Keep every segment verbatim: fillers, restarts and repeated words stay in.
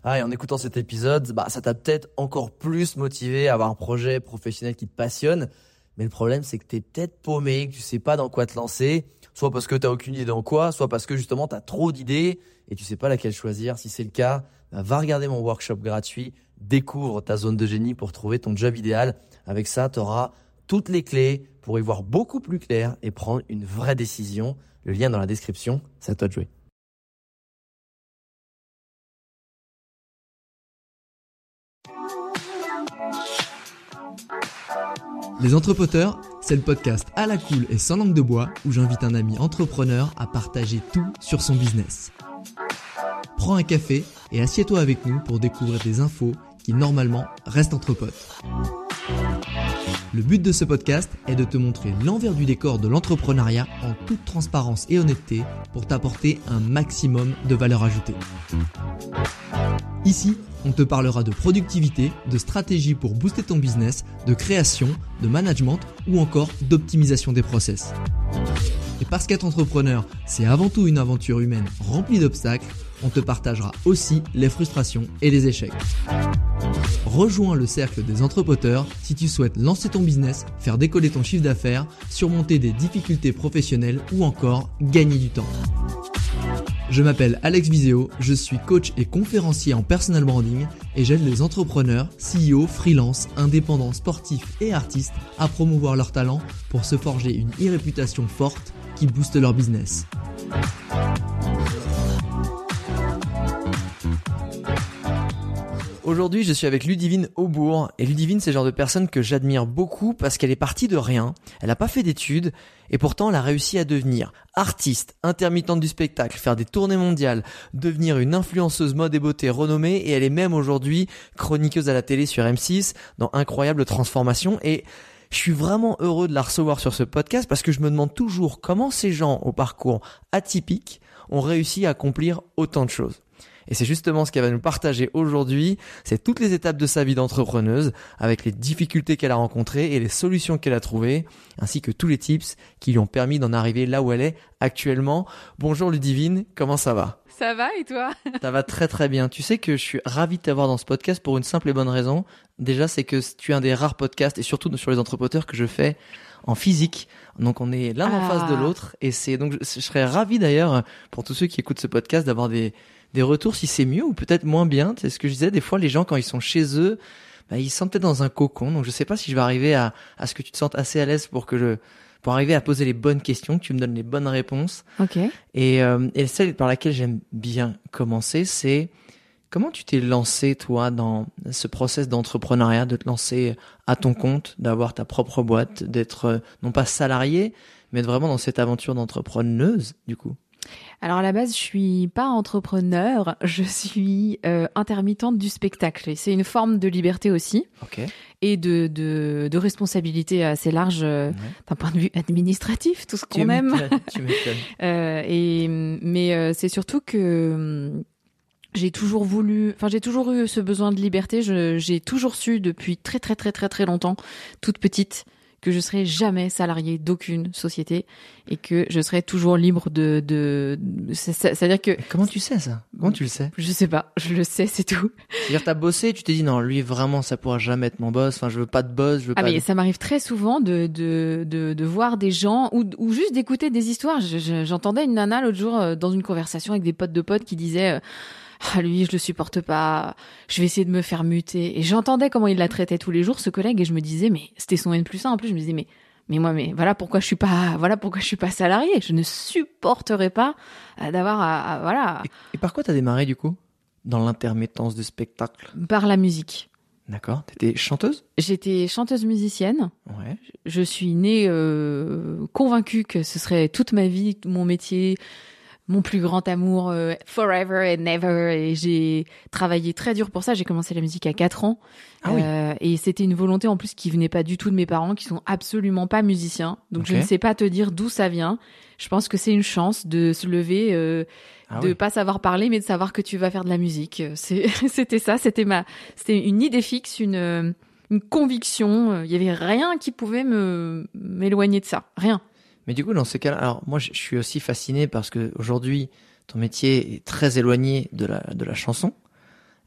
Ah, et en écoutant cet épisode, bah, ça t'a peut-être encore plus motivé à avoir un projet professionnel qui te passionne. Mais le problème, c'est que t'es peut-être paumé, que tu sais pas dans quoi te lancer. Soit parce que t'as aucune idée dans quoi, soit parce que justement t'as trop d'idées et tu sais pas laquelle choisir. Si c'est le cas, bah, va regarder mon workshop gratuit. Découvre ta zone de génie pour trouver ton job idéal. Avec ça, t'auras toutes les clés pour y voir beaucoup plus clair et prendre une vraie décision. Le lien dans la description, c'est à toi de jouer. Les Entrepoteurs, c'est le podcast à la cool et sans langue de bois où j'invite un ami entrepreneur à partager tout sur son business. Prends un café et assieds-toi avec nous pour découvrir des infos qui normalement restent entre potes. Le but de ce podcast est de te montrer l'envers du décor de l'entrepreneuriat en toute transparence et honnêteté pour t'apporter un maximum de valeur ajoutée. Ici, on te parlera de productivité, de stratégie pour booster ton business, de création, de management ou encore d'optimisation des process. Et parce qu'être entrepreneur, c'est avant tout une aventure humaine remplie d'obstacles, on te partagera aussi les frustrations et les échecs. Rejoins le cercle des Entrepoteurs si tu souhaites lancer ton business, faire décoller ton chiffre d'affaires, surmonter des difficultés professionnelles ou encore gagner du temps. Je m'appelle Alex Viseo, je suis coach et conférencier en personal branding et j'aide les entrepreneurs, C E O, freelance, indépendants, sportifs et artistes à promouvoir leurs talents pour se forger une e-réputation forte qui booste leur business. Aujourd'hui, je suis avec Ludivine Aubourg et Ludivine, c'est le genre de personne que j'admire beaucoup parce qu'elle est partie de rien, elle n'a pas fait d'études et pourtant elle a réussi à devenir artiste, intermittente du spectacle, faire des tournées mondiales, devenir une influenceuse mode et beauté renommée et elle est même aujourd'hui chroniqueuse à la télé sur M six dans Incroyable Transformation et je suis vraiment heureux de la recevoir sur ce podcast parce que je me demande toujours comment ces gens au parcours atypique ont réussi à accomplir autant de choses. Et c'est justement ce qu'elle va nous partager aujourd'hui, c'est toutes les étapes de sa vie d'entrepreneuse, avec les difficultés qu'elle a rencontrées et les solutions qu'elle a trouvées, ainsi que tous les tips qui lui ont permis d'en arriver là où elle est actuellement. Bonjour Ludivine, comment ça va ? Ça va et toi ? Ça va très très bien. Tu sais que je suis ravi de t'avoir dans ce podcast pour une simple et bonne raison. Déjà, c'est que tu es un des rares podcasts, et surtout sur les entrepreneurs, que je fais en physique. Donc on est l'un en Ah. face de l'autre, et c'est donc je, je serais ravi d'ailleurs pour tous ceux qui écoutent ce podcast d'avoir des des retours si c'est mieux ou peut-être moins bien. C'est ce que je disais, des fois les gens quand ils sont chez eux, bah, ils se sentent peut-être dans un cocon. Donc je sais pas si je vais arriver à à ce que tu te sentes assez à l'aise pour que je pour arriver à poser les bonnes questions, que tu me donnes les bonnes réponses. Ok. Et euh, et celle par laquelle j'aime bien commencer, c'est comment tu t'es lancé toi dans ce process d'entrepreneuriat, de te lancer à ton compte, d'avoir ta propre boîte, d'être euh, non pas salarié, mais être vraiment dans cette aventure d'entrepreneuse du coup. Alors à la base, je suis pas entrepreneur, je suis euh, intermittente du spectacle. Et c'est une forme de liberté aussi Ok. et de, de, de responsabilité assez large euh, Ouais. d'un point de vue administratif, tout ce Tu qu'on aime. m'étonnes, tu m'étonnes. Euh, et mais euh, c'est surtout que hum, j'ai toujours voulu, enfin j'ai toujours eu ce besoin de liberté. Je, j'ai toujours su depuis très très très très très longtemps, toute petite, que je serais jamais salariée d'aucune société et que je serais toujours libre de de. C'est, c'est, c'est-à-dire que Mais comment tu sais ça ? Comment tu le sais ? je sais pas, je le sais, c'est tout. C'est-à-dire t'as bossé, tu t'es dit non, lui vraiment ça pourra jamais être mon boss. Enfin, je veux pas de boss, je veux Ah pas. mais de... ça m'arrive très souvent de de de, de voir des gens ou ou juste d'écouter des histoires. Je, je, j'entendais une nana l'autre jour euh, dans une conversation avec des potes de potes qui disaient. Euh, Ah, lui, je le supporte pas. Je vais essayer de me faire muter. Et j'entendais comment il la traitait tous les jours, ce collègue, et je me disais, mais c'était son N plus un. En plus, je me disais, mais, mais moi, mais voilà pourquoi je suis pas, voilà pourquoi je suis pas salariée. Je ne supporterais pas euh, d'avoir à, à- voilà, Et, et par quoi t'as démarré du coup ? Dans l'intermittence du spectacle. par la musique. D'accord. T'étais chanteuse ? J'étais chanteuse musicienne. Ouais. Je suis née euh, convaincue que ce serait toute ma vie, mon métier, mon plus grand amour, euh, forever and never. Et j'ai travaillé très dur pour ça. J'ai commencé la musique à quatre ans. Ah oui. Euh, et c'était une volonté en plus qui venait pas du tout de mes parents, qui sont absolument pas musiciens. Donc Ok. je ne sais pas te dire d'où ça vient. Je pense que c'est une chance de se lever, euh, Ah de oui. pas savoir parler, mais de savoir que tu vas faire de la musique. C'est, c'était ça. C'était ma, c'était une idée fixe, une, euh, une conviction. Il y avait rien qui pouvait me m'éloigner de ça. Rien. Mais du coup, dans ce cas-là, alors moi, je je suis aussi fasciné parce que aujourd'hui, ton métier est très éloigné de la de la chanson.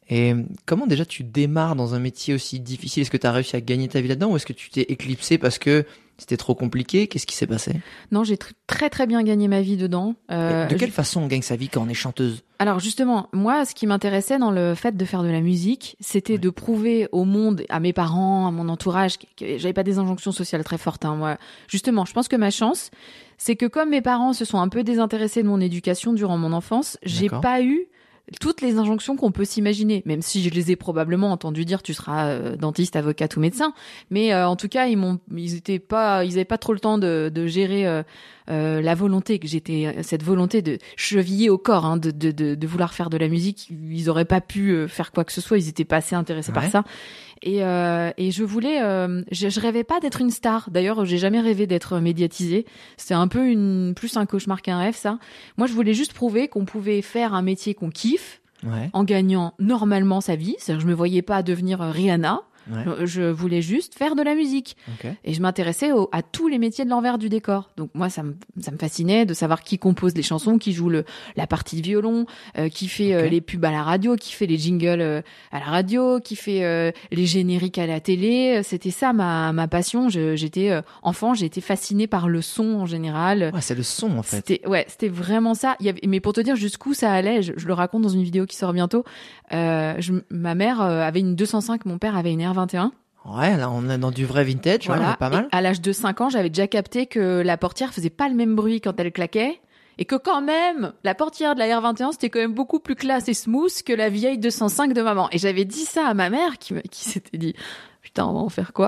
Et comment déjà tu démarres dans un métier aussi difficile? Est-ce que tu as réussi à gagner ta vie là-dedans ou est-ce que tu t'es éclipsé parce que c'était trop compliqué? Qu'est-ce qui s'est passé? Non, j'ai tr- très très bien gagné ma vie dedans. Euh, de quelle je... façon on gagne sa vie quand on est chanteuse? Alors justement, moi, ce qui m'intéressait dans le fait de faire de la musique, c'était ouais. de prouver au monde, à mes parents, à mon entourage, que j'avais pas des injonctions sociales très fortes. Hein, moi, justement, je pense que ma chance, c'est que comme mes parents se sont un peu désintéressés de mon éducation durant mon enfance, j'ai D'accord. pas eu toutes les injonctions qu'on peut s'imaginer, même si je les ai probablement entendu dire tu seras euh, dentiste, avocate ou médecin, mais euh, en tout cas ils m'ont, ils étaient pas, ils avaient pas trop le temps de, de gérer euh, euh, la volonté que j'étais, cette volonté de cheviller au corps, hein, de, de, de, de vouloir faire de la musique. Ils auraient pas pu euh, faire quoi que ce soit, ils étaient pas assez intéressés ouais. par ça. Et, euh, et je voulais, euh, je, je rêvais pas d'être une star. D'ailleurs, j'ai jamais rêvé d'être médiatisée. C'était un peu une, plus un cauchemar qu'un rêve, ça. Moi, je voulais juste prouver qu'on pouvait faire un métier qu'on kiffe, ouais. en gagnant normalement sa vie. C'est-à-dire, je me voyais pas devenir Rihanna. Ouais. Je voulais juste faire de la musique. Okay. Et je m'intéressais au, à tous les métiers de l'envers du décor. Donc moi, ça me, ça me fascinait de savoir qui compose les chansons, qui joue le, la partie de violon, euh, qui fait okay. euh, les pubs à la radio, qui fait les jingles euh, à la radio, qui fait euh, les génériques à la télé. C'était ça ma, ma passion. Je, j'étais euh, enfant, j'ai été fascinée par le son en général. Ouais, c'est le son en fait. C'était, ouais, c'était vraiment ça. Il y avait, mais pour te dire jusqu'où ça allait, je, je le raconte dans une vidéo qui sort bientôt. Euh, je, ma mère euh, avait une deux cent cinq, mon père avait une R vingt et un. Ouais, là on est dans du vrai vintage, voilà. Ouais, pas mal. Et à l'âge de cinq ans, j'avais déjà capté que la portière faisait pas le même bruit quand elle claquait et que quand même, la portière de la R vingt et un, c'était quand même beaucoup plus classe et smooth que la vieille deux cent cinq de maman. Et j'avais dit ça à ma mère qui, me, qui s'était dit putain, on va en faire quoi?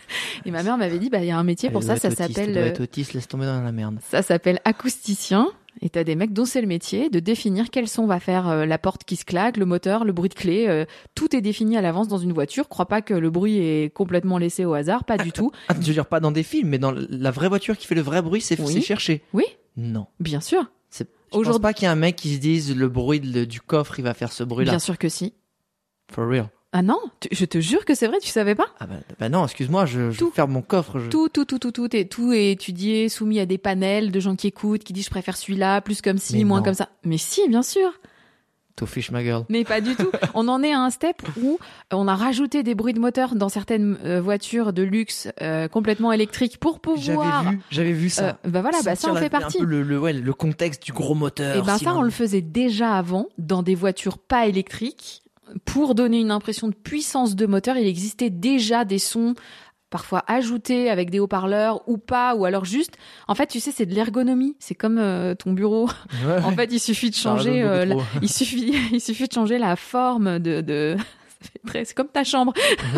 Et ma mère m'avait dit bah il y a un métier pour ça, ça autiste, s'appelle être autiste, laisse tomber dans la merde. Ça s'appelle acousticien. Et t'as des mecs dont c'est le métier de définir quel son va faire euh, la porte qui se claque, le moteur, le bruit de clé. Euh, tout est défini à l'avance dans une voiture. Crois pas que le bruit est complètement laissé au hasard, pas du tout. Ah, je veux dire pas dans des films, mais dans la vraie voiture qui fait le vrai bruit, c'est, oui. c'est cherché. Oui. Non. Bien sûr. C'est, je Aujourd'hui... pense pas qu'il y ait un mec qui se dise le bruit de, du coffre, il va faire ce bruit-là. Bien sûr que si. For real. Ah non, tu, je te jure que c'est vrai, tu savais pas? Ah bah, bah non, excuse-moi, je, je vais faire mon coffre. Je... Tout, tout, tout, tout, tout est, tout est étudié, soumis à des panels de gens qui écoutent, qui disent je préfère celui-là, plus comme ci, mais moins non. comme ça. Mais si, bien sûr. To fish my girl. Mais pas du tout. On en est à un step où on a rajouté des bruits de moteur dans certaines euh, voitures de luxe euh, complètement électriques pour pouvoir. J'avais vu, j'avais vu ça. Euh, bah voilà, bah ça en fait partie. Un peu le, le, ouais, le contexte du gros moteur. Et bah ça, on le faisait déjà avant dans des voitures pas électriques. Pour donner une impression de puissance de moteur, il existait déjà des sons parfois ajoutés avec des haut-parleurs ou pas, ou alors juste, en fait, tu sais, c'est de l'ergonomie. C'est comme euh, ton bureau. Ouais. En fait, il suffit de changer, euh, la, il suffit, il suffit de changer la forme de, de, c'est comme ta chambre.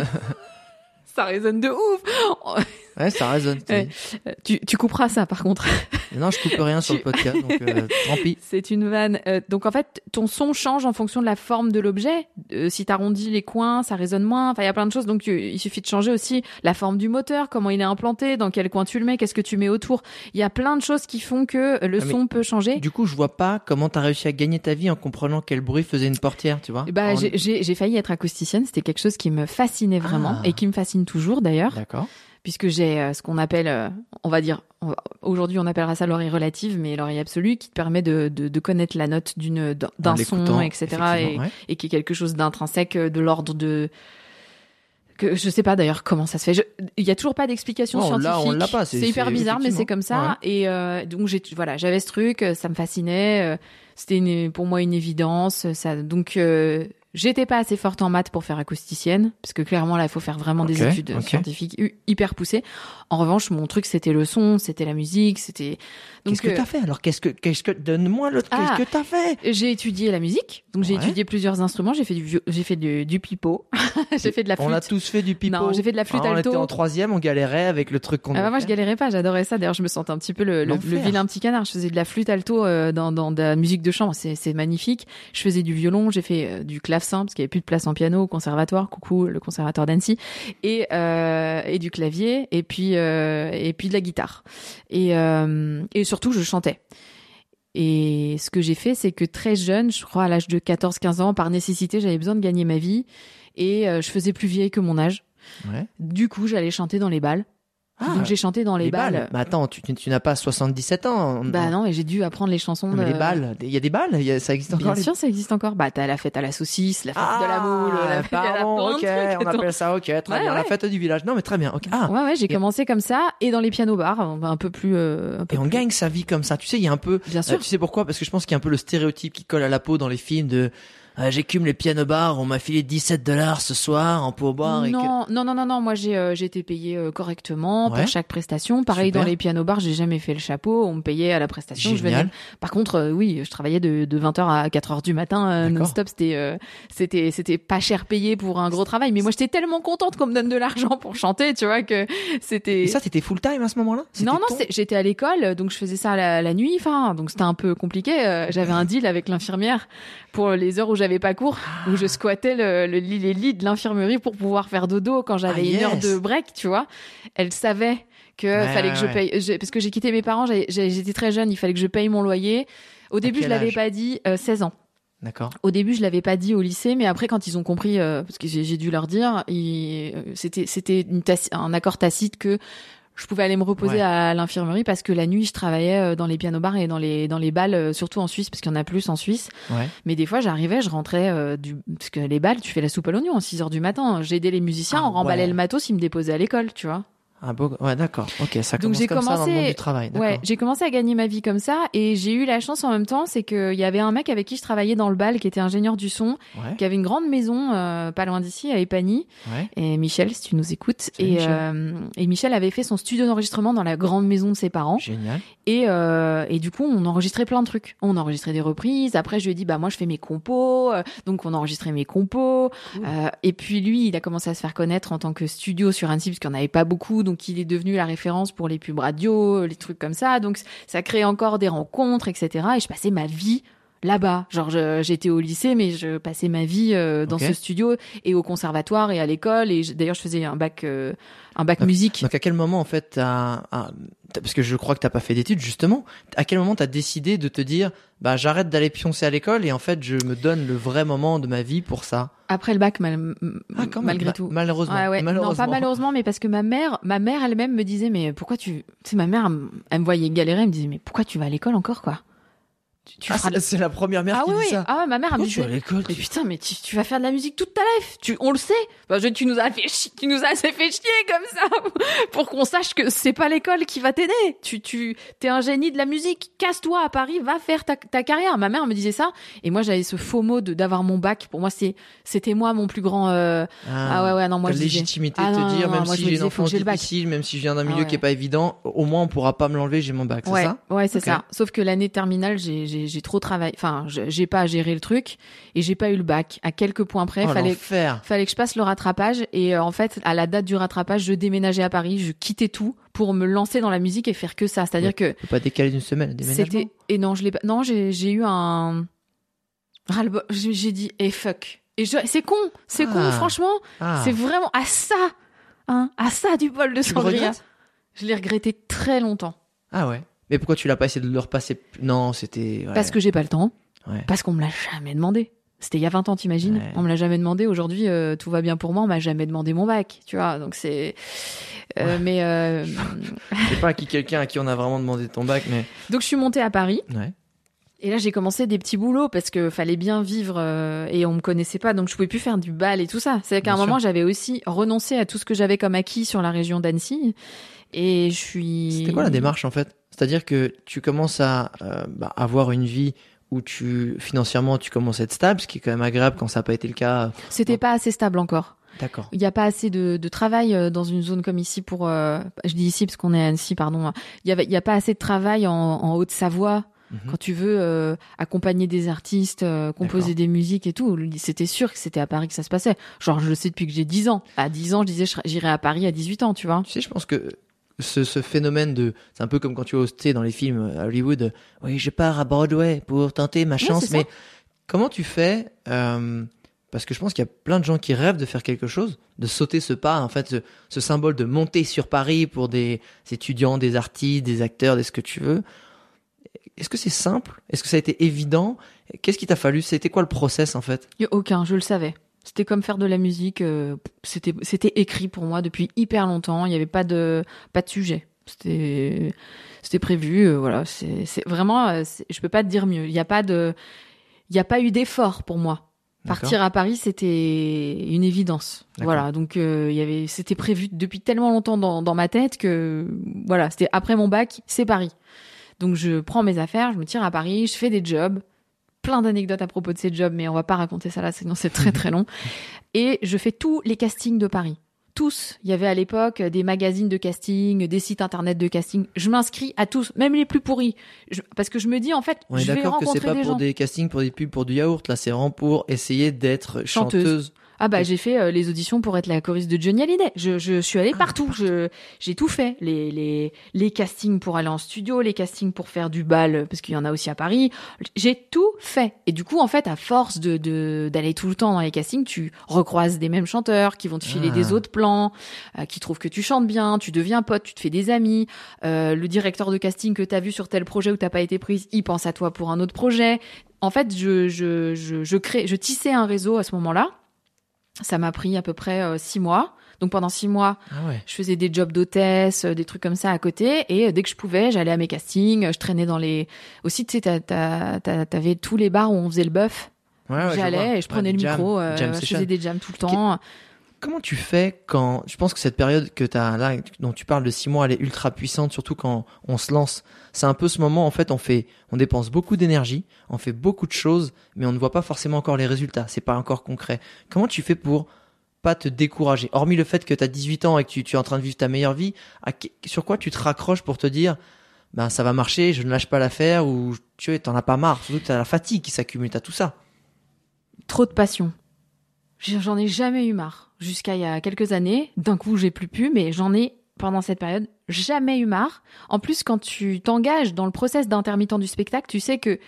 Ça résonne de ouf. Ouais, ça résonne. Ouais. Tu, tu couperas ça, par contre. Non, je coupe rien sur le podcast, donc euh, tant pis. C'est une vanne. Euh, donc en fait, ton son change en fonction de la forme de l'objet. Euh, si t'arrondis les coins, ça résonne moins. Enfin, il y a plein de choses. Donc tu, il suffit de changer aussi la forme du moteur, comment il est implanté, dans quel coin tu le mets, qu'est-ce que tu mets autour. Il y a plein de choses qui font que le ah, son peut changer. Du coup, je vois pas comment t'as réussi à gagner ta vie en comprenant quel bruit faisait une portière, tu vois. Bah, en... j'ai, j'ai, j'ai failli être acousticienne. C'était quelque chose qui me fascinait vraiment ah. et qui me fascine toujours d'ailleurs. D'accord. Puisque j'ai euh, ce qu'on appelle, euh, on va dire, on va, aujourd'hui on appellera ça l'oreille relative, mais l'oreille absolue, qui te permet de, de, de connaître la note d'une, d'un son, et cetera, et, ouais. et qui est quelque chose d'intrinsèque, de l'ordre de... que je sais pas d'ailleurs comment ça se fait. Je, il y a toujours pas d'explication non, scientifique. Là, on l'a pas. C'est, c'est hyper c'est bizarre, mais c'est comme ça. Ouais. Et euh, donc j'ai, voilà, j'avais ce truc, ça me fascinait. C'était une, pour moi une évidence. Ça, donc euh, j'étais pas assez forte en maths pour faire acousticienne, parce que clairement là, il faut faire vraiment okay, des études okay. scientifiques hyper poussées. En revanche, mon truc c'était le son, c'était la musique, c'était. Donc, qu'est-ce que euh... t'as fait alors? Qu'est-ce que, qu'est-ce que, donne-moi le. Ah, qu'est-ce que t'as fait? J'ai étudié la musique, donc j'ai ouais. étudié plusieurs instruments. J'ai fait du, j'ai fait du, du pipeau, j'ai fait de la flûte. On a tous fait du pipeau. Non, j'ai fait de la flûte ah, alto. On était en troisième, on galérait avec le truc qu'on. Ah bah moi je galérais pas, j'adorais ça. D'ailleurs, je me sentais un petit peu le, le, le vilain petit canard. Je faisais de la flûte alto euh, dans, dans de la musique de chambre, c'est, c'est magnifique. Je faisais du violon, j'ai fait euh, du clavecin parce qu'il y avait plus de place en piano au conservatoire. Coucou le conservatoire d'Annecy, et euh, et du clavier, et puis euh, et puis de la guitare. Et euh, et surtout je chantais. Et ce que j'ai fait, c'est que très jeune, je crois à l'âge de quatorze quinze ans, par nécessité, j'avais besoin de gagner ma vie et euh, je faisais plus vieille que mon âge. Ouais. Du coup, j'allais chanter dans les bals. Ah, Donc j'ai chanté dans les, les balles. balles. Mais attends, tu, tu, tu n'as pas soixante-dix-sept ans. Bah non, et j'ai dû apprendre les chansons. Non, mais de... les balles, il y a des balles, il y a, ça existe Bien encore. les- sûr, ça existe encore. Bah t'as la fête à la saucisse, la fête Ah, de la moule, la fête à la pardon, ok, trucs, on appelle ça, ok, très Ouais, bien, la ouais. fête du village. Non, mais très bien, ok. Ah, Ouais, ouais, j'ai Et- commencé comme ça, et dans les pianos bars, un peu plus. Euh, un peu et on plus- gagne sa vie comme ça. Tu sais, il y a un peu. Bien sûr. Euh, tu sais pourquoi? Parce que je pense qu'il y a un peu le stéréotype qui colle à la peau dans les films de. Euh, j'écume les piano bars, on m'a filé dix-sept dollars ce soir en pourboire. Et que... Non, non, non, non, non. Moi, j'ai euh, j'ai été payé euh, correctement Ouais. pour chaque prestation. Pareil Super. dans les piano bars, j'ai jamais fait le chapeau. On me payait à la prestation. Je Génial. venais. Par contre, euh, oui, je travaillais de, de vingt heures à quatre heures du matin euh, D'accord. non-stop. C'était, euh, c'était, c'était pas cher payé pour un gros travail. Mais moi, j'étais tellement contente qu'on me donne de l'argent pour chanter, tu vois, que c'était. Et ça, t'étais full time à ce moment-là? C'était Non, non, ton- c'est- j'étais à l'école, donc je faisais ça la, la nuit, enfin, donc c'était un peu compliqué. Euh, J'avais un deal avec l'infirmière pour les heures où j'avais pas cours, où je squattais le, le lit, les lits de l'infirmerie pour pouvoir faire dodo quand j'avais Ah, une heure yes. de break, tu vois. Elle savait que Ouais, fallait ouais, que je ouais. paye, j'ai- parce que j'ai quitté mes parents, j'ai- j'ai- j'étais très jeune, il fallait que je paye mon loyer. Au début, je quel l'avais âge pas dit, euh, seize ans. D'accord. Au début, je l'avais pas dit au lycée, mais après, quand ils ont compris, euh, parce que j'ai j'ai dû leur dire, ils- euh, c'était c'était une taci- un accord tacite que je pouvais aller me reposer Ouais. à l'infirmerie parce que la nuit, je travaillais euh, dans les piano bars et dans les dans les balles, euh, surtout en Suisse, parce qu'il y en a plus en Suisse. Ouais. Mais des fois, j'arrivais, je rentrais euh, du parce que les balles, tu fais la soupe à l'oignon à six heures du matin. J'ai aidé les musiciens, Ah, on remballait ouais. le matos, ils me déposaient à l'école, tu vois. Ah bon, ouais, d'accord. Ok, ça Donc commence j'ai comme ça dans le monde commencé- du travail. D'accord. Ouais, j'ai commencé à gagner ma vie comme ça et j'ai eu la chance en même temps, c'est qu'il y avait un mec avec qui je travaillais dans le bal qui était ingénieur du son, Ouais. qui avait une grande maison euh, pas loin d'ici à Épagny. Ouais. Et Michel, si tu nous écoutes. Salut, Et Michel. euh, et Michel avait fait son studio d'enregistrement dans la grande maison de ses parents. Génial. Et euh, et du coup, on enregistrait plein de trucs. On enregistrait des reprises. Après, je lui ai dit, bah moi, je fais mes compos. Euh, Donc, on enregistrait mes compos. Cool. Euh, et puis lui, il a commencé à se faire connaître en tant que studio sur Annecy, parce qu'il n'y en avait pas beaucoup. Donc, il est devenu la référence pour les pubs radio, les trucs comme ça. Donc, ça crée encore des rencontres, et cetera. Et je passais ma vie là-bas. Genre, je- j'étais au lycée, mais je passais ma vie euh, dans Ok. ce studio et au conservatoire et à l'école. Et je- d'ailleurs, je faisais un bac, euh, un bac Donc- musique. Donc à quel moment en fait t'as, ah, t'as- parce que je crois que t'as pas fait d'études justement, à quel moment t'as décidé de te dire bah j'arrête d'aller pioncer à l'école et en fait je me donne le vrai moment de ma vie pour ça. Après le bac, mal- Ah, quand même, malgré ma- tout. Malheureusement. Ouais, ouais. malheureusement. Non, pas malheureusement, mais parce que ma mère, ma mère elle-même me disait, mais pourquoi tu, tu sais, ma mère, elle me- elle me voyait galérer, elle me disait, mais pourquoi tu vas à l'école encore, quoi? Tu, tu Ah, feras de- c'est, c'est la première mère Ah qui oui, dit oui. ça. Ah ouais, ma mère, elle me Pourquoi tu vas à disait, l'école mais tu- putain, mais tu, tu vas faire de la musique toute ta life. Tu, on le sait. Bah, je- tu nous as fait, chi- tu nous as assez fait chier comme ça pour qu'on sache que c'est pas l'école qui va t'aider. Tu, tu, t'es un génie de la musique. Casse-toi à Paris, va faire ta, ta carrière. Ma mère me disait ça. Et moi, j'avais ce faux mot de, d'avoir mon bac. Pour moi, c'est, c'était moi mon plus grand, euh, ah ouais, ouais, non, moi, ta je disais- légitimité Ah de non, te dire non, même moi, je si me j'ai disais, une faut que enfance j'ai le bac. difficile, même si je viens d'un Ah milieu ouais. qui est pas évident, au moins on pourra pas me l'enlever, j'ai mon bac, c'est ouais, ça? ouais, c'est Ok. ça. Sauf que l'année terminale, j'ai, j'ai, j'ai trop travaillé. Enfin, je- j'ai pas géré le truc et j'ai pas eu le bac. À quelques points près, Oh, fallait, l'enfer. fallait que je passe le rattrapage. Et euh, en fait, à la date du rattrapage, je déménageais à Paris, je quittais tout pour me lancer dans la musique et faire que ça. C'est-à-dire Ouais, que Tu peux pas décaler d'une semaine le déménagement? c'était. Et non, je l'ai pas. Non, j'ai, j'ai eu un. ras-le-bol. J'ai, j'ai dit, eh fuck. Et je... c'est con, c'est con, Ah. franchement. Ah. C'est vraiment à ça, hein, à ça du bol de Tu le Sangria. regrettes? Je l'ai regretté très longtemps. Ah ouais. Mais pourquoi tu l'as pas essayé de le repasser? Non, c'était. ouais. Parce que j'ai pas le temps. Ouais. Parce qu'on me l'a jamais demandé. C'était il y a vingt ans, t'imagines? Ouais. On me l'a jamais demandé. Aujourd'hui, euh, tout va bien pour moi. On m'a jamais demandé mon bac, tu vois. Donc c'est. Euh, Ouais. Mais euh... Je sais pas à qui quelqu'un à qui on a vraiment demandé ton bac, mais. donc je suis montée à Paris. Ouais. Et là, j'ai commencé des petits boulots parce que fallait bien vivre euh, et on me connaissait pas, donc je pouvais plus faire du bal et tout ça. C'est qu'à un Bien moment, sûr. j'avais aussi renoncé à tout ce que j'avais comme acquis sur la région d'Annecy. Et je suis. C'était quoi la démarche en fait? C'est-à-dire que tu commences à euh, bah, avoir une vie où tu financièrement tu commences à être stable, ce qui est quand même agréable quand ça n'a pas été le cas. C'était pas assez stable encore. D'accord. Il n'y a pas assez de, de travail euh, dans une zone comme ici pour. Euh, je dis ici parce qu'on est à Annecy, pardon. Il y avait, il y a pas assez de travail en, en Haute-Savoie. Mhm. Quand tu veux euh, accompagner des artistes, euh, composer D'accord. des musiques et tout, c'était sûr que c'était à Paris que ça se passait. Genre, je le sais depuis que j'ai dix ans. À dix ans, je disais, je- j'irai à Paris à dix-huit ans, tu vois. Tu sais, je pense que ce, ce phénomène de, c'est un peu comme quand tu vas hoster dans les films à Hollywood. euh, Oui, je pars à Broadway pour tenter ma Ouais, chance. c'est ça. Mais comment tu fais euh, Parce que je pense qu'il y a plein de gens qui rêvent de faire quelque chose, de sauter ce pas. En fait, ce, ce symbole de monter sur Paris pour des étudiants, des artistes, des acteurs, des ce que tu veux. Est-ce que c'est simple? Est-ce que ça a été évident? Qu'est-ce qui t'a fallu? C'était quoi le process en fait? Il y a aucun, je le savais. C'était comme faire de la musique. Euh, c'était, c'était écrit pour moi depuis hyper longtemps. Il n'y avait pas de, pas de sujet. C'était, c'était prévu. Euh, voilà. C'est, c'est vraiment. C'est, je peux pas te dire mieux. Il n'y a pas de, il n'y a pas eu d'effort pour moi. D'accord. Partir à Paris, c'était une évidence. D'accord. Voilà. Donc euh, il y avait, c'était prévu depuis tellement longtemps dans, dans ma tête que voilà. C'était après mon bac, c'est Paris. Donc je prends mes affaires, je me tire à Paris, je fais des jobs. Plein d'anecdotes à propos de ces jobs, mais on va pas raconter ça là, sinon c'est très très long. Et je fais tous les castings de Paris. Tous. Il y avait à l'époque des magazines de casting, des sites internet de casting. Je m'inscris à tous, même les plus pourris. Je, parce que je me dis, en fait, On est je vais d'accord que rencontrer c'est pas des pour gens. des castings, pour des pubs, pour du yaourt. Là, c'est vraiment pour essayer d'être Chanteuse. chanteuse. Ah bah j'ai fait euh, les auditions pour être la choriste de Johnny Hallyday. Je, je suis allée Ah, partout. Je, j'ai tout fait. Les, les, les castings pour aller en studio, les castings pour faire du bal, parce qu'il y en a aussi à Paris. J'ai tout fait. Et du coup, en fait, à force de, de, d'aller tout le temps dans les castings, tu recroises des mêmes chanteurs qui vont te filer Ah. des autres plans, euh, qui trouvent que tu chantes bien, tu deviens pote, tu te fais des amis. Euh, le directeur de casting que t'as vu sur tel projet où t'as pas été prise, il pense à toi pour un autre projet. En fait, je, je, je, je crée, je tissais un réseau à ce moment-là. Ça m'a pris à peu près euh, six mois. Donc pendant six mois, Ah ouais. je faisais des jobs d'hôtesse, euh, des trucs comme ça à côté. Et euh, dès que je pouvais, j'allais à mes castings. Je traînais dans les... Aussi, tu sais, t'as, t'as, t'as, t'avais tous les bars où on faisait le bœuf. Ouais, ouais, J'allais vois. et je prenais Ouais, le jam, micro. Euh, jam je session. faisais des jams tout le temps. Comment tu fais quand, je pense que cette période que t'as là, dont tu parles de six mois, elle est ultra puissante, surtout quand on se lance. C'est un peu ce moment, en fait, on fait, on dépense beaucoup d'énergie, on fait beaucoup de choses, mais on ne voit pas forcément encore les résultats. C'est pas encore concret. Comment tu fais pour pas te décourager? Hormis le fait que t'as dix-huit ans et que tu, tu es en train de vivre ta meilleure vie, à, sur quoi tu te raccroches pour te dire, ben, ça va marcher, je ne lâche pas l'affaire, ou tu vois, t'en as pas marre. Surtout que t'as la fatigue qui s'accumule, t'as tout ça. Trop de passion. J'en ai jamais eu marre. Jusqu'à il y a quelques années, d'un coup, j'ai plus pu, mais j'en ai, pendant cette période, jamais eu marre. En plus, quand tu t'engages dans le process d'intermittent du spectacle, tu sais que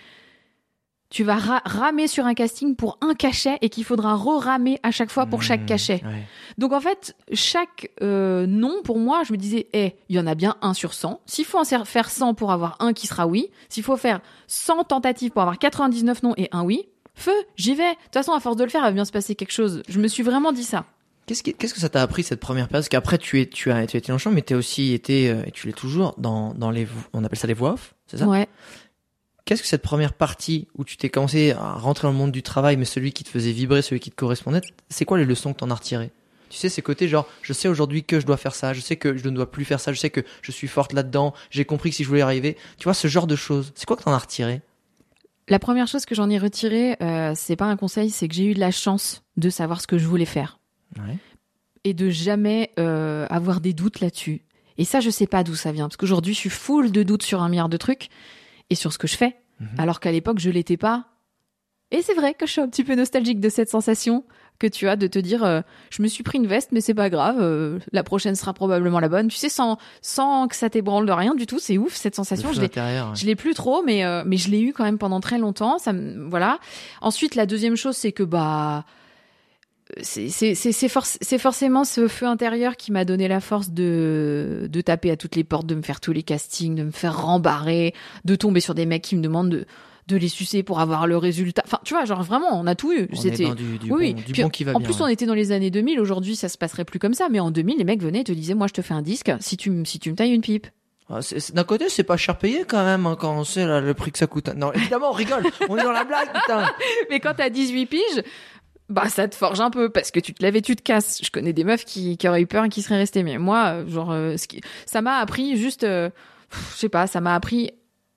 tu vas ra- ramer sur un casting pour un cachet et qu'il faudra re-ramer à chaque fois pour chaque Mmh, cachet. ouais. Donc en fait, chaque euh, non, pour moi, je me disais, eh, il y en a bien un sur cent. S'il faut en faire cent pour avoir un qui sera oui, s'il faut faire cent tentatives pour avoir quatre-vingt-dix-neuf non et un oui, feu, j'y vais. De toute façon, à force de le faire, il va bien se passer quelque chose. Je me suis vraiment dit ça. Qu'est-ce, qui, qu'est-ce que ça t'a appris cette première période? Parce qu'après tu es, tu as, tu as été dans le chant, mais t'as aussi été, euh, et tu l'es toujours dans, dans les, on appelle ça les voix off, c'est ça? Ouais. Qu'est-ce que cette première partie où tu t'es commencé à rentrer dans le monde du travail, mais celui qui te faisait vibrer, celui qui te correspondait, c'est quoi les leçons que t'en as retirées? Tu sais, ces côtés genre, je sais aujourd'hui que je dois faire ça, je sais que je ne dois plus faire ça, je sais que je suis forte là-dedans, j'ai compris que si je voulais y arriver, tu vois, ce genre de choses. C'est quoi que t'en as retiré? La première chose que j'en ai retirée, euh, c'est pas un conseil, c'est que j'ai eu de la chance de savoir ce que je voulais faire. Ouais. Et de jamais euh, avoir des doutes là-dessus. Et ça, je sais pas d'où ça vient. Parce qu'aujourd'hui, je suis full de doutes sur un milliard de trucs et sur ce que je fais. Mhm. Alors qu'à l'époque, je l'étais pas. Et c'est vrai que je suis un petit peu nostalgique de cette sensation que tu as de te dire euh, je me suis pris une veste, mais c'est pas grave, euh, la prochaine sera probablement la bonne. Tu sais, sans, sans que ça t'ébranle de rien du tout. C'est ouf, cette sensation. Le Je feu l'ai, intérieur, ouais. je l'ai plus trop, mais, euh, mais je l'ai eu quand même pendant très longtemps. Ça me, voilà. Ensuite, la deuxième chose, c'est que, bah, c'est, c'est, c'est, c'est, forc- c'est forcément ce feu intérieur qui m'a donné la force de, de taper à toutes les portes, de me faire tous les castings, de me faire rembarrer, de tomber sur des mecs qui me demandent de, de les sucer pour avoir le résultat. Enfin, tu vois, genre vraiment, on a tout eu. On C'était, est dans du, du, oui, bon, oui. du Puis, bon qui va en bien. plus, ouais. on était dans les années deux mille. Aujourd'hui, ça se passerait plus comme ça. Mais en deux mille, les mecs venaient et te disaient, moi, je te fais un disque si tu, m- si tu me tailles une pipe. Ah, c'est, c'est- d'un côté, c'est pas cher payé quand même, hein, quand on sait là, le prix que ça coûte. Non, évidemment, on rigole. On est dans la blague, putain. Mais quand t'as dix-huit piges, bah, ça te forge un peu parce que tu te lèves et tu te casses. Je connais des meufs qui, qui auraient eu peur et qui seraient restées. Mais moi, euh, genre, euh, ce qui, ça m'a appris juste, euh, pff, je sais pas, ça m'a appris,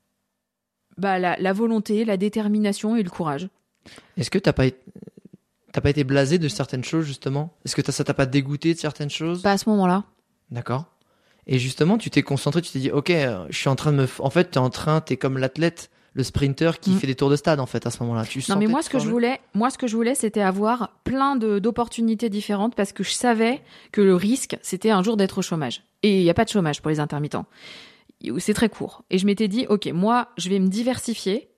bah, la, la volonté, la détermination et le courage. Est-ce que t'as pas été, t'as pas été blasé de certaines choses, justement? Est-ce que t'as, ça t'a pas dégoûté de certaines choses? Pas à ce moment-là. D'accord. Et justement, tu t'es concentré, tu t'es dit, ok, euh, je suis en train de me, f- en fait, t'es en train, t'es comme l'athlète, le sprinter qui Mm. fait des tours de stade, en fait, à ce moment-là. Tu Non, mais sentais moi, te ce que je forger? voulais, moi, ce que je voulais, c'était avoir plein de, d'opportunités différentes parce que je savais que le risque, c'était un jour d'être au chômage. Et il n'y a pas de chômage pour les intermittents. C'est très court. Et je m'étais dit, ok, moi, je vais me diversifier.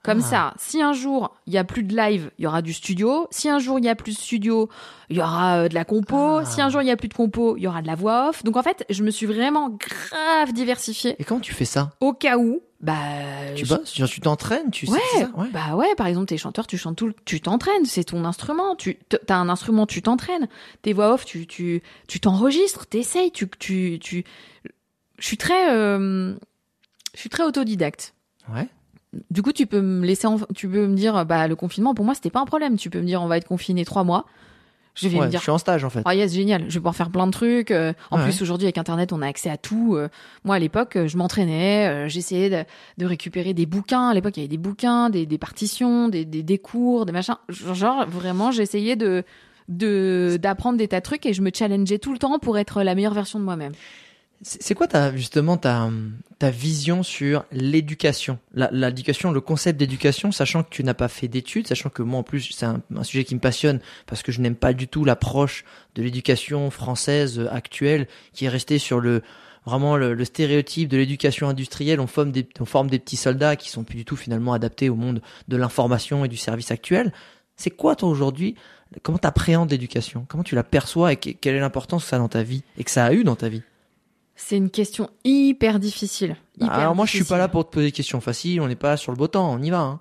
Comme Ah. ça, si un jour il y a plus de live, il y aura du studio. Si un jour il y a plus de studio, il y aura euh, de la compo. Ah. Si un jour il y a plus de compo, il y aura de la voix off. Donc en fait, je me suis vraiment grave diversifiée Et comment tu fais ça? au cas où. Bah, Tu je- bosses? Genre, tu t'entraînes? Tu Ouais, c'est ça? Ouais. bah ouais, par exemple, t'es chanteur, tu chantes tout, le- tu t'entraînes, c'est ton instrument, tu t- t'as un instrument, tu t'entraînes, tes voix off, tu tu tu t'enregistres, t'essayes, tu tu tu je suis très euh, je suis très autodidacte. Ouais. Du coup, tu peux me laisser en- tu peux me dire bah le confinement pour moi, c'était pas un problème, tu peux me dire on va être confiné trois mois. Je vais Ouais, me dire je suis en stage, en fait. ah yes, génial, je vais pouvoir faire plein de trucs. Euh, en Ouais. plus, aujourd'hui, avec Internet, on a accès à tout. Euh, moi, à l'époque, euh, je m'entraînais, euh, j'essayais de, de récupérer des bouquins. À l'époque, il y avait des bouquins, des, des partitions, des, des, des cours, des machins. Genre, vraiment, j'essayais de de d'apprendre des tas de trucs et je me challengeais tout le temps pour être la meilleure version de moi-même. C'est c'est quoi ta, justement ta, ta vision sur l'éducation, la, l'éducation, le concept d'éducation, sachant que tu n'as pas fait d'études, sachant que moi en plus c'est un, un sujet qui me passionne parce que je n'aime pas du tout l'approche de l'éducation française euh, actuelle qui est restée sur le vraiment le, le stéréotype de l'éducation industrielle. On forme des on forme des petits soldats qui sont plus du tout finalement adaptés au monde de l'information et du service actuel. C'est quoi toi aujourd'hui? Comment t'appréhendes l'éducation? Comment tu la perçois et que- quelle est l'importance que ça a dans ta vie et que ça a eu dans ta vie? C'est une question hyper difficile. Hyper Alors moi je suis pas difficile. là pour te poser des questions faciles, on n'est pas sur le beau temps, on y va. Hein.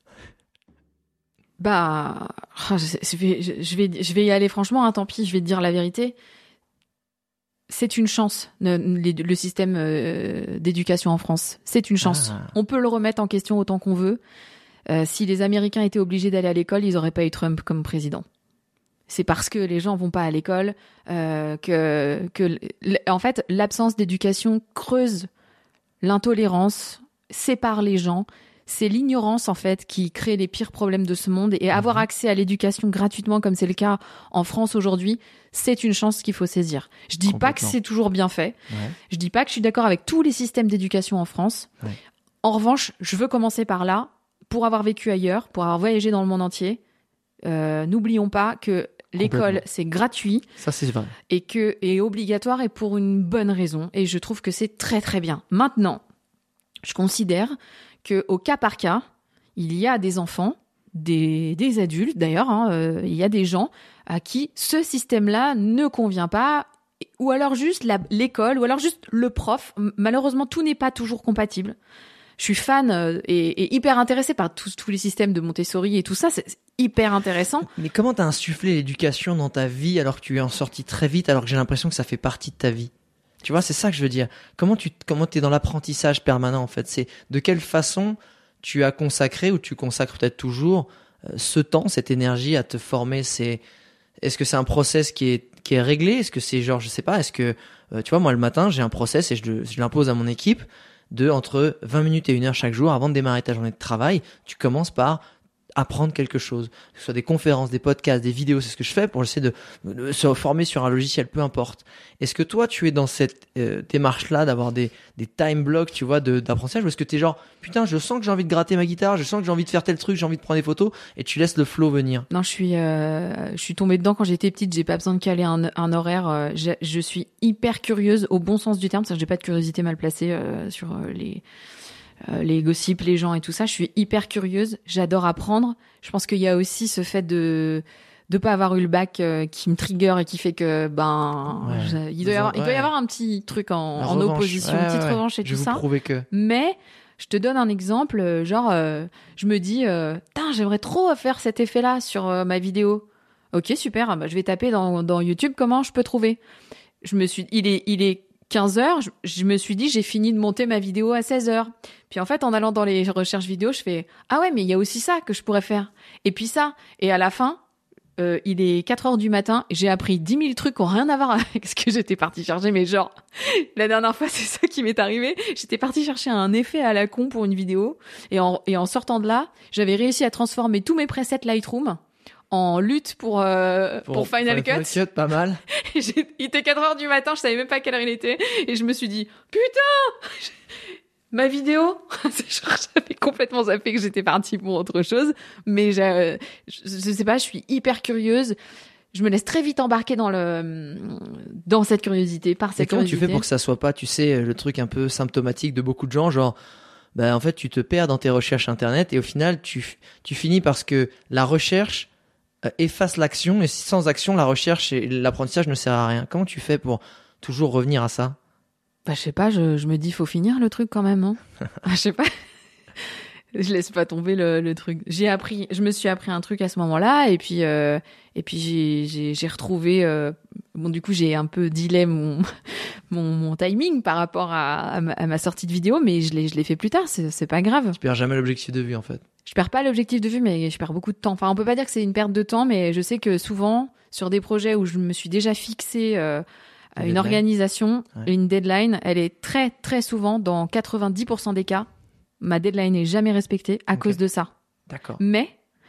Bah, ah, je, je vais, je, je vais, je vais y aller franchement. Hein, tant pis, je vais te dire la vérité. C'est une chance, le, le système euh, d'éducation en France. C'est une chance. Ah. On peut le remettre en question autant qu'on veut. Euh, si les Américains étaient obligés d'aller à l'école, ils auraient pas eu Trump comme président. C'est parce que les gens vont pas à l'école euh, que, que, l- en fait, l'absence d'éducation creuse l'intolérance, sépare les gens. C'est l'ignorance, en fait, qui crée les pires problèmes de ce monde. Et avoir accès à l'éducation gratuitement, comme c'est le cas en France aujourd'hui, c'est une chance qu'il faut saisir. Je dis pas que Complètement. c'est toujours bien fait. Ouais. Je dis pas que je suis d'accord avec tous les systèmes d'éducation en France. Ouais. En revanche, je veux commencer par là. Pour avoir vécu ailleurs, pour avoir voyagé dans le monde entier, euh, n'oublions pas que l'école, Complètement. c'est gratuit Ça c'est vrai. et que est obligatoire et pour une bonne raison. Et je trouve que c'est très très bien. Maintenant, je considère que au cas par cas, il y a des enfants, des, des adultes d'ailleurs, hein, euh, il y a des gens à qui ce système-là ne convient pas, ou alors juste la- l'école, ou alors juste le prof. M- Malheureusement, tout n'est pas toujours compatible. Je suis fan euh, et, et hyper intéressée par tous tous les systèmes de Montessori et tout ça. C'est hyper intéressant. Mais comment t'as insufflé l'éducation dans ta vie alors que tu es en sortie très vite, alors que j'ai l'impression que ça fait partie de ta vie? Tu vois, c'est ça que je veux dire. Comment tu comment t'es dans l'apprentissage permanent en fait? C'est de quelle façon tu as consacré ou tu consacres peut-être toujours euh, ce temps, cette énergie à te former? C'est est-ce que c'est un process qui est qui est réglé? Est-ce que c'est genre je sais pas? Est-ce que euh, tu vois moi le matin j'ai un process et je, le- je l'impose à mon équipe de entre vingt minutes et une heure chaque jour avant de démarrer ta journée de travail. Tu commences par apprendre quelque chose, que ce soit des conférences, des podcasts, des vidéos, c'est ce que je fais pour essayer de, de se former sur un logiciel, peu importe. Est-ce que toi, tu es dans cette euh, démarche-là d'avoir des, des time blocks, tu vois, de, d'apprentissage, ou est-ce que t'es genre, putain, je sens que j'ai envie de gratter ma guitare, je sens que j'ai envie de faire tel truc, j'ai envie de prendre des photos, et tu laisses le flow venir? Non, je suis, euh, je suis tombée dedans quand j'étais petite. J'ai pas besoin de caler un, un horaire. euh, je, je suis hyper curieuse au bon sens du terme. C'est-à-dire que j'ai pas de curiosité mal placée euh, sur euh, les euh, les gossips, les gens et tout ça. Je suis hyper curieuse. J'adore apprendre. Je pense qu'il y a aussi ce fait de de pas avoir eu le bac euh, qui me trigger et qui fait que ben Ouais. je- il doit y avoir, il doit y Ouais. avoir un petit truc en, La en revanche. opposition, Ouais, une petite ouais, ouais. revanche et Je tout vais vous ça. prouver que. Mais je te donne un exemple, euh, genre, euh, je me dis, euh, Tain, j'aimerais trop faire cet effet-là sur euh, ma vidéo. Ok, super. ah bah, je vais taper dans, dans YouTube comment je peux trouver. Je me suis, il est, il est quinze heures. Je, je me suis dit, j'ai fini de monter ma vidéo à seize heures. Puis en fait, en allant dans les recherches vidéo, je fais, ah ouais, mais il y a aussi ça que je pourrais faire. Et puis ça. Et à la fin, euh, il est quatre heures du matin. J'ai appris dix mille trucs qui ont rien à voir avec ce que j'étais partie chercher. Mais genre, la dernière fois, c'est ça qui m'est arrivé. J'étais partie chercher un effet à la con pour une vidéo. Et en, et en sortant de là, j'avais réussi à transformer tous mes presets Lightroom en lutte pour, euh, pour, Final Cut. pas mal. J'ai- Il était quatre heures du matin, je savais même pas quelle heure il était. Et je me suis dit, putain, ma vidéo. C'est genre, j'avais complètement zappé que j'étais partie pour autre chose. Mais j'ai- je, je sais pas, je suis hyper curieuse. Je me laisse très vite embarquer dans le, dans cette curiosité, par Et cette comment tu curiosité. fais pour que ça soit pas, tu sais, le truc un peu symptomatique de beaucoup de gens, genre, bah en fait tu te perds dans tes recherches internet et au final tu tu finis parce que la recherche euh, efface l'action et sans action la recherche et l'apprentissage ne sert à rien. Comment tu fais pour toujours revenir à ça? Bah, je sais pas, je, je me dis, faut finir le truc quand même, hein. Je sais pas. Je laisse pas tomber le, le truc. J'ai appris, je me suis appris un truc à ce moment-là, et puis, euh, et puis j'ai, j'ai, j'ai retrouvé, euh, bon, du coup, j'ai un peu dilé mon, mon, mon timing par rapport à, à, ma, à ma sortie de vidéo, mais je l'ai, je l'ai fait plus tard, c'est, c'est pas grave. Tu perds jamais l'objectif de vue, en fait. Je perds pas l'objectif de vue, mais je perds beaucoup de temps. Enfin, on peut pas dire que c'est une perte de temps, mais je sais que souvent, sur des projets où je me suis déjà fixé, euh, une deadline. organisation, Ouais. une deadline, elle est très très souvent, dans quatre-vingt-dix pour cent des cas, ma deadline n'est jamais respectée à Ok. cause de ça. D'accord. Mais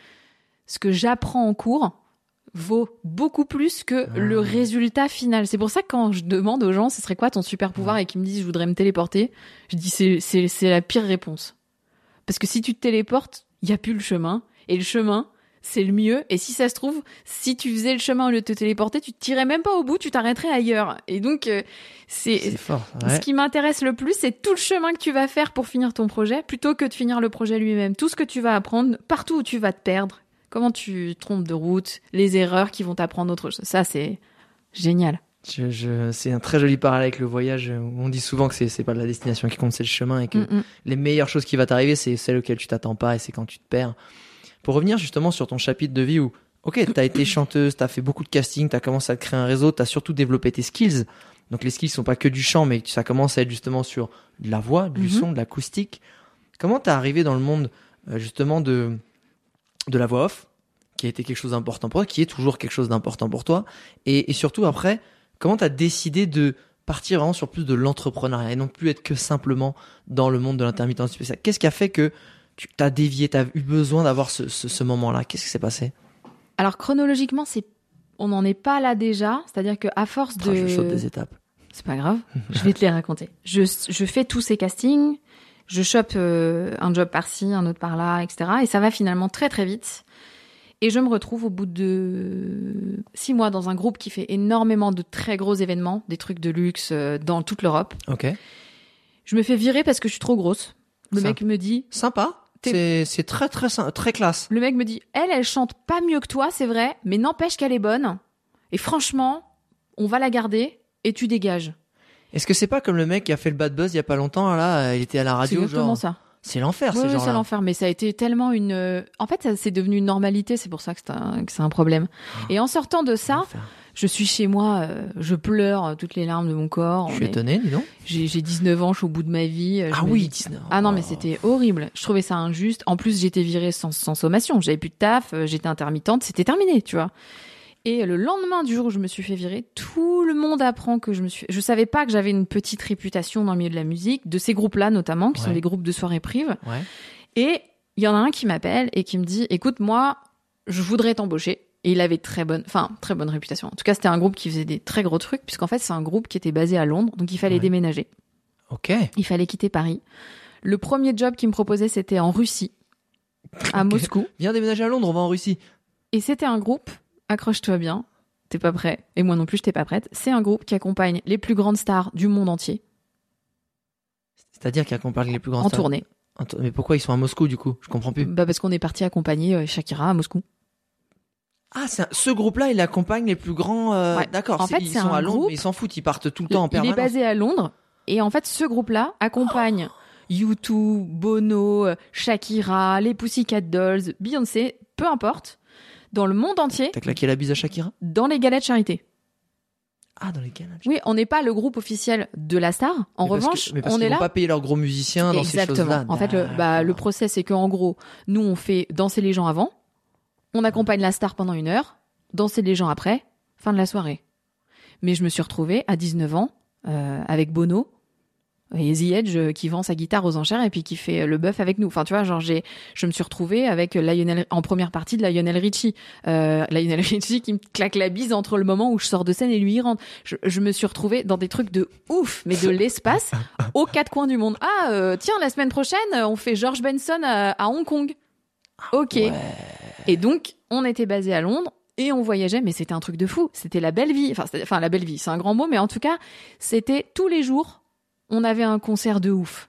ce que j'apprends en cours vaut beaucoup plus que Ah. le résultat final. C'est pour ça que quand je demande aux gens ce serait quoi ton super pouvoir Ouais. et qu'ils me disent je voudrais me téléporter, je dis c'est c'est c'est la pire réponse. Parce que si tu te téléportes, il y a plus le chemin et le chemin c'est le mieux. Et si ça se trouve, si tu faisais le chemin au lieu de te téléporter, tu te tirais même pas au bout, tu t'arrêterais ailleurs. Et donc, euh, c'est, C'est fort. ce Ouais. qui m'intéresse le plus, c'est tout le chemin que tu vas faire pour finir ton projet, plutôt que de finir le projet lui-même. Tout ce que tu vas apprendre, partout où tu vas te perdre, comment tu te trompes de route, les erreurs qui vont t'apprendre autre chose. Ça, c'est génial. Je, je, c'est un très joli parallèle avec le voyage. On dit souvent que c'est, c'est pas la destination qui compte, c'est le chemin et que Mm-mm. les meilleures choses qui vont t'arriver, c'est celles auxquelles tu t'attends pas et c'est quand tu te perds. Pour revenir justement sur ton chapitre de vie où, ok, t'as été chanteuse, t'as fait beaucoup de casting, t'as commencé à te créer un réseau, t'as surtout développé tes skills. Donc les skills sont pas que du chant, mais ça commence à être justement sur de la voix, du Mhm. son, de l'acoustique. Comment t'es arrivé dans le monde euh, justement de de la voix off, qui a été quelque chose d'important pour toi, qui est toujours quelque chose d'important pour toi, et, et surtout après, comment t'as décidé de partir vraiment sur plus de l'entrepreneuriat et non plus être que simplement dans le monde de l'intermittence du spectacle? Qu'est-ce qui a fait que tu t'as dévié, t'as eu besoin d'avoir ce, ce, ce moment-là? Qu'est-ce qui s'est passé? Alors, chronologiquement, c'est, on n'en est pas là déjà. C'est-à-dire qu'à force Ah, de... je saute des étapes. C'est pas grave, je vais te les raconter. Je, je fais tous ces castings, je chope euh, un job par-ci, un autre par-là, et cetera. Et ça va finalement très très vite. Et je me retrouve au bout de six mois dans un groupe qui fait énormément de très gros événements, des trucs de luxe euh, dans toute l'Europe. Ok. Je me fais virer parce que je suis trop grosse. Le Ça. mec me dit, Sympa. T'es- C'est, c'est très, très, sy- très classe. le mec me dit, elle, elle chante pas mieux que toi, c'est vrai, mais n'empêche qu'elle est bonne. Et franchement, on va la garder et tu dégages. Est-ce que c'est pas comme le mec qui a fait le bad buzz il y a pas longtemps, là, il était à la C'est radio, exactement genre. ça. C'est l'enfer, Oui, ces oui, gens-là. c'est l'enfer, mais ça a été tellement une. euh, En fait, ça, c'est devenu une normalité, c'est pour ça que c'est un, que c'est un problème. Et en sortant de ça, L'enfer. je suis chez moi, euh, je pleure euh, toutes les larmes de mon corps. Je On suis est- étonné, dis donc. J'ai, j'ai dix-neuf ans, je suis au bout de ma vie. euh, je Ah me oui, dis- dix-neuf. Ah non, mais Oh. c'était horrible. Je trouvais ça injuste. En plus, j'étais virée sans, sans sommation. J'avais plus de taf, euh, j'étais intermittente, c'était terminé, tu vois. Et le lendemain du jour où je me suis fait virer, tout le monde apprend que je me suis. Je savais pas que j'avais une petite réputation dans le milieu de la musique, de ces groupes-là notamment, qui Ouais. sont des groupes de soirées prives. Ouais. Et il y en a un qui m'appelle et qui me dit, écoute, moi, je voudrais t'embaucher. Et il avait très bonne, enfin, très bonne réputation. En tout cas, c'était un groupe qui faisait des très gros trucs, puisqu'en fait, c'est un groupe qui était basé à Londres, donc il fallait Ouais. déménager. Ok. Il fallait quitter Paris. Le premier job qu'il me proposait, c'était en Russie, à Ok. Moscou. Viens déménager à Londres, on va en Russie. Et c'était un groupe, accroche-toi bien, t'es pas prêt, et moi non plus, j'étais pas prête. C'est un groupe qui accompagne les plus grandes stars du monde entier C'est-à-dire qu'il accompagne les plus grands en stars. tournée. En tour- Mais pourquoi ils sont à Moscou, du coup? Je comprends plus. Bah parce qu'on est parti accompagner euh, Shakira à Moscou. Ah, c'est un- ce groupe-là, il accompagne les plus grands. euh, Ouais. D'accord. En c'est- fait, ils c'est sont un à Londres, groupe- mais ils s'en foutent. Ils partent tout le temps en Il permanence. est basé à Londres, et en fait, ce groupe-là accompagne U deux, Bono, euh, Shakira, les Pussycat Dolls, Beyoncé, peu importe, dans le monde entier, T'as claqué la bise à Shakira? dans les galas de charité. Ah, dans les galettes. Oui, on n'est pas le groupe officiel de la star. En Mais parce revanche, que- mais parce on qu'ils est vont là. pas payer leurs gros musiciens dans ces Exactement. choses-là. En fait, le, bah, le process, c'est qu'en gros, nous, on fait danser les gens avant, on accompagne la star pendant une heure, danser les gens après, fin de la soirée. Mais je me suis retrouvée à dix-neuf ans euh, avec Bono et The Edge euh, qui vend sa guitare aux enchères et puis qui fait le bœuf avec nous. Enfin, tu vois, genre j'ai, je me suis retrouvée avec Lionel en première partie de Lionel Richie, euh, Lionel Richie qui me claque la bise entre le moment où je sors de scène et lui il rentre. Je, je me suis retrouvée dans des trucs de ouf, mais de l'espace aux quatre coins du monde. Ah, euh, tiens, la semaine prochaine, on fait George Benson à, à Hong Kong. Ok. Ouais. Et donc, on était basé à Londres. Et on voyageait, mais c'était un truc de fou. C'était la belle vie. Enfin, c'était- enfin, la belle vie, c'est un grand mot, mais en tout cas, c'était tous les jours, on avait un concert de ouf.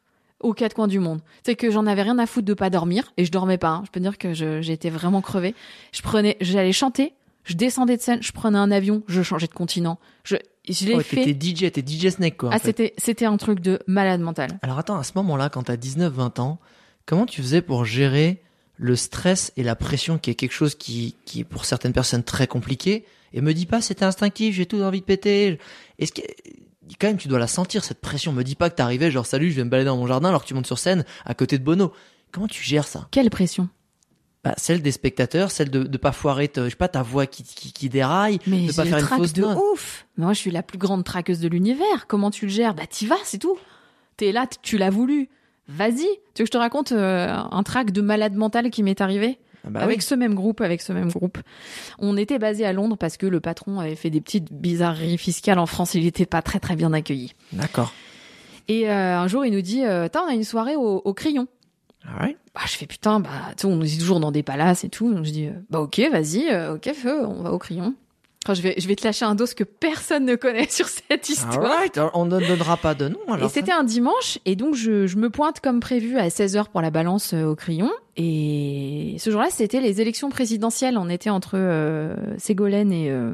aux quatre coins du monde. C'est que j'en avais rien à foutre de pas dormir et je dormais pas. Hein. Je peux dire que je, j'étais vraiment crevée. Je prenais, j'allais chanter, je descendais de scène, je prenais un avion, je changeais de continent. Je, je l'ai Oh, fait. t'étais D J, t'es D J Snake quoi. en Ah, fait. c'était, c'était un truc de malade mental. Alors attends, à ce moment-là, quand t'as dix-neuf vingt ans, comment tu faisais pour gérer le stress et la pression qui est quelque chose qui, qui est pour certaines personnes très compliqué? Et me dis pas c'était instinctif, j'ai tout envie de péter. Est-ce que quand même tu dois la sentir cette pression? Me dis pas que t'arrivais genre salut, je vais me balader dans mon jardin alors que tu montes sur scène à côté de Bono. Comment tu gères ça? Quelle pression? Bah, celle des spectateurs, celle de de pas foirer, te, je sais pas, ta voix qui qui, qui déraille, Mais de pas j'ai faire le une trac fausse de note. ouf. Mais moi, je suis la plus grande traqueuse de l'univers. Comment tu le gères? Bah, t'y vas, c'est tout. T'es là, t- tu l'as voulu. Vas-y. Tu veux que je te raconte euh, un trac de malade mental qui m'est arrivé? Ah bah avec oui. ce même groupe, avec ce même groupe. On était basé à Londres parce que le patron avait fait des petites bizarreries fiscales en France. Il était pas très très bien accueilli. D'accord. Et euh, un jour, il nous dit, euh, T'as, on a une soirée au, au Crayon. Alright. Bah, je fais putain, bah, tu sais, on est toujours dans des palaces et tout. Donc je dis, euh, bah ok, vas-y, euh, ok, feu, on va au Crayon. Enfin, je vais, je vais te lâcher un dos que personne ne connaît sur cette histoire. Alright. Alors, on ne donnera pas de nom alors. Et c'était un dimanche, et donc je, je me pointe comme prévu à seize heures pour la balance euh, au Crayon. Et ce jour-là, c'était les élections présidentielles. On était entre euh, Ségolène et, euh,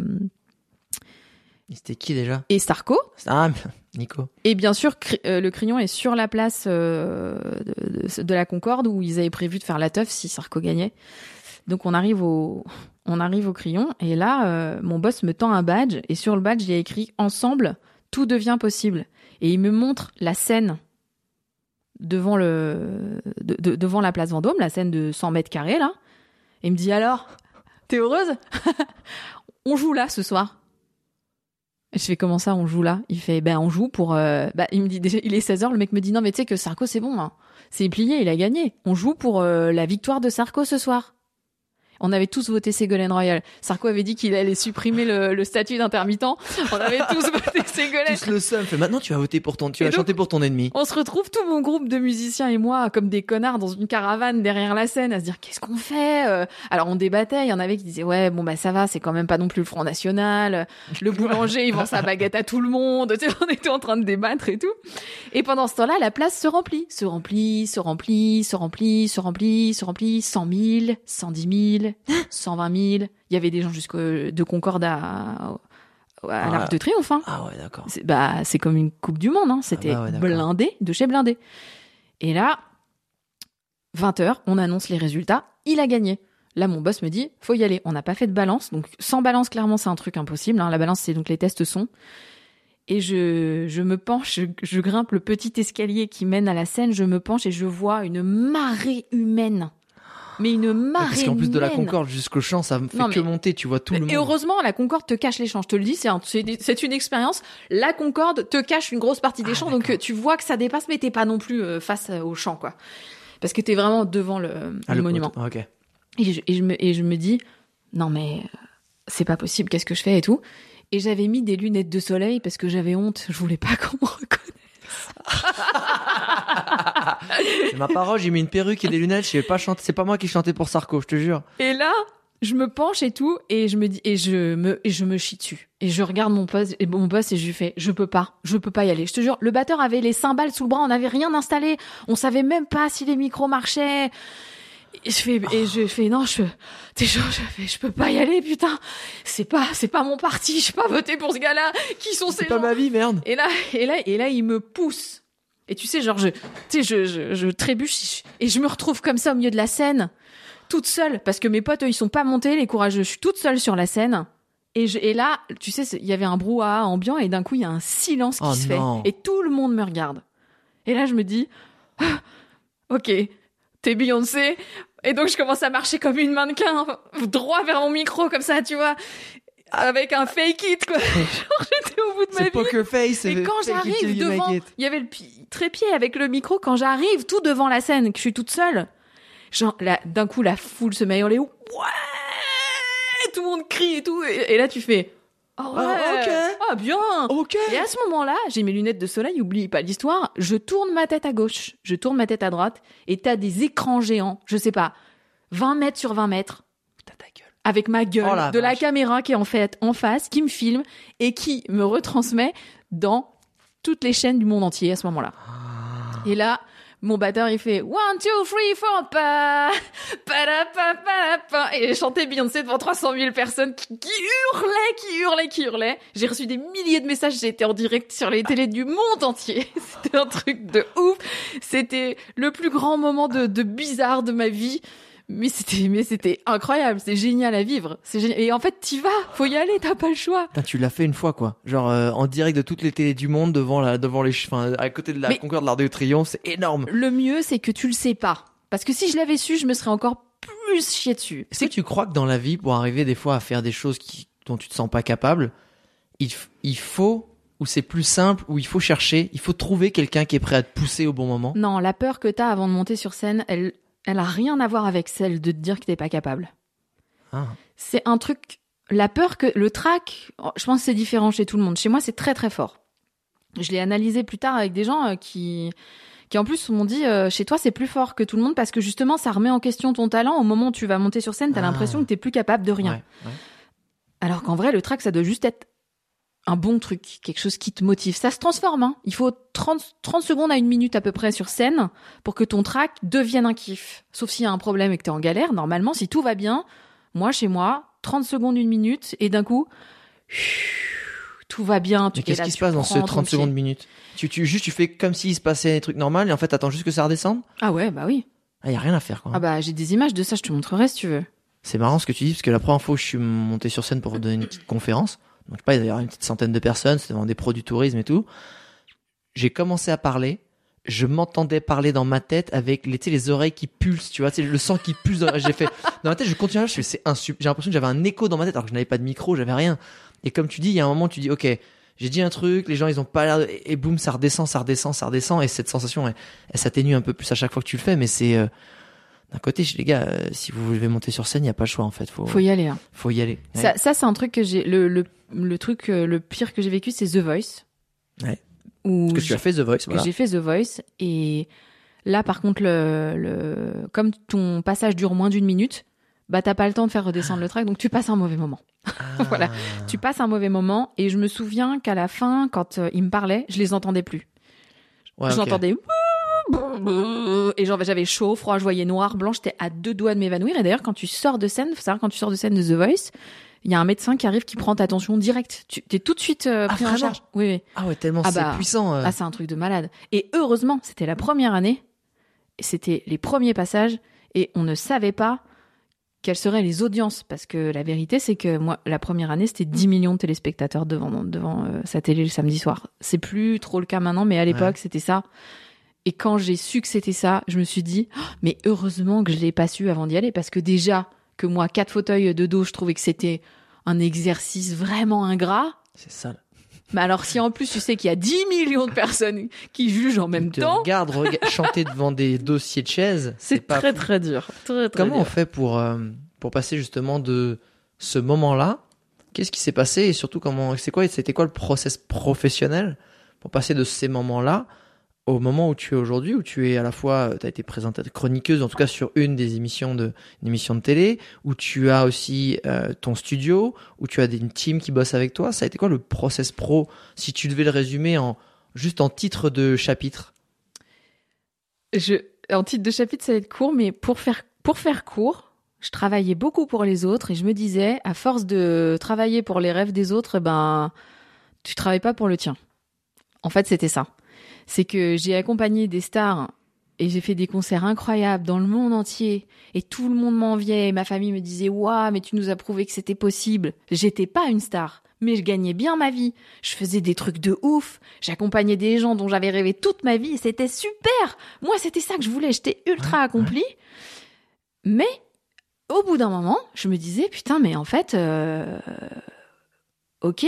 C'était qui déjà? et Sarko. Ah, Nico. Et bien sûr, cri- euh, le Crayon est sur la place euh, de, de, de la Concorde où ils avaient prévu de faire la teuf si Sarko gagnait. Donc on arrive au, on arrive au Crayon, et là, euh, mon boss me tend un badge, et sur le badge, il y a écrit « Ensemble, tout devient possible ». Et il me montre la scène devant, le, de, de, devant la place Vendôme, la scène de cent mètres carrés, là. Et il me dit « Alors, t'es heureuse ? On joue là ce soir ». Je fais comment ça, on joue là? Il fait, ben on joue pour... Euh... Bah, il me dit, déjà, il est seize heures, le mec me dit, non mais tu sais que Sarko c'est bon, hein. C'est plié, il a gagné. On joue pour euh, la victoire de Sarko ce soir. On avait tous voté Ségolène Royal. Sarko avait dit qu'il allait supprimer le, le statut d'intermittent. On avait tous voté Ségolène. Tous le seum. Fait maintenant tu vas voter pour ton, tu Et vas donc, chanter pour ton ennemi. On se retrouve, tout mon groupe de musiciens et moi, comme des connards dans une caravane derrière la scène, à se dire qu'est-ce qu'on fait. euh Alors on débattait, il y en avait qui disaient ouais bon bah ça va, c'est quand même pas non plus le Front National. Le boulanger il vend sa baguette à tout le monde. Tu sais, on était en train de débattre et tout. Et pendant ce temps-là, la place se remplit, se remplit, se remplit, se remplit, se remplit, se remplit. cent mille, cent dix mille, cent vingt mille. Il y avait des gens jusqu'au de Concorde à à l'Arc de Triomphe. Hein. Ah ouais, d'accord. C'est, bah, c'est comme une Coupe du Monde, hein. C'était Ah bah ouais, d'accord. blindé de chez blindé. Et là, vingt heures, on annonce les résultats. Il a gagné. Là, mon boss me dit, faut y aller. On n'a pas fait de balance. Donc, sans balance, clairement, c'est un truc impossible. Hein. La balance, c'est donc les tests son. Et je, je me penche, je, je grimpe le petit escalier qui mène à la scène. Je me penche et je vois une marée humaine. Mais une marée Parce qu'en plus de la humaine. Concorde jusqu'au champ, ça me fait Non, que mais- monter, tu vois tout le Et monde. heureusement, la Concorde te cache les champs. Je te le dis, c'est, un- c'est, des- c'est une expérience. La Concorde te cache une grosse partie des Ah, champs, d'accord. donc euh, tu vois que ça dépasse, mais t'es pas non plus euh, face euh, au champ, quoi. Parce que t'es vraiment devant le, Ah, le monument. Ah, ok. Et je, et, je me, et je me dis, non mais euh, c'est pas possible, qu'est-ce que je fais et tout. Et j'avais mis des lunettes de soleil parce que j'avais honte, je voulais pas qu'on me reconnaisse. C'est ma parole, j'ai mis une perruque et des lunettes, je sais pas chanter, c'est pas moi qui chantais pour Sarko, je te jure. Et là, je me penche et tout, et je me dis, et je me, et je me chie dessus. Et je regarde mon boss, et mon boss, et je lui fais, je peux pas, je peux pas y aller. Je te jure, le batteur avait les cymbales sous le bras, on n'avait rien installé, on savait même pas si les micros marchaient. Et je fais, et je fais, non, je, t'es chaud, je fais, je peux pas y aller, putain. C'est pas, c'est pas mon parti, j'ai pas voté pour ce gars-là. Qui sont ces C'est pas gens? ma vie, merde. Et là, et là, et là, il me pousse. Et tu sais, genre, je, tu sais, je, je, je trébuche et je me retrouve comme ça au milieu de la scène, toute seule, parce que mes potes, eux, ils sont pas montés, les courageux. Je suis toute seule sur la scène. Et, je, et là, tu sais, il y avait un brouhaha ambiant et d'un coup, il y a un silence qui Oh se non. fait. Et tout le monde me regarde. Et là, je me dis, ah, ok, t'es Beyoncé. Et donc, je commence à marcher comme une mannequin, droit vers mon micro, comme ça, tu vois, avec un fake it, quoi. Genre, j'étais au bout de ma C'est vie. poker face. Et c'est quand fake it till j'arrive you make devant, it. il y avait le pi- trépied avec le micro. Quand j'arrive tout devant la scène, que je suis toute seule, genre, là, d'un coup, la foule se met à hurler. Ouais! Tout le monde crie et tout. Et, et là, tu fais, ah ouais, Ah, ok. ah bien. Ok. Et à ce moment-là, j'ai mes lunettes de soleil, oublie pas l'histoire, je tourne ma tête à gauche, je tourne ma tête à droite, et t'as des écrans géants, je sais pas, vingt mètres sur vingt mètres, Putain, ta gueule. avec ma gueule, Oh la de la vache. caméra qui est en fait en face, qui me filme, et qui me retransmet dans toutes les chaînes du monde entier à ce moment-là. Et là, mon batteur il fait one two three four pa pa da pa pa da pa et j'ai chanté Beyoncé devant trois cent mille personnes qui, qui hurlaient, qui hurlaient, qui hurlaient. J'ai reçu des milliers de messages, j'ai été en direct sur les télés du monde entier. C'était un truc de ouf. C'était le plus grand moment de, de bizarre de ma vie. Mais c'était, mais c'était incroyable, c'est génial à vivre. C'est génial. Et en fait, t'y vas, faut y aller, t'as pas le choix. Putain, tu l'as fait une fois, quoi. Genre, euh, en direct de toutes les télés du monde, devant la, devant les, enfin, à côté de la Mais Concorde de l'Arc de Triomphe, c'est énorme. Le mieux, c'est que tu le sais pas. Parce que si je l'avais su, je me serais encore plus chié dessus. Est-ce que tu crois que dans la vie, pour arriver des fois à faire des choses qui, dont tu te sens pas capable, il, il faut, ou c'est plus simple, ou il faut chercher, il faut trouver quelqu'un qui est prêt à te pousser au bon moment? Non, la peur que t'as avant de monter sur scène, elle, elle a rien à voir avec celle de te dire que t'es pas capable. Ah. C'est un truc, la peur que, le trac, je pense que c'est différent chez tout le monde. Chez moi, c'est très très fort. Je l'ai analysé plus tard avec des gens qui, qui en plus m'ont dit, euh, chez toi, c'est plus fort que tout le monde parce que justement, ça remet en question ton talent. Au moment où tu vas monter sur scène, t'as Ah. l'impression que t'es plus capable de rien. Ouais, ouais. Alors qu'en vrai, le trac, ça doit juste être un bon truc, quelque chose qui te motive. Ça se transforme, hein. Il faut trente, trente secondes à une minute à peu près sur scène pour que ton track devienne un kiff. Sauf s'il y a un problème et que t'es en galère. Normalement, si tout va bien, moi, chez moi, trente secondes, une minute, et d'un coup, tout va bien. Tu Mais qu'est-ce là, qui se tu passe dans ce prends ton trente pied. secondes minutes? Tu, tu, juste, tu fais comme s'il se passait des trucs normaux et en fait, t'attends juste que ça redescende? Ah ouais, bah oui. Ah, y a rien à faire, quoi. Ah bah, j'ai des images de ça, je te montrerai si tu veux. C'est marrant ce que tu dis, parce que la première fois où je suis monté sur scène pour donner une petite conférence, donc je sais pas, il y avait une petite centaine de personnes, c'était devant des pros du tourisme et tout, j'ai commencé à parler, je m'entendais parler dans ma tête avec les, tu sais, les oreilles qui pulsent, tu vois, tu sais, le sang qui pulse. Dans... J'ai fait, dans ma tête, je continue, je fais, c'est insup... j'ai l'impression que j'avais un écho dans ma tête alors que je n'avais pas de micro, j'avais rien. Et comme tu dis, il y a un moment, tu dis, ok, j'ai dit un truc, les gens, ils ont pas l'air, de... et boum, ça redescend, ça redescend, ça redescend, et cette sensation, elle, elle s'atténue un peu plus à chaque fois que tu le fais, mais c'est, euh... d'un côté, les gars, euh, si vous voulez monter sur scène, il y a pas le choix, en fait. Faut, Faut y aller, hein. faut y aller. Ouais. Ça, ça c'est un truc que j'ai, le, le, le truc, euh, le pire que j'ai vécu, c'est The Voice. Ouais. Où Parce que tu as fait The Voice, voilà. J'ai fait The Voice et là par contre le, le comme ton passage dure moins d'une minute, bah t'as pas le temps de faire redescendre le track, donc tu passes un mauvais moment. Ah. Voilà, tu passes un mauvais moment et je me souviens qu'à la fin quand euh, ils me parlaient, je les entendais plus. Ouais, je ok. l'entendais et genre j'avais chaud, froid, je voyais noir, blanc, j'étais à deux doigts de m'évanouir. Et d'ailleurs quand tu sors de scène, faut savoir quand tu sors de scène de The Voice, il y a un médecin qui arrive qui prend ta tension direct. Tu t'es tout de suite euh, Ah, pris en vraiment charge. Oui, oui. Ah ouais, tellement Ah c'est bah, puissant. euh. Ah, c'est un truc de malade. Et heureusement, c'était la première année. Et c'était les premiers passages. Et on ne savait pas quelles seraient les audiences. Parce que la vérité, c'est que moi, la première année, c'était dix millions de téléspectateurs devant, devant euh, sa télé le samedi soir. C'est plus trop le cas maintenant, mais à l'époque, Ouais. c'était ça. Et quand j'ai su que c'était ça, je me suis dit, oh, mais heureusement que je l'ai pas su avant d'y aller. Parce que déjà, que moi, quatre fauteuils de dos, je trouvais que c'était un exercice vraiment ingrat. C'est ça. Mais alors, si en plus tu sais qu'il y a dix millions de personnes qui jugent en même Ils te temps, regarde rega- chanter devant des dossiers de chaises. c'est pas très fou. très dur. Très, très Comment on dur. fait pour euh, pour passer justement de ce moment-là? Qu'est-ce qui s'est passé et surtout comment c'est quoi c'était quoi le process professionnel pour passer de ces moments-là au moment où tu es aujourd'hui, où tu es à la fois, tu as été présentatrice, chroniqueuse, en tout cas sur une des émissions de, une émission de télé, où tu as aussi euh, ton studio, où tu as des, une team qui bosse avec toi. Ça a été quoi le process pro, si tu devais le résumer en juste en titre de chapitre? Je, en titre de chapitre, ça va être court, mais pour faire, pour faire court, je travaillais beaucoup pour les autres et je me disais, à force de travailler pour les rêves des autres, ben, tu travailles pas pour le tien. En fait, c'était ça. C'est que j'ai accompagné des stars et j'ai fait des concerts incroyables dans le monde entier et tout le monde m'enviait et ma famille me disait « Waouh, mais tu nous as prouvé que c'était possible ». J'étais pas une star, mais je gagnais bien ma vie. Je faisais des trucs de ouf. J'accompagnais des gens dont j'avais rêvé toute ma vie et c'était super. Moi, c'était ça que je voulais. J'étais ultra Ouais, accomplie. Mais au bout d'un moment, je me disais « Putain, mais en fait, euh... ok,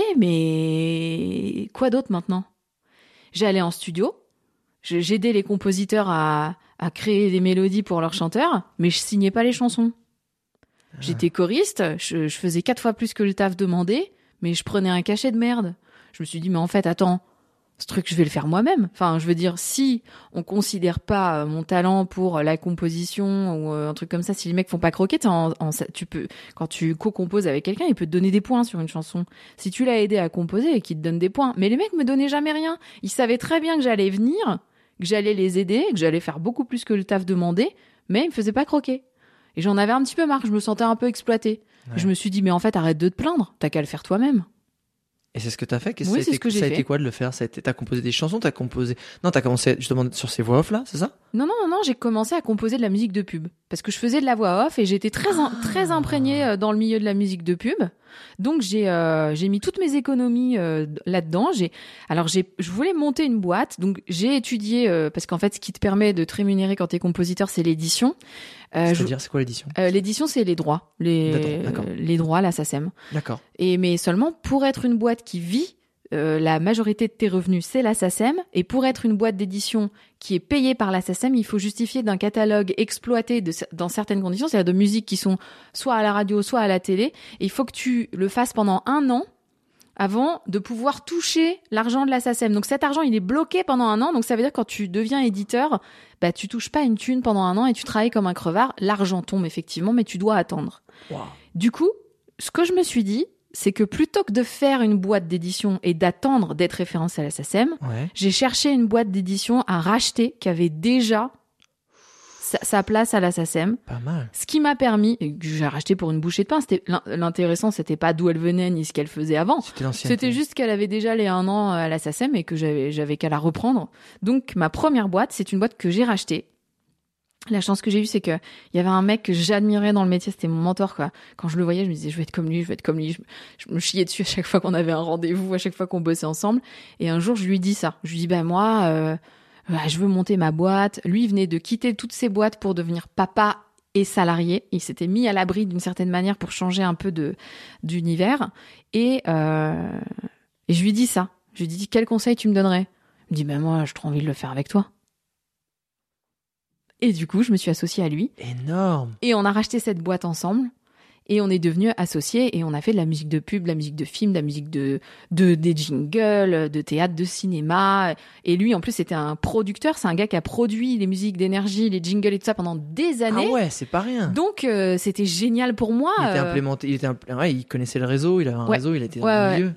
mais quoi d'autre maintenant ?» J'allais en studio, je, j'aidais les compositeurs à, à créer des mélodies pour leurs chanteurs, mais je signais pas les chansons. Ah. J'étais choriste, je, je faisais quatre fois plus que le taf demandé, mais je prenais un cachet de merde. Je me suis dit, mais en fait, attends, ce truc, je vais le faire moi-même. Enfin, je veux dire, si on considère pas mon talent pour la composition ou un truc comme ça, si les mecs font pas croquer, en, en, tu peux, quand tu co-composes avec quelqu'un, il peut te donner des points sur une chanson. Si tu l'as aidé à composer et qu'il te donne des points. Mais les mecs me donnaient jamais rien. Ils savaient très bien que j'allais venir, que j'allais les aider, que j'allais faire beaucoup plus que le taf demandé, mais ils me faisaient pas croquer. Et j'en avais un petit peu marre, je me sentais un peu exploitée. Ouais. Je me suis dit, mais en fait, arrête de te plaindre, t'as qu'à le faire toi-même. Et c'est ce que t'as fait? Qu'est-ce oui, ça c'est été, ce que j'ai ça a fait. été quoi de le faire? Ça a été, t'as composé des chansons, t'as composé, non, t'as commencé justement sur ces voix off là, c'est ça? Non, non, non, non, j'ai commencé à composer de la musique de pub. Parce que je faisais de la voix off et j'étais très, in- très imprégnée dans le milieu de la musique de pub. Donc, j'ai, euh, j'ai mis toutes mes économies euh, là-dedans. J'ai, alors, j'ai, je voulais monter une boîte. Donc, j'ai étudié, euh, parce qu'en fait, ce qui te permet de te rémunérer quand t'es compositeur, c'est l'édition. Euh, C'est-à-dire, je... c'est quoi l'édition? euh, L'édition, c'est les droits. Les, D'accord. Euh, les droits, la S A C E M. D'accord. Et, mais seulement pour être une boîte qui vit, Euh, la majorité de tes revenus, c'est la S A C E M. Et pour être une boîte d'édition qui est payée par la S A C E M, il faut justifier d'un catalogue exploité de, dans certaines conditions, c'est-à-dire de musique qui sont soit à la radio, soit à la télé. Et il faut que tu le fasses pendant un an avant de pouvoir toucher l'argent de la S A C E M. Donc cet argent, il est bloqué pendant un an. Donc ça veut dire que quand tu deviens éditeur, bah, tu touches pas une thune pendant un an et tu travailles comme un crevard. L'argent tombe effectivement, mais tu dois attendre. Wow. Du coup, ce que je me suis dit, c'est que plutôt que de faire une boîte d'édition et d'attendre d'être référencé à la S A C E M, ouais. j'ai cherché une boîte d'édition à racheter qui avait déjà sa, sa place à la S A C E M. Pas mal. Ce qui m'a permis, et que j'ai racheté pour une bouchée de pain, c'était, l'intéressant, c'était pas d'où elle venait ni ce qu'elle faisait avant. C'était l'ancienne. C'était juste qu'elle avait déjà les un an à la S A C E M et que j'avais, j'avais qu'à la reprendre. Donc, ma première boîte, c'est une boîte que j'ai rachetée. La chance que j'ai eue, c'est que il y avait un mec que j'admirais dans le métier, c'était mon mentor, quoi. Quand je le voyais, je me disais, je vais être comme lui, je vais être comme lui. Je, je me chiais dessus à chaque fois qu'on avait un rendez-vous, à chaque fois qu'on bossait ensemble. Et un jour, je lui dis ça. Je lui dis, ben, moi, euh, je veux monter ma boîte. Lui, il venait de quitter toutes ses boîtes pour devenir papa et salarié. Il s'était mis à l'abri d'une certaine manière pour changer un peu de, d'univers. Et, euh, et je lui dis ça. Je lui dis, quel conseil tu me donnerais? Il me dit, ben, moi, j'ai trop envie de le faire avec toi. Et du coup, je me suis associée à lui. Énorme. Et on a racheté cette boîte ensemble. Et on est devenus associés. Et on a fait de la musique de pub, de la musique de film, de la musique de, de, des jingles, de théâtre, de cinéma. Et lui, en plus, c'était un producteur. C'est un gars qui a produit les musiques d'énergie, les jingles et tout ça pendant des années. Ah ouais, c'est pas rien. Donc, euh, c'était génial pour moi. Il était euh... implémenté. Il était impl... ouais, il connaissait le réseau. Il avait un ouais. réseau. Il était dans ouais, le ouais. milieu.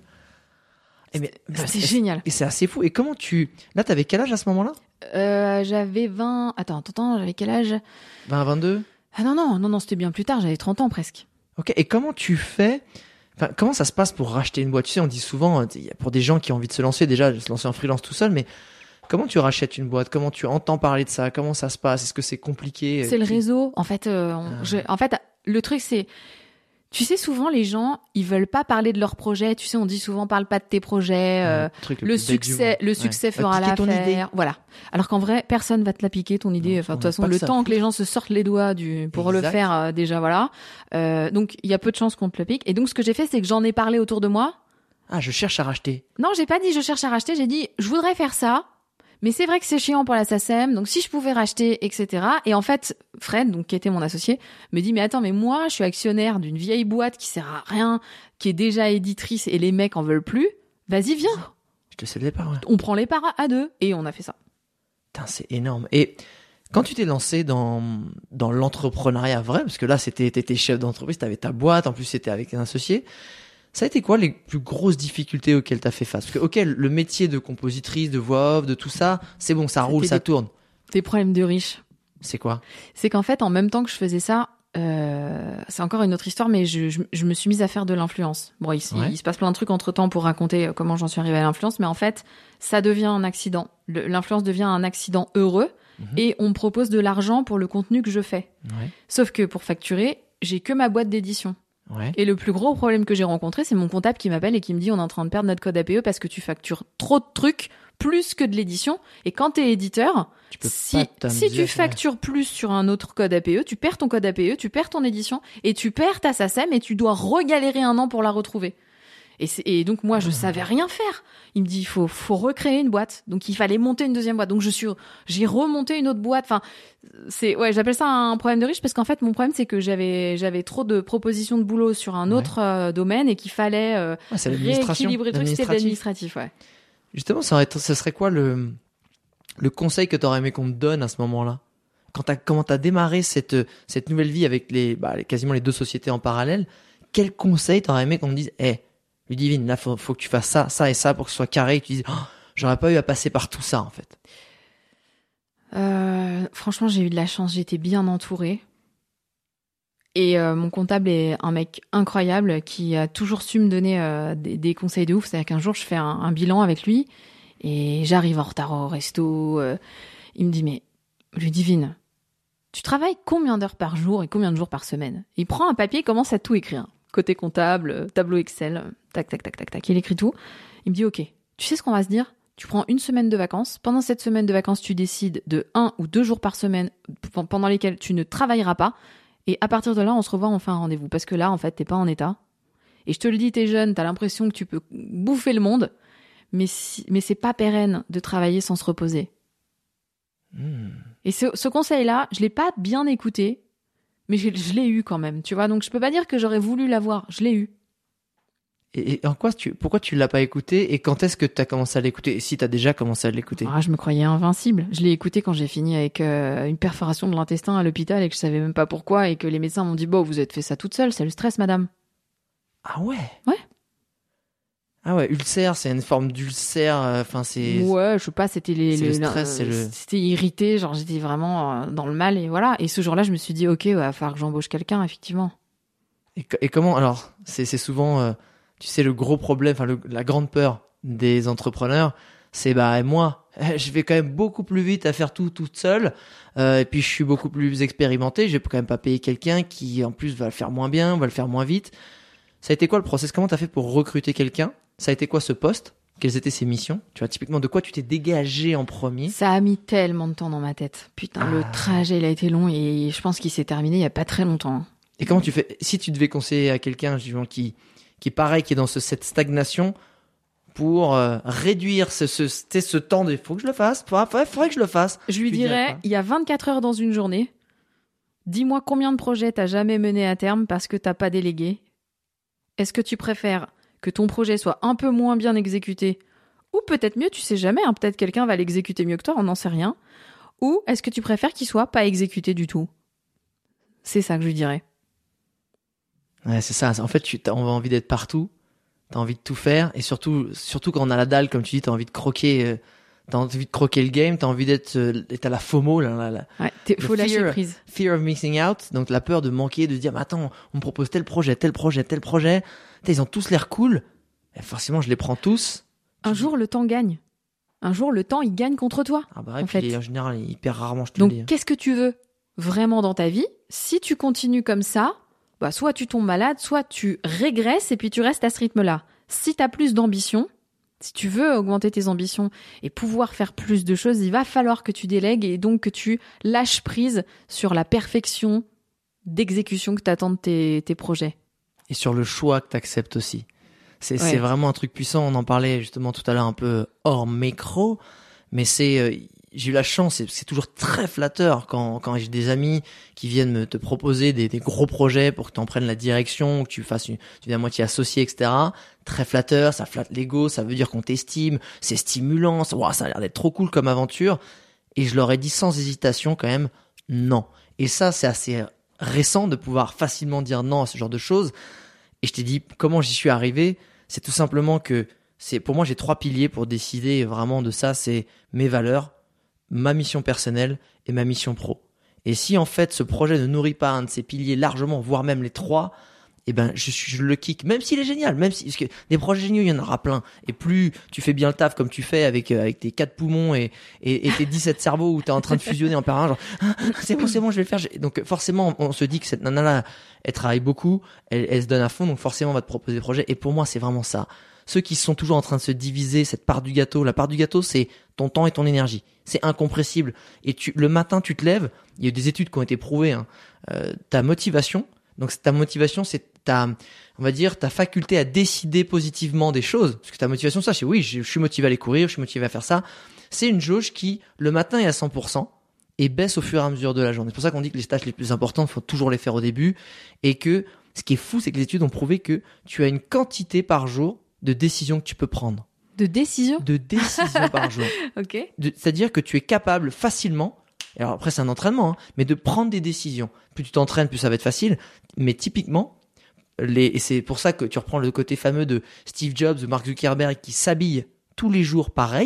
Et mais, c'était génial. Et c'est assez fou. Et comment tu... Là, t'avais quel âge à ce moment-là? Euh, j'avais vingt... Attends, attends, attends, j'avais quel âge? vingt, vingt-deux? Ah non, non, non, non, c'était bien plus tard, j'avais trente ans presque. Ok, et comment tu fais... Enfin, comment ça se passe pour racheter une boîte? Tu sais, on dit souvent, pour des gens qui ont envie de se lancer, déjà, de se lancer en freelance tout seul, mais comment tu rachètes une boîte? Comment tu entends parler de ça? Comment ça se passe? Est-ce que c'est compliqué? C'est le réseau. En fait, euh, on, ah. je, en fait, le truc, c'est... Tu sais, souvent, les gens, ils veulent pas parler de leurs projets. Tu sais, on dit souvent, parle pas de tes projets. Euh, le, truc le, le succès, le succès ouais. fera l'affaire. Voilà. Alors qu'en vrai, personne va te la piquer, ton idée. Non, enfin, de toute façon, le temps que les gens se sortent les doigts du, pour exact. le faire, euh, déjà, voilà. Euh, donc, il y a peu de chances qu'on te le pique. Et donc, ce que j'ai fait, c'est que j'en ai parlé autour de moi. Ah, je cherche à racheter. Non, j'ai pas dit je cherche à racheter. J'ai dit, je voudrais faire ça. Mais c'est vrai que c'est chiant pour la S A C E M, donc si je pouvais racheter, et cetera. Et en fait, Fred, donc qui était mon associé, me dit mais attends, mais moi, je suis actionnaire d'une vieille boîte qui sert à rien, qui est déjà éditrice et les mecs en veulent plus. Vas-y, viens. Je te sais les parts. Ouais. On prend les parts à deux et on a fait ça. Putain, c'est énorme. Et quand tu t'es lancé dans dans l'entrepreneuriat vrai, parce que là, c'était t'étais chef d'entreprise, t'avais ta boîte, en plus c'était avec un associé. Ça a été quoi les plus grosses difficultés auxquelles tu as fait face? Parce que, ok, le métier de compositrice, de voix off, de tout ça, c'est bon, ça roule, ça des, tourne. Des problèmes de riches. C'est quoi? C'est qu'en fait, en même temps que je faisais ça, euh, c'est encore une autre histoire, mais je, je, je me suis mise à faire de l'influence. Bon, il, ouais. il se passe plein de trucs entre temps pour raconter comment j'en suis arrivée à l'influence, mais en fait, ça devient un accident. Le, l'influence devient un accident heureux mmh. et on me propose de l'argent pour le contenu que je fais. Ouais. Sauf que pour facturer, j'ai que ma boîte d'édition. Ouais. Et le plus gros problème que j'ai rencontré, c'est mon comptable qui m'appelle et qui me dit on est en train de perdre notre code A P E parce que tu factures trop de trucs plus que de l'édition. Et quand t'es éditeur, tu peux si, pas si tu factures ouais. plus sur un autre code A P E, tu perds ton code A P E, tu perds ton édition et tu perds ta S A C E M et tu dois regalérer un an pour la retrouver. Et, c'est, et donc moi je savais rien faire. Il me dit il faut faut recréer une boîte. Donc il fallait monter une deuxième boîte. Donc je suis j'ai remonté une autre boîte. Enfin c'est ouais j'appelle ça un problème de riche parce qu'en fait mon problème c'est que j'avais j'avais trop de propositions de boulot sur un autre ouais. euh, domaine et qu'il fallait euh, ouais, rééquilibrer le truc. C'était de l'administratif ouais. Justement ça, aurait, ça serait quoi le le conseil que t'aurais aimé qu'on te donne à ce moment-là? Quand t'as comment t'as démarré cette cette nouvelle vie avec les bah quasiment les deux sociétés en parallèle? Quel conseil t'aurais aimé qu'on te dise eh hey, Ludivine, là, faut, faut que tu fasses ça, ça et ça pour que ce soit carré et que tu dises, oh, j'aurais pas eu à passer par tout ça, en fait. Euh, franchement, j'ai eu de la chance, j'étais bien entourée. Et euh, mon comptable est un mec incroyable qui a toujours su me donner euh, des, des conseils de ouf. C'est-à-dire qu'un jour, je fais un, un bilan avec lui et j'arrive en retard au resto. Euh, il me dit, mais Ludivine, tu travailles combien d'heures par jour et combien de jours par semaine? Il prend un papier, il commence à tout écrire. Côté comptable, tableau Excel, tac, tac, tac, tac, tac. Il écrit tout. Il me dit, ok, tu sais ce qu'on va se dire? Tu prends une semaine de vacances. Pendant cette semaine de vacances, tu décides de un ou deux jours par semaine pendant lesquels tu ne travailleras pas. Et à partir de là, on se revoit, on fait un rendez-vous. Parce que là, en fait, t'es pas en état. Et je te le dis, t'es jeune, t'as l'impression que tu peux bouffer le monde. Mais, si, mais c'est pas pérenne de travailler sans se reposer. Mmh. Et ce, ce conseil-là, je l'ai pas bien écouté, mais je, je l'ai eu quand même, tu vois. Donc je peux pas dire que j'aurais voulu l'avoir, je l'ai eu. Et, et en quoi tu, pourquoi tu l'as pas écouté et quand est-ce que tu as commencé à l'écouter? Et si tu as déjà commencé à l'écouter? Ah, je me croyais invincible. Je l'ai écouté quand j'ai fini avec euh, une perforation de l'intestin à l'hôpital et que je savais même pas pourquoi et que les médecins m'ont dit, bon, vous êtes fait ça toute seule, c'est le stress, madame. Ah ouais? Ouais. Ah ouais, ulcère, c'est une forme d'ulcère, enfin euh, c'est... Ouais, je sais pas, c'était les... C'est le, le stress, euh, c'est le... C'était irrité, genre j'étais vraiment euh, dans le mal et voilà. Et ce jour-là, je me suis dit, ok, il va falloir que j'embauche quelqu'un, effectivement. Et, et comment, alors, c'est, c'est souvent, euh, tu sais, le gros problème, enfin la grande peur des entrepreneurs, c'est bah moi, je vais quand même beaucoup plus vite à faire tout toute seule, euh, et puis je suis beaucoup plus expérimenté, je vais quand même pas payer quelqu'un qui en plus va le faire moins bien, va le faire moins vite. Ça a été quoi le process? Comment t'as fait pour recruter quelqu'un? Ça a été quoi ce poste? Quelles étaient ses missions? Tu vois, typiquement, de quoi tu t'es dégagé en premier? Ça a mis tellement de temps dans ma tête. Putain, ah. Le trajet, il a été long et je pense qu'il s'est terminé il y a pas très longtemps. Et comment tu fais? Si tu devais conseiller à quelqu'un, justement, qui, qui est pareil, qui est dans ce, cette stagnation, pour euh, réduire ce, ce, ce, ce temps de, faut que je le fasse, faudrait, faudrait que je le fasse. Je lui dirais, il y a vingt-quatre heures dans une journée. Dis-moi combien de projets t'as jamais mené à terme parce que t'as pas délégué. Est-ce que tu préfères que ton projet soit un peu moins bien exécuté, ou peut-être mieux, tu sais jamais, hein, peut-être quelqu'un va l'exécuter mieux que toi, on n'en sait rien, ou est-ce que tu préfères qu'il soit pas exécuté du tout? C'est ça que je lui dirais. Ouais, c'est ça. En fait, tu as envie d'être partout, t'as envie de tout faire, et surtout, surtout quand on a la dalle, comme tu dis, t'as envie de croquer, euh, t'as envie de croquer le game, t'as envie d'être, euh, t'as la FOMO, là, là, là. Ouais, faut lâcher prise. Fear of missing out, donc la peur de manquer, de se dire, mais attends, on me propose tel projet, tel projet, tel projet. Ils ont tous l'air cool. Et forcément, je les prends tous. Un jour, le temps gagne. Un jour, le temps, il gagne contre toi. Ah bah, et puis, fait. En général, il perd rarement, je te Donc, le dis. qu'est-ce que tu veux vraiment dans ta vie? Si tu continues comme ça, bah, soit tu tombes malade, soit tu régresses et puis tu restes à ce rythme-là. Si tu as plus d'ambition, si tu veux augmenter tes ambitions et pouvoir faire plus de choses, il va falloir que tu délègues et donc que tu lâches prise sur la perfection d'exécution que t'attends de tes, tes projets. Et sur le choix que t'acceptes aussi. C'est, ouais. c'est vraiment un truc puissant. On en parlait justement tout à l'heure un peu hors micro, mais c'est, euh, j'ai eu la chance, c'est, c'est toujours très flatteur quand, quand j'ai des amis qui viennent me te proposer des, des gros projets pour que tu en prennes la direction, que tu fasses une, tu es à moitié associé, et cetera. Très flatteur, ça flatte l'ego, ça veut dire qu'on t'estime, c'est stimulant, ça, wow, ça a l'air d'être trop cool comme aventure. Et je leur ai dit sans hésitation quand même, non. Et ça, c'est assez récent de pouvoir facilement dire non à ce genre de choses. Et je t'ai dit comment j'y suis arrivé. C'est tout simplement que c'est, pour moi, j'ai trois piliers pour décider vraiment de ça. C'est mes valeurs, ma mission personnelle et ma mission pro. Et si en fait ce projet ne nourrit pas un de ces piliers largement, voire même les trois, eh ben je, je le kick, même s'il est génial, même si, parce que des projets géniaux il y en aura plein. Et plus tu fais bien le taf comme tu fais avec euh, avec tes quatre poumons et et, et tes dix-sept cerveaux où t'es en train de fusionner en permanence, genre ah, c'est bon c'est bon je vais le faire. Donc forcément on se dit que cette nana là elle travaille beaucoup, elle, elle se donne à fond, donc forcément on va te proposer des projets. Et pour moi c'est vraiment ça. Ceux qui sont toujours en train de se diviser cette part du gâteau, la part du gâteau c'est ton temps et ton énergie. C'est incompressible. Et tu le matin tu te lèves, il y a eu des études qui ont été prouvées, hein, euh, ta motivation. Donc ta motivation, c'est ta, on va dire, ta faculté à décider positivement des choses. Parce que ta motivation, ça, c'est oui, je, je suis motivé à aller courir, je suis motivé à faire ça. C'est une jauge qui, le matin, est à cent pour cent et baisse au fur et à mesure de la journée. C'est pour ça qu'on dit que les tâches les plus importantes, il faut toujours les faire au début. Et que ce qui est fou, c'est que les études ont prouvé que tu as une quantité par jour de décisions que tu peux prendre. De décisions? De décisions par jour. Ok. De, c'est-à-dire que tu es capable facilement. Alors après c'est un entraînement, hein, mais de prendre des décisions. Plus tu t'entraînes, plus ça va être facile. Mais typiquement, les, et c'est pour ça que tu reprends le côté fameux de Steve Jobs, de Mark Zuckerberg qui s'habillent tous les jours pareil.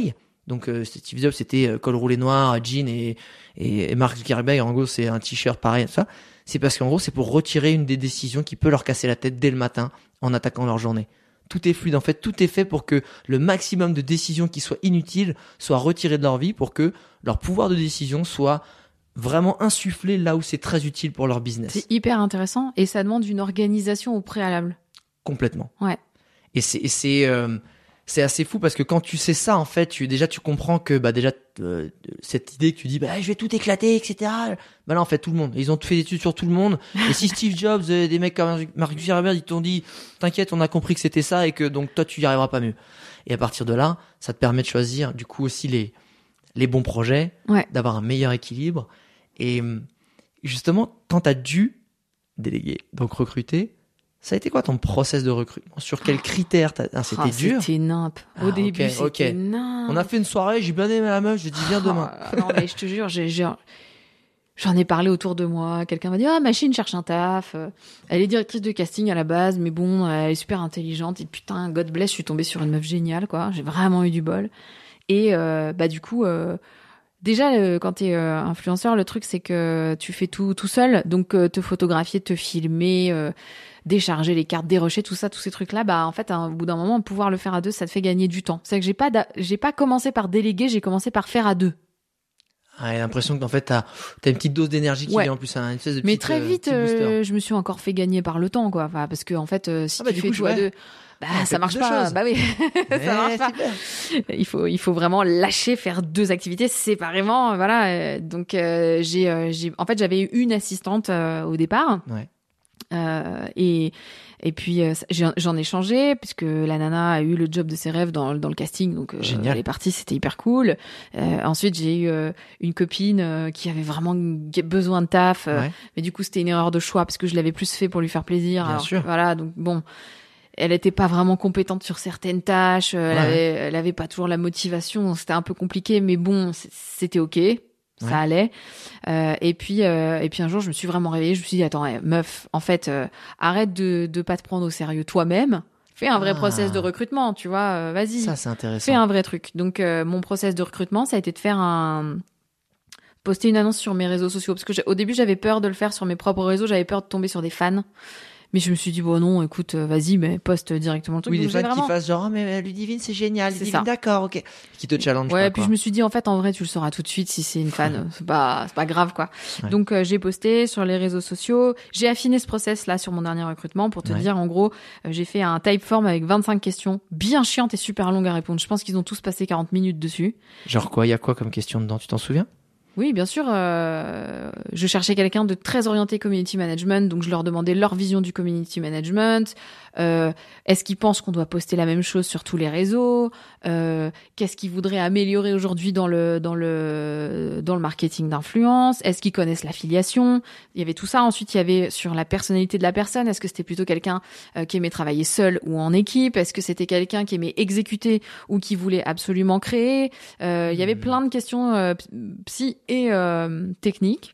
Donc euh, Steve Jobs, c'était euh, col roulé noir, jean et, et, et Mark Zuckerberg, en gros, c'est un t-shirt pareil, ça. C'est parce qu'en gros, c'est pour retirer une des décisions qui peut leur casser la tête dès le matin en attaquant leur journée. Tout est fluide. En fait, tout est fait pour que le maximum de décisions qui soient inutiles soient retirées de leur vie pour que leur pouvoir de décision soit vraiment insufflé là où c'est très utile pour leur business. C'est hyper intéressant et ça demande une organisation au préalable. Complètement. Ouais. Et c'est, et c'est, euh, c'est assez fou parce que quand tu sais ça, en fait, tu, déjà, tu comprends que, bah, déjà, euh, cette idée que tu dis, bah, je vais tout éclater, et cetera. Bah, là, en fait, tout le monde. Ils ont fait des études sur tout le monde. Et si Steve Jobs, euh, des mecs comme Mark Zuckerberg, ils t'ont dit, t'inquiète, on a compris que c'était ça et que, donc, toi, tu y arriveras pas mieux. Et à partir de là, ça te permet de choisir, du coup, aussi les, les bons projets, ouais. d'avoir un meilleur équilibre. Et, justement, quand t'as dû déléguer, donc recruter, ça a été quoi ton process de recrutement? Sur quels critères t'as... ah, c'était ah, dur. C'était nimp. Au ah, début, okay, c'était okay. nimp. On a fait une soirée, j'ai bien aimé la meuf, j'ai dit viens demain. Oh, non, mais je te jure, j'ai, j'ai, j'en ai parlé autour de moi. Quelqu'un m'a dit, ah, Machine cherche un taf. Elle est directrice de casting à la base, mais bon, elle est super intelligente. Et putain, God bless, je suis tombée sur une meuf géniale, quoi. J'ai vraiment eu du bol. Et, euh, bah, du coup, euh, déjà, euh, quand t'es euh, influenceur, le truc, c'est que tu fais tout tout seul. Donc, euh, te photographier, te filmer, euh, décharger les cartes, dérocher, tout ça, tous ces trucs-là, bah, en fait, à un bout d'un moment, pouvoir le faire à deux, ça te fait gagner du temps. C'est que j'ai pas, d'a- j'ai pas commencé par déléguer, j'ai commencé par faire à deux. Ah, j'ai l'impression que en fait, t'as, t'as une petite dose d'énergie qui ouais. vient en plus, une espèce de Mais petite, très vite, euh, petit euh, je me suis encore fait gagner par le temps, quoi. Enfin, parce que, en fait, euh, si ah bah, tu du fais coup, tout ouais. à deux, bah, ah, ça marche pas. Choses. Bah oui, ça eh, marche pas. Super. Il faut, il faut vraiment lâcher, faire deux activités séparément, voilà. Euh, Donc, euh, j'ai, euh, j'ai, en fait, j'avais eu une assistante euh, au départ. Ouais. Euh, et et puis euh, j'en ai changé puisque la nana a eu le job de ses rêves dans dans le casting, donc euh, Génial. Elle est partie, c'était hyper cool. Euh, ensuite j'ai eu euh, une copine euh, qui avait vraiment besoin de taf, euh, ouais. mais du coup c'était une erreur de choix parce que je l'avais plus fait pour lui faire plaisir. Bien alors, sûr. Voilà, donc bon. Elle était pas vraiment compétente sur certaines tâches, elle ouais. avait elle avait pas toujours la motivation, c'était un peu compliqué, mais bon c'était ok. Ça ouais. allait. Euh, et puis, euh, et puis un jour, je me suis vraiment réveillée. Je me suis dit, attends, meuf, en fait, euh, arrête de de pas te prendre au sérieux toi-même. Fais un vrai ah. process de recrutement, tu vois. Euh, vas-y. Ça, c'est intéressant. Fais un vrai truc. Donc, euh, mon process de recrutement, ça a été de faire un poster une annonce sur mes réseaux sociaux parce que au début, j'avais peur de le faire sur mes propres réseaux. J'avais peur de tomber sur des fans. Mais je me suis dit, bon, non, écoute, vas-y, mais poste directement le truc. Oui, des fans vraiment... qui fassent genre, oh, mais Ludivine, c'est génial. C'est Ludivine, d'accord, ok. Qui te challenge. Ouais, pas, puis quoi. je me suis dit, en fait, en vrai, tu le sauras tout de suite si c'est une fan. c'est pas, c'est pas grave, quoi. Ouais. Donc, euh, j'ai posté sur les réseaux sociaux. J'ai affiné ce process là sur mon dernier recrutement pour te ouais. dire, en gros, euh, j'ai fait un typeform avec vingt-cinq questions, bien chiantes et super longues à répondre. Je pense qu'ils ont tous passé quarante minutes dessus. Genre quoi? Il y a quoi comme question dedans? Tu t'en souviens? Oui, bien sûr. Euh, je cherchais quelqu'un de très orienté community management, donc je leur demandais leur vision du community management. Euh, est-ce qu'ils pensent qu'on doit poster la même chose sur tous les réseaux? euh, Qu'est-ce qu'ils voudraient améliorer aujourd'hui dans le dans le dans le marketing d'influence? Est-ce qu'ils connaissent l'affiliation? Il y avait tout ça. Ensuite, il y avait sur la personnalité de la personne. Est-ce que c'était plutôt quelqu'un euh, qui aimait travailler seul ou en équipe? Est-ce que c'était quelqu'un qui aimait exécuter ou qui voulait absolument créer? euh, Il y avait plein de questions euh, psy et euh, techniques.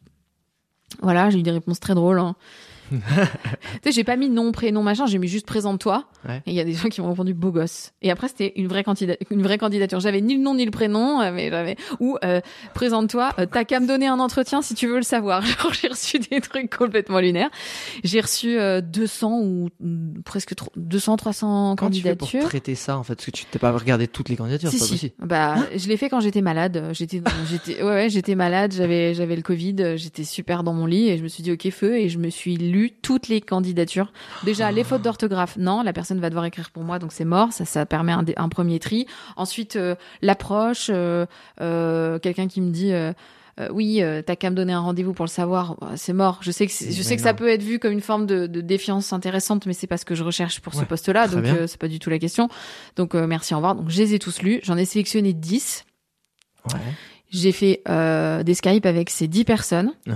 Voilà, j'ai eu des réponses très drôles. Hein. Tu sais, j'ai pas mis nom, prénom, machin, j'ai mis juste présente-toi. Ouais. Et il y a des gens qui m'ont répondu beau gosse. Et après, c'était une vraie candidate, une vraie candidature. J'avais ni le nom ni le prénom, mais j'avais, ou, euh, présente-toi, euh, t'as qu'à me donner un entretien si tu veux le savoir. Genre, j'ai reçu des trucs complètement lunaires. J'ai reçu, euh, deux cents ou, mm, presque deux cents, trois cents Quand candidatures. Tu fais pour traiter ça, en fait, parce que tu t'es pas regardé toutes les candidatures, si, c'est pas si. possible. Bah, hein? Je l'ai fait quand j'étais malade. J'étais, j'étais, ouais, ouais, j'étais malade, j'avais, j'avais le Covid, j'étais super dans mon lit et je me suis dit, ok, feu, et je me suis lu toutes les candidatures. Déjà, les fautes d'orthographe, non, la personne va devoir écrire pour moi, donc c'est mort. Ça, ça permet un, un premier tri. Ensuite, euh, l'approche, euh, euh, quelqu'un qui me dit, euh, euh, oui, euh, t'as qu'à me donner un rendez-vous pour le savoir. C'est mort. Je sais que c'est, je sais que ça peut être vu comme une forme de, de défiance intéressante, mais c'est pas ce que je recherche pour ouais, ce poste-là, donc euh, c'est pas du tout la question. Donc euh, merci, au revoir. Donc je les ai tous lus. J'en ai sélectionné dix. Ouais. J'ai fait euh, des Skype avec ces dix personnes. Uh-huh.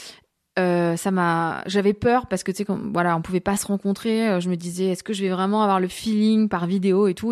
Euh, ça m'a, j'avais peur parce que tu sais, comme voilà, on pouvait pas se rencontrer. Je me disais, est-ce que je vais vraiment avoir le feeling par vidéo et tout? Et en fait,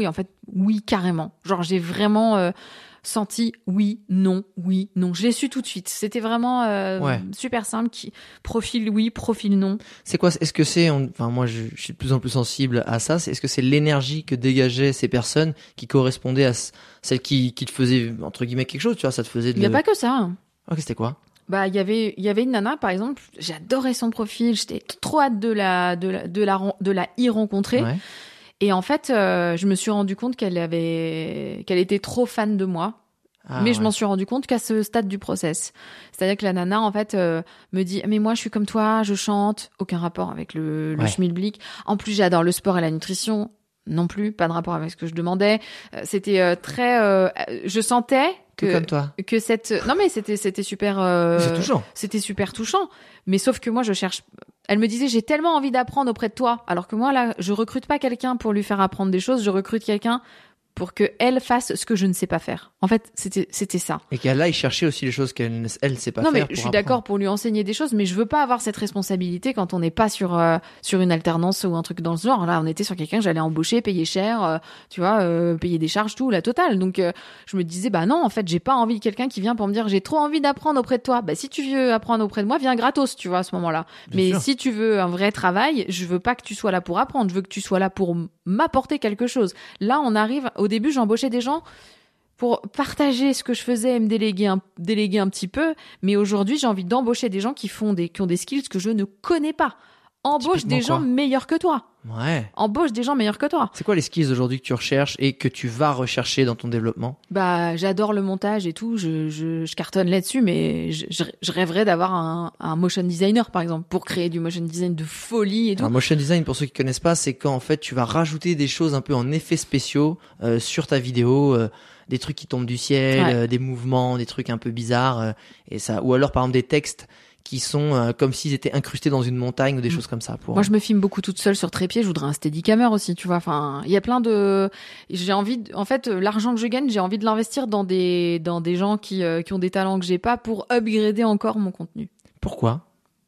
oui, carrément. Genre, j'ai vraiment euh, senti oui, non, oui, non. Je l'ai su tout de suite. C'était vraiment euh, Ouais. super simple. Qui... Profil oui, profil non. C'est quoi? Est-ce que c'est, on- enfin moi je, je suis de plus en plus sensible à ça. C'est, est-ce que c'est l'énergie que dégageaient ces personnes qui correspondait à c- celle qui, qui te faisait entre guillemets quelque chose, tu vois, ça te faisait de. Il n'y a pas que ça. Hein. Ok, c'était quoi? Bah, il y avait, il y avait une nana, par exemple, j'adorais son profil, j'étais trop hâte de la, de la, de la, ren- de la y rencontrer. Ouais. Et en fait, euh, je me suis rendu compte qu'elle avait, qu'elle était trop fan de moi. Ah, mais je ouais. m'en suis rendu compte qu'à ce stade du process. C'est-à-dire que la nana, en fait, euh, me dit, mais moi, je suis comme toi, je chante. Aucun rapport avec le, le Ouais. schmilblick. En plus, j'adore le sport et la nutrition. Non plus, pas de rapport avec ce que je demandais. Euh, C'était euh, très, euh, je sentais Tout que comme toi. que cette, non mais c'était c'était super. euh, C'est touchant. C'était super touchant. Mais sauf que moi, je cherche. Elle me disait, j'ai tellement envie d'apprendre auprès de toi. Alors que moi, là, je recrute pas quelqu'un pour lui faire apprendre des choses. Je recrute quelqu'un pour que elle fasse ce que je ne sais pas faire. En fait, c'était c'était ça. Et qu'elle aille chercher aussi les choses qu'elle ne elle sait pas non, faire. mais pour je suis apprendre. d'accord pour lui enseigner des choses, mais je veux pas avoir cette responsabilité quand on n'est pas sur euh, sur une alternance ou un truc dans ce genre. Là, on était sur quelqu'un que j'allais embaucher, payer cher, euh, tu vois, euh, payer des charges, tout, la totale. Donc, euh, je me disais, bah non, en fait, j'ai pas envie de quelqu'un qui vient pour me dire, j'ai trop envie d'apprendre auprès de toi. Bah, si tu veux apprendre auprès de moi, viens gratos, tu vois, à ce moment-là. Bien mais sûr. si tu veux un vrai travail, je veux pas que tu sois là pour apprendre, je veux que tu sois là pour m- m'apporter quelque chose. Là, on arrive, au début, j'embauchais des gens pour partager ce que je faisais et me déléguer un, déléguer un petit peu. Mais aujourd'hui, j'ai envie d'embaucher des gens qui font des, qui ont des skills que je ne connais pas. Embauche Typiquement des gens quoi meilleurs que toi. Ouais. Embauche des gens meilleurs que toi. C'est quoi les skills aujourd'hui que tu recherches et que tu vas rechercher dans ton développement? Bah, j'adore le montage et tout. Je, je, je cartonne là-dessus, mais je, je, je rêverais d'avoir un, un motion designer, par exemple, pour créer du motion design de folie et tout. Alors, motion design, pour ceux qui connaissent pas, c'est quand en fait tu vas rajouter des choses un peu en effets spéciaux euh, sur ta vidéo, euh, des trucs qui tombent du ciel, Ouais. euh, des mouvements, des trucs un peu bizarres, euh, et ça, ou alors par exemple des textes qui sont euh, comme s'ils étaient incrustés dans une montagne ou des Mm. choses comme ça. Pour Moi, je me filme beaucoup toute seule sur trépied. Je voudrais un steadicammer aussi, tu vois. Enfin, il y a plein de. J'ai envie. De... En fait, l'argent que je gagne, j'ai envie de l'investir dans des dans des gens qui euh, qui ont des talents que j'ai pas pour upgrader encore mon contenu. Pourquoi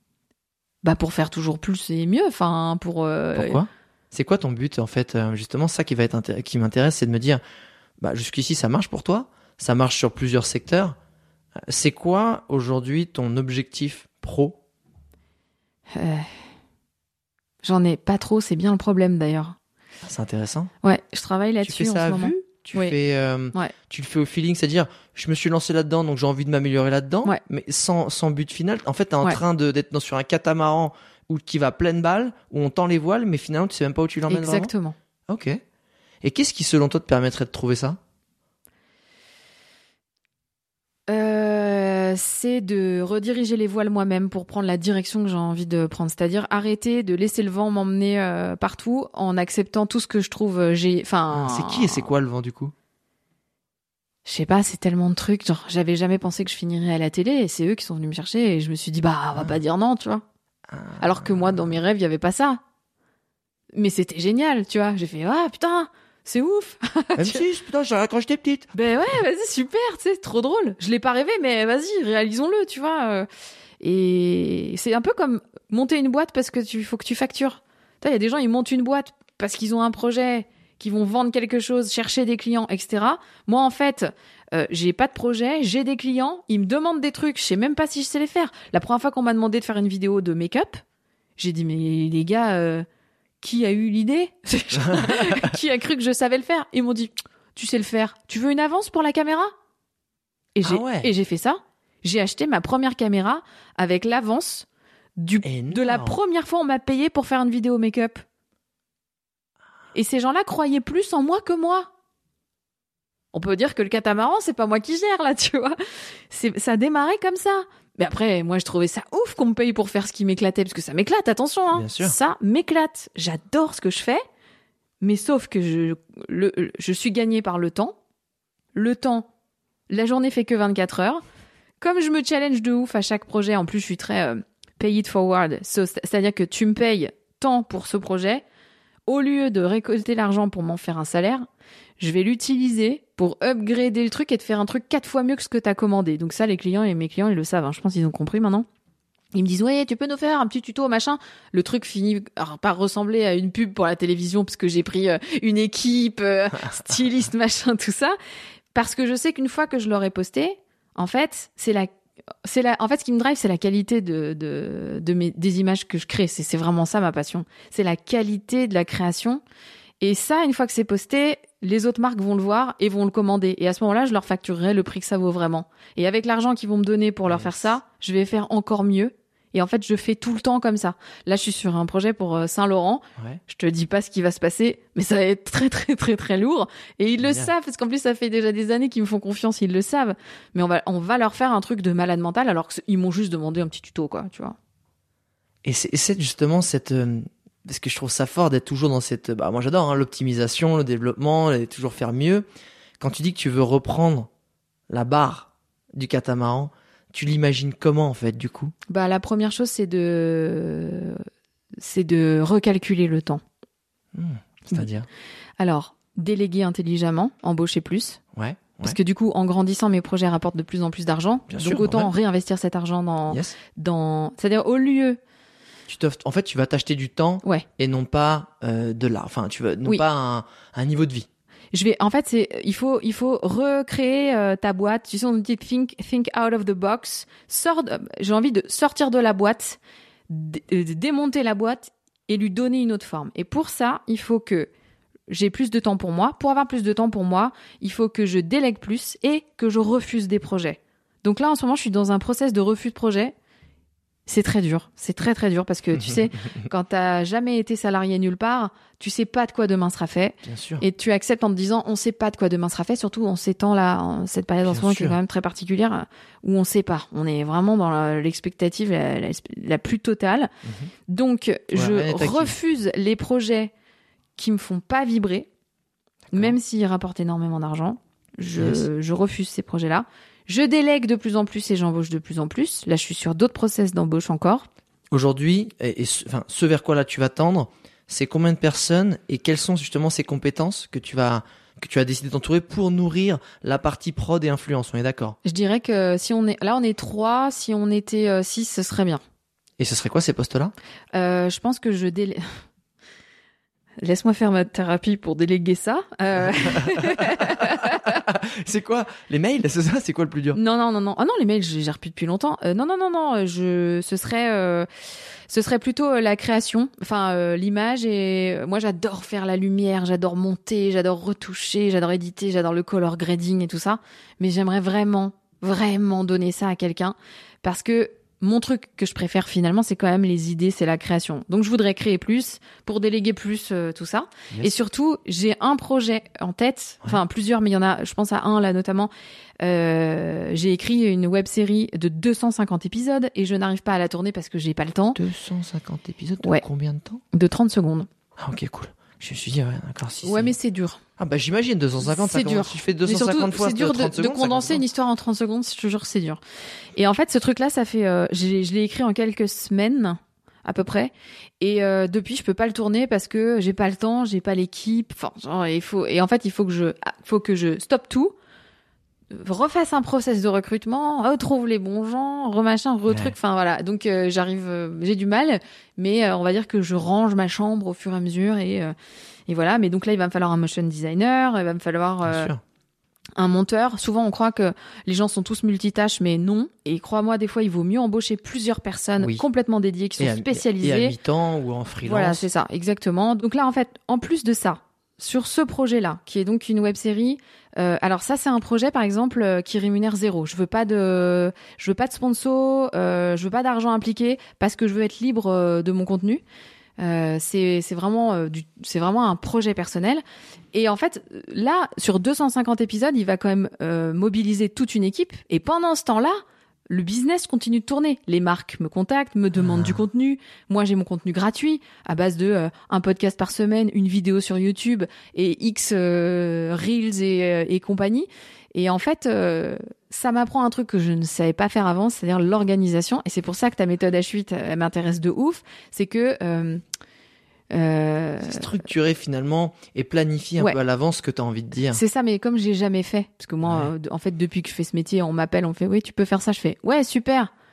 Bah, pour faire toujours plus et mieux. Enfin, pour. euh, Pourquoi C'est quoi ton but en fait euh, Justement, ça qui va être intér- qui m'intéresse, c'est de me dire, bah jusqu'ici ça marche pour toi, ça marche sur plusieurs secteurs. Euh, C'est quoi aujourd'hui ton objectif pro? euh, J'en ai pas trop. C'est bien le problème d'ailleurs. C'est intéressant. Ouais, je travaille Tu là-dessus fais en ça ce à moment. vue Tu Oui. fais, euh, Ouais. tu le fais au feeling, c'est-à-dire, je me suis lancé là-dedans, donc j'ai envie de m'améliorer là-dedans, Ouais. mais sans, sans but final. En fait, t'es en Ouais. train de, d'être dans, sur un catamaran où qui va pleine balle, où on tend les voiles, mais finalement, tu sais même pas où tu l'emmènes vraiment. Exactement. Ok. Et qu'est-ce qui, selon toi, te permettrait de trouver ça? Euh, c'est de rediriger les voiles moi-même pour prendre la direction que j'ai envie de prendre. C'est-à-dire arrêter de laisser le vent m'emmener euh, partout en acceptant tout ce que je trouve. euh, J'ai, enfin, C'est qui et c'est quoi le vent du coup? Je sais pas, c'est tellement de trucs. Genre, j'avais jamais pensé que je finirais à la télé et c'est eux qui sont venus me chercher et je me suis dit bah on va Ah. pas dire non, tu vois. Ah. Alors que moi dans mes rêves il y avait pas ça. Mais c'était génial, tu vois. J'ai fait ah putain, c'est ouf. M six, putain, j'ai quand j'étais petite. Ben ouais, vas-y, super, tu sais, trop drôle. Je l'ai pas rêvé, mais vas-y, réalisons-le, tu vois. euh. Et c'est un peu comme monter une boîte parce que tu faut que tu factures. Il y a des gens, ils montent une boîte parce qu'ils ont un projet, qu'ils vont vendre quelque chose, chercher des clients, et cetera. Moi, en fait, euh, j'ai pas de projet, j'ai des clients, ils me demandent des trucs, je sais même pas si je sais les faire. La première fois qu'on m'a demandé de faire une vidéo de make-up, j'ai dit, mais les gars, euh, qui a eu l'idée? Qui a cru que je savais le faire? Ils m'ont dit, tu sais le faire. Tu veux une avance pour la caméra? Et j'ai, Ah ouais. et j'ai fait ça. J'ai acheté ma première caméra avec l'avance du, Énorme. de la première fois on m'a payé pour faire une vidéo make-up. Et ces gens-là croyaient plus en moi que moi. On peut dire que le catamaran, c'est pas moi qui gère, là, tu vois. C'est, ça a démarré comme ça. Mais après, moi, je trouvais ça ouf qu'on me paye pour faire ce qui m'éclatait, parce que ça m'éclate, attention, hein. Bien sûr. Ça m'éclate. J'adore ce que je fais. Mais sauf que je, le, je suis gagnée par le temps. Le temps, la journée fait que vingt-quatre heures. Comme je me challenge de ouf à chaque projet, en plus, je suis très euh, pay it forward. So, c'est-à-dire que tu me payes tant pour ce projet. Au lieu de récolter l'argent pour m'en faire un salaire, je vais l'utiliser pour upgrader le truc et te faire un truc quatre fois mieux que ce que tu as commandé. Donc ça, les clients et mes clients, ils le savent. Hein. Je pense qu'ils ont compris maintenant. Ils me disent ouais, tu peux nous faire un petit tuto machin. Le truc finit alors, par ressembler à une pub pour la télévision parce que j'ai pris euh, une équipe euh, styliste machin tout ça parce que je sais qu'une fois que je l'aurai posté, en fait, c'est la c'est la en fait ce qui me drive, c'est la qualité de de de mes des images que je crée, c'est c'est vraiment ça ma passion. C'est la qualité de la création et ça une fois que c'est posté, les autres marques vont le voir et vont le commander. Et à ce moment-là, je leur facturerai le prix que ça vaut vraiment. Et avec l'argent qu'ils vont me donner pour leur yes. faire ça, je vais faire encore mieux. Et en fait, je fais tout le temps comme ça. Là, je suis sur un projet pour Saint-Laurent. Ouais. Je te dis pas ce qui va se passer, mais ça va être très, très, très, très lourd. Et ils le Bien. savent, parce qu'en plus, ça fait déjà des années qu'ils me font confiance, ils le savent. Mais on va, on va leur faire un truc de malade mental, alors qu'ils m'ont juste demandé un petit tuto, quoi, tu vois. Et c'est, et c'est justement cette... Euh... Parce que je trouve ça fort d'être toujours dans cette... Bah, moi, j'adore hein, l'optimisation, le développement, et toujours faire mieux. Quand tu dis que tu veux reprendre la barre du catamaran, tu l'imagines comment, en fait, du coup ? Bah, la première chose, c'est de... c'est de recalculer le temps. Mmh, c'est-à-dire ? Alors, déléguer intelligemment, embaucher plus. Ouais. ouais. Parce que du coup, en grandissant, mes projets rapportent de plus en plus d'argent. Bien donc, sûr, autant ouais. réinvestir cet argent dans... Yes. dans... C'est-à-dire, au lieu... Tu te, en fait, tu vas t'acheter du temps ouais. et non pas euh, de l'art. Enfin, tu veux, non oui. pas un, un niveau de vie. Je vais, en fait, c'est, il faut, il faut recréer euh, ta boîte. Tu sais, on dit think, think out of the box. Sors, de, j'ai envie de sortir de la boîte, d- d- démonter la boîte et lui donner une autre forme. Et pour ça, il faut que j'ai plus de temps pour moi. Pour avoir plus de temps pour moi, il faut que je délègue plus et que je refuse des projets. Donc là, en ce moment, je suis dans un process de refus de projet. C'est très dur, c'est très très dur parce que tu sais, quand t'as jamais été salarié nulle part, tu sais pas de quoi demain sera fait. Bien sûr. Et tu acceptes en te disant on sait pas de quoi demain sera fait, surtout en ces temps là, en cette période Bien en ce moment sûr. Qui est quand même très particulière où on sait pas, on est vraiment dans la, l'expectative la, la, la plus totale. Mm-hmm. Donc ouais, je refuse les projets qui me font pas vibrer, D'accord. même s'ils rapportent énormément d'argent. Je, yes. je refuse ces projets là. Je délègue de plus en plus et j'embauche de plus en plus. Là, je suis sur d'autres process d'embauche encore. Aujourd'hui, et, et ce, enfin, ce vers quoi là tu vas tendre, c'est combien de personnes et quelles sont justement ces compétences que tu vas que tu as décidé d'entourer pour nourrir la partie prod et influence. On est d'accord ? Je dirais que si on est là, on est trois. Si on était euh, six, ce serait bien. Et ce serait quoi ces postes-là ? euh, Je pense que je délègue. Laisse-moi faire ma thérapie pour déléguer ça. Euh... c'est quoi ? Les mails ? C'est ça ? C'est quoi le plus dur ? Non, non, non, non. Ah non, les mails, je les gère plus depuis longtemps. Euh, non, non, non, non. Je, ce serait, euh, ce serait plutôt la création, enfin euh, l'image. Et moi, j'adore faire la lumière, j'adore monter, j'adore retoucher, j'adore éditer, j'adore le color grading et tout ça. Mais j'aimerais vraiment, vraiment donner ça à quelqu'un parce que mon truc que je préfère finalement, c'est quand même les idées, c'est la création. Donc je voudrais créer plus pour déléguer plus euh, tout ça. Yes. Et surtout, j'ai un projet en tête, ouais. enfin plusieurs, mais il y en a, je pense à un là notamment. Euh, j'ai écrit une web-série de deux cent cinquante épisodes et je n'arrive pas à la tourner parce que j'ai pas le temps. deux cent cinquante épisodes de ouais. combien de temps ? De trente secondes. Ah ok, cool. Je me suis dit, ouais, d'accord. Si ouais, c'est... mais c'est dur. Ah bah j'imagine, deux cent cinquante, c'est ça dur. Si je fais deux cent cinquante surtout, fois, c'est dur de, trente secondes, de condenser une histoire en trente secondes, je te jure, c'est dur. Et en fait, ce truc-là, ça fait, euh, j'ai, je l'ai écrit en quelques semaines, à peu près. Et euh, depuis, je peux pas le tourner parce que j'ai pas le temps, j'ai pas l'équipe. Enfin, genre, il faut. Et en fait, il faut que je, faut que je stoppe tout, refasse un process de recrutement, retrouve les bons gens, remachin, retruc. Ouais. Enfin voilà. Donc euh, j'arrive, euh, j'ai du mal, mais euh, on va dire que je range ma chambre au fur et à mesure et euh, et voilà. Mais donc là, il va me falloir un motion designer, il va me falloir euh, un monteur. Souvent, on croit que les gens sont tous multitâches, mais non. Et crois-moi, des fois, il vaut mieux embaucher plusieurs personnes oui. complètement dédiées, qui sont et à, spécialisées. Et à mi-temps ou en freelance. Voilà, c'est ça, exactement. Donc là, en fait, en plus de ça, sur ce projet-là, qui est donc une web-série, euh, alors ça, c'est un projet, par exemple, euh, qui rémunère zéro. Je veux pas de, je veux pas de sponsor, euh, je veux pas d'argent impliqué, parce que je veux être libre euh, de mon contenu. Euh, c'est, c'est vraiment, euh, du, c'est vraiment un projet personnel. Et en fait, là, sur deux cent cinquante épisodes, il va quand même euh, mobiliser toute une équipe. Et pendant ce temps-là, le business continue de tourner. Les marques me contactent, me demandent ah. du contenu. Moi, j'ai mon contenu gratuit à base de euh, un podcast par semaine, une vidéo sur YouTube et X euh, Reels et, euh, et compagnie. Et en fait, euh, ça m'apprend un truc que je ne savais pas faire avant, c'est-à-dire l'organisation. Et c'est pour ça que ta méthode H huit, elle m'intéresse de ouf. C'est que... Euh, Euh... C'est structuré finalement et planifié un ouais. peu à l'avance ce que tu as envie de dire. C'est ça, mais comme j'ai jamais fait, parce que moi, ouais. euh, en fait, depuis que je fais ce métier, on m'appelle, on fait, oui, tu peux faire ça, je fais, ouais, super.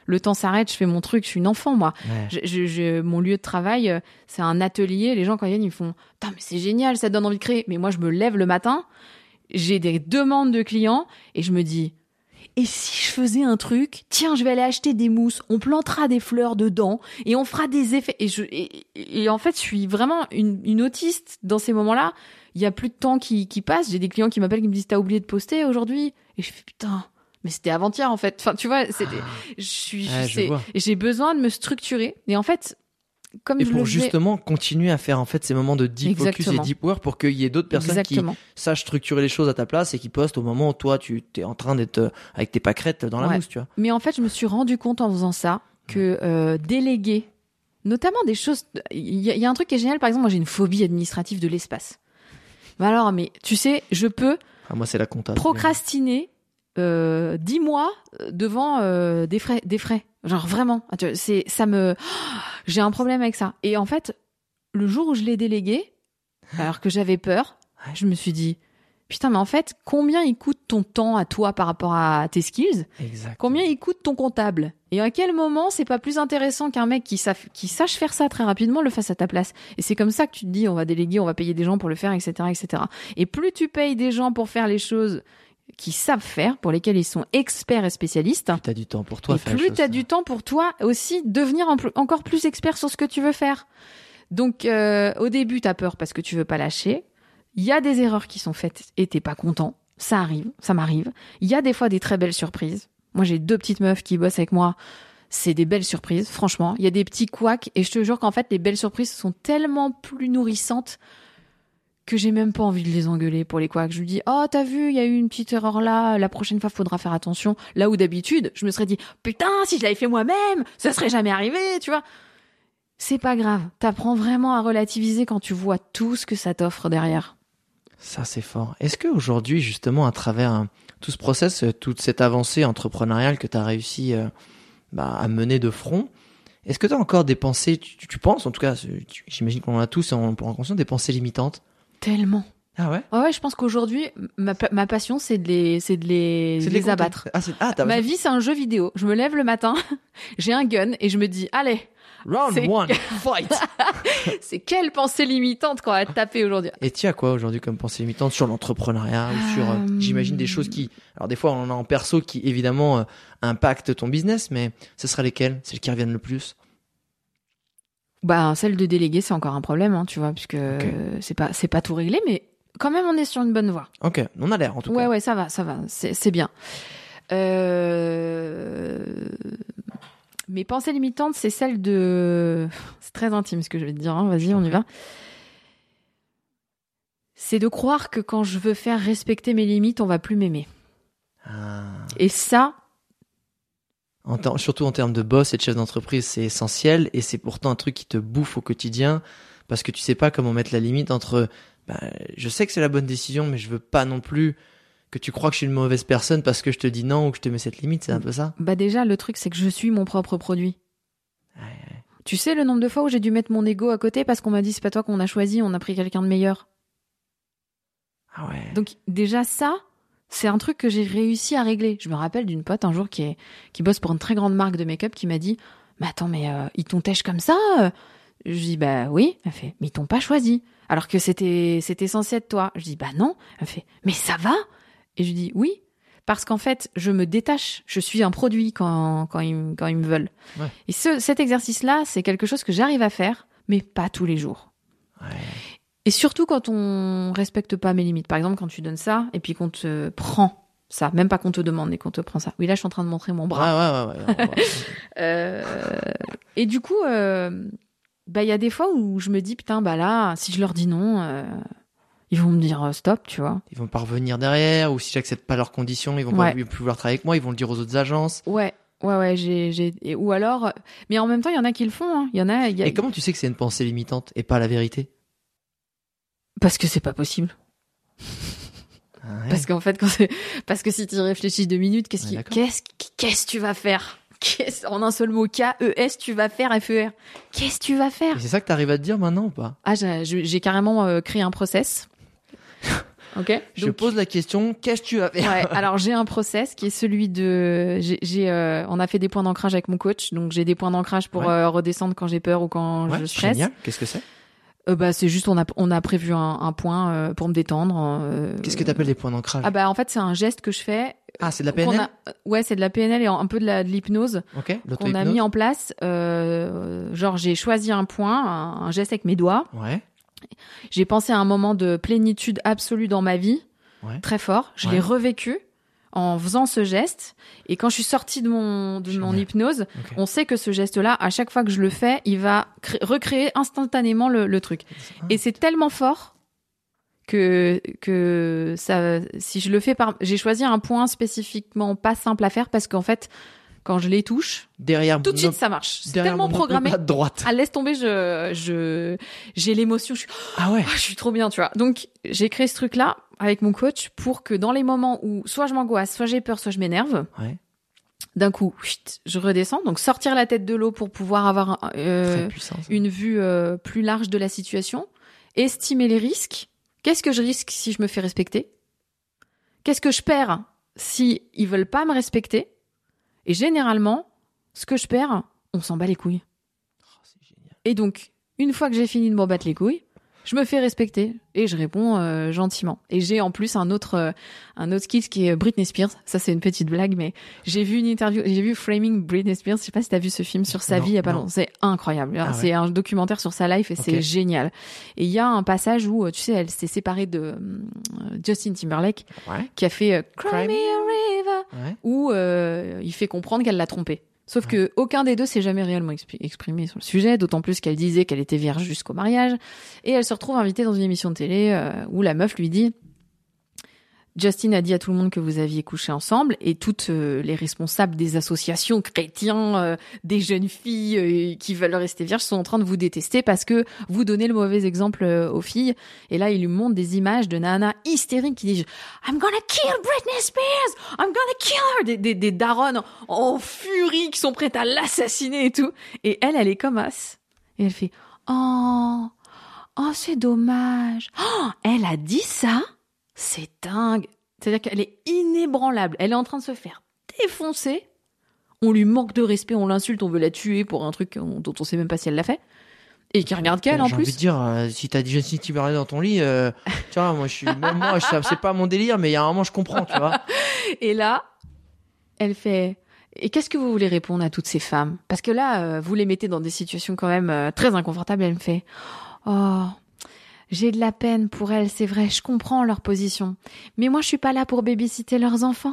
le temps s'arrête, je fais mon truc, je suis une enfant, moi. Ouais. Je, je, je- mon lieu de travail, euh, c'est un atelier. Les gens, quand ils viennent, ils font « Putain, mais c'est génial, ça te donne envie de créer. » Mais moi, je me lève le matin, j'ai des demandes de clients et je me dis « Et si je faisais un truc, tiens, je vais aller acheter des mousses, on plantera des fleurs dedans et on fera des effets. » Et, je, et, et en fait, je suis vraiment une, une autiste dans ces moments-là. Il y a plus de temps qui, qui passe. J'ai des clients qui m'appellent, qui me disent « T'as oublié de poster aujourd'hui ?» Et je fais « Putain, mais c'était avant-hier en fait. » Enfin, tu vois, c'était, je suis, Ouais, je c'est- vois. j'ai besoin de me structurer. Et en fait, comme Et je pour le faisais- justement continuer à faire en fait ces moments de deep focus Exactement. et deep work pour qu'il y ait d'autres personnes Exactement. qui sachent structurer les choses à ta place et qui postent au moment où toi tu es en train d'être euh, avec tes pâquerettes dans la Ouais. mousse, tu vois. Mais en fait, je me suis rendu compte en faisant ça que euh, déléguer, notamment des choses. Il y, a- il y a un truc qui est génial. Par exemple, moi, j'ai une phobie administrative de l'espace. Mais alors, mais tu sais, je peux Ah, moi c'est la compta. procrastiner euh, dix mois devant euh, des frais, des frais. Genre vraiment, tu vois, c'est ça me. J'ai un problème avec ça. Et en fait, le jour où je l'ai délégué, alors que j'avais peur, Ouais. je me suis dit. Putain, mais en fait, combien il coûte ton temps à toi par rapport à tes skills? Exact. Combien il coûte ton comptable? Et à quel moment c'est pas plus intéressant qu'un mec qui, saf- qui sache faire ça très rapidement le fasse à ta place? Et c'est comme ça que tu te dis, on va déléguer, on va payer des gens pour le faire, et cetera, et cetera. Et plus tu payes des gens pour faire les choses qu'ils savent faire, pour lesquelles ils sont experts et spécialistes, Plus t'as du temps pour toi. et faire les plus choses, tu as ça. du temps pour toi aussi devenir en plus- encore plus expert sur ce que tu veux faire. Donc, euh, au début, tu as peur parce que tu veux pas lâcher. Il y a des erreurs qui sont faites et t'es pas content. Ça arrive, ça m'arrive. Il y a des fois des très belles surprises. Moi, j'ai deux petites meufs qui bossent avec moi. C'est des belles surprises, franchement. Il y a des petits couacs et je te jure qu'en fait, les belles surprises sont tellement plus nourrissantes que j'ai même pas envie de les engueuler pour les couacs. Je lui dis, oh, t'as vu, il y a eu une petite erreur là, la prochaine fois, faudra faire attention. Là où d'habitude, je me serais dit, putain, si je l'avais fait moi-même, ça serait jamais arrivé, tu vois. C'est pas grave. T'apprends vraiment à relativiser quand tu vois tout ce que ça t'offre derrière. Ça, c'est fort. Est-ce qu'aujourd'hui, justement, à travers hein, tout ce process, euh, toute cette avancée entrepreneuriale que tu as réussi euh, bah, à mener de front, est-ce que tu as encore des pensées, tu, tu penses, en tout cas, tu- j'imagine qu'on en a tous et on prend en conscience, des pensées limitantes? Tellement. Ah ouais? Ouais, ouais, je pense qu'aujourd'hui, ma, pa- ma passion, c'est de les, c'est de les, C'est de les compter. abattre. Ah, c'est- ah, t'as Ma vie, c'est un jeu vidéo. Je me lève le matin, j'ai un gun et je me dis, allez, Round c'est- one, fight! c'est quelle pensée limitante qu'on va te taper aujourd'hui. Et tu as quoi aujourd'hui comme pensée limitante sur l'entrepreneuriat ou sur, euh, Euh, j'imagine, des choses qui... Alors des fois, on en a en perso qui, évidemment, euh, impactent ton business, mais ce sera lesquelles? Celles qui reviennent le plus? Bah, celle de déléguer, c'est encore un problème, hein, tu vois, puisque euh, c'est pas, c'est pas tout réglé, mais quand même, on est sur une bonne voie. Ok, on a l'air en tout Ouais, cas. ouais, ça va, ça va, c'est, c'est bien. Euh... Mes pensées limitantes, c'est celle de... C'est très intime ce que je vais te dire, hein. Vas-y, on y va. C'est de croire que quand je veux faire respecter mes limites, on va plus m'aimer. Ah. Et ça, En ter- surtout en termes de boss et de chef d'entreprise, c'est essentiel et c'est pourtant un truc qui te bouffe au quotidien parce que tu sais pas comment mettre la limite entre bah, je sais que c'est la bonne décision mais je veux pas non plus que tu crois que je suis une mauvaise personne parce que je te dis non ou que je te mets cette limite, c'est un peu ça. bah déjà, le truc, c'est que je suis mon propre produit. Ouais, ouais. Tu sais le nombre de fois où j'ai dû mettre mon ego à côté parce qu'on m'a dit c'est pas toi qu'on a choisi, on a pris quelqu'un de meilleur. Ah ouais. Donc déjà ça, c'est un truc que j'ai réussi à régler. Je me rappelle d'une pote un jour qui est qui bosse pour une très grande marque de make-up qui m'a dit « Mais attends, mais euh, ils t'ont têche comme ça ?» Je dis « Bah oui. » Elle fait « Mais ils t'ont pas choisi. Alors que c'était c'était censé être toi. » Je dis « Bah non. » Elle fait « Mais ça va ?» Et je dis « Oui. » Parce qu'en fait, je me détache. Je suis un produit quand, quand, ils, me- quand ils me veulent. Ouais. Et ce, cet exercice-là, c'est quelque chose que j'arrive à faire, mais pas tous les jours. Ouais. Et surtout quand on respecte pas mes limites. Par exemple, quand tu donnes ça et puis qu'on te prend ça, même pas qu'on te demande, mais qu'on te prend ça. Oui, là, je suis en train de montrer mon Ouais, bras. ouais, ouais, ouais, ouais, ouais. Euh, et du coup, euh, bah, il y a des fois où je me dis, putain, bah là, si je leur dis non, euh, ils vont me dire euh, stop, tu vois. Ils vont pas revenir derrière ou si j'accepte pas leurs conditions, ils vont Ouais. pas plus vouloir travailler avec moi, ils vont le dire aux autres agences. Ouais, ouais, ouais, j'ai, j'ai, et- ou alors, mais en même temps, il y en a qui le font, hein. Il y en a, il y a, Et comment tu sais que c'est une pensée limitante et pas la vérité? parce que c'est pas possible. Ah ouais. Parce qu'en fait, quand c'est... parce que si tu y réfléchis deux minutes, qu'est-ce Ouais, qui... d'accord. qu'est-ce qu'est-ce que tu vas faire? Qu'est-ce... En un seul mot, K E S, tu vas faire F E R. Qu'est-ce que tu vas faire? Et c'est ça que t'arrives à te dire maintenant ou pas? Ah, j'ai, j'ai j'ai carrément euh, créé un process. Ok. Je Donc, pose la question, qu'est-ce que tu as fait? Ouais, alors j'ai un process qui est celui de, j'ai, j'ai euh, on a fait des points d'ancrage avec mon coach, donc j'ai des points d'ancrage pour Ouais. euh, redescendre quand j'ai peur ou quand Ouais, je stresse. génial. Qu'est-ce que c'est? Euh, bah c'est juste on a on a prévu un, un point euh, pour me détendre. Euh, Qu'est-ce que t'appelles les points d'ancrage? Ah bah en fait c'est un geste que je fais. Ah, c'est de la P N qu'on L? a- Ouais, c'est de la P N L et un peu de la de l'hypnose Ok, qu'on a l'auto-hypnose. mis en place. Euh, genre j'ai choisi un point, un, un geste avec mes doigts. Ouais. J'ai pensé à un moment de plénitude absolue dans ma vie, Ouais. très fort. Je Ouais. l'ai revécu en faisant ce geste. Et quand je suis sortie de mon de mon Génial. hypnose, Ok. on sait que ce geste-là, à chaque fois que je le fais, il va cré- recréer instantanément le, le truc. Ah. Et c'est tellement fort que que ça, si je le fais par, j'ai choisi un point spécifiquement pas simple à faire parce qu'en fait, quand je les touche, Derrière tout de mon suite op- ça marche. C'est derrière tellement mon programmé. omoplate droite. Ah, laisse tomber, je je j'ai l'émotion. Je suis Ah ouais. ah, je suis trop bien, tu vois. Donc, j'ai créé ce truc-là avec mon coach pour que dans les moments où soit je m'angoisse, soit j'ai peur, soit je m'énerve, Ouais. d'un coup, chut, je redescends. Donc, sortir la tête de l'eau pour pouvoir avoir euh, Très puissant. ça. une vue euh, plus large de la situation, estimer les risques. Qu'est-ce que je risque si je me fais respecter? Qu'est-ce que je perds si ils veulent pas me respecter? Et généralement, ce que je perds, on s'en bat les couilles. Oh, c'est génial. Et donc, une fois que j'ai fini de m'en battre les couilles, je me fais respecter et je réponds euh, gentiment. Et j'ai en plus un autre euh, un autre skill qui est Britney Spears. Ça c'est une petite blague, mais j'ai vu une interview, j'ai vu Framing Britney Spears. Je sais pas si t'as vu ce film sur sa Non, vie il y a pas non. longtemps. C'est incroyable. Ah ouais. C'est un documentaire sur sa life et c'est Ok. génial. Et il y a un passage où euh, tu sais, elle s'est séparée de euh, Justin Timberlake Ouais. qui a fait euh, Cry Cry Me a River Ouais. où euh, il fait comprendre qu'elle l'a trompé. Sauf Ouais. que aucun des deux s'est jamais réellement expi- exprimé sur le sujet, d'autant plus qu'elle disait qu'elle était vierge jusqu'au mariage. Et elle se retrouve invitée dans une émission de télé euh, où la meuf lui dit Justin a dit à tout le monde que vous aviez couché ensemble et toutes euh, les responsables des associations chrétiens, euh, des jeunes filles euh, qui veulent rester vierges sont en train de vous détester parce que vous donnez le mauvais exemple euh, aux filles. Et là, il lui montre des images de nanas hystériques qui disent I'm gonna kill Britney Spears, I'm gonna kill her, des, des, des daronnes en furie qui sont prêtes à l'assassiner et tout. Et elle, elle est comme as. Et elle fait oh, oh c'est dommage. Oh, elle a dit ça. C'est dingue. C'est-à-dire qu'elle est inébranlable. Elle est en train de se faire défoncer. On lui manque de respect, on l'insulte, on veut la tuer pour un truc dont on sait même pas si elle l'a fait. Et qui regarde qu'elle en J'ai envie plus. de dire, euh, si t'as dit Justin Timberlake dans ton lit, euh, tu vois, moi je suis, même moi, je- c'est pas mon délire, mais il y a un moment je comprends, tu vois. Et là, elle fait et qu'est-ce que vous voulez répondre à toutes ces femmes? Parce que là, euh, vous les mettez dans des situations quand même euh, très inconfortables. Elle me fait oh, j'ai de la peine pour elles, c'est vrai, je comprends leur position. Mais moi, je suis pas là pour babysitter leurs enfants.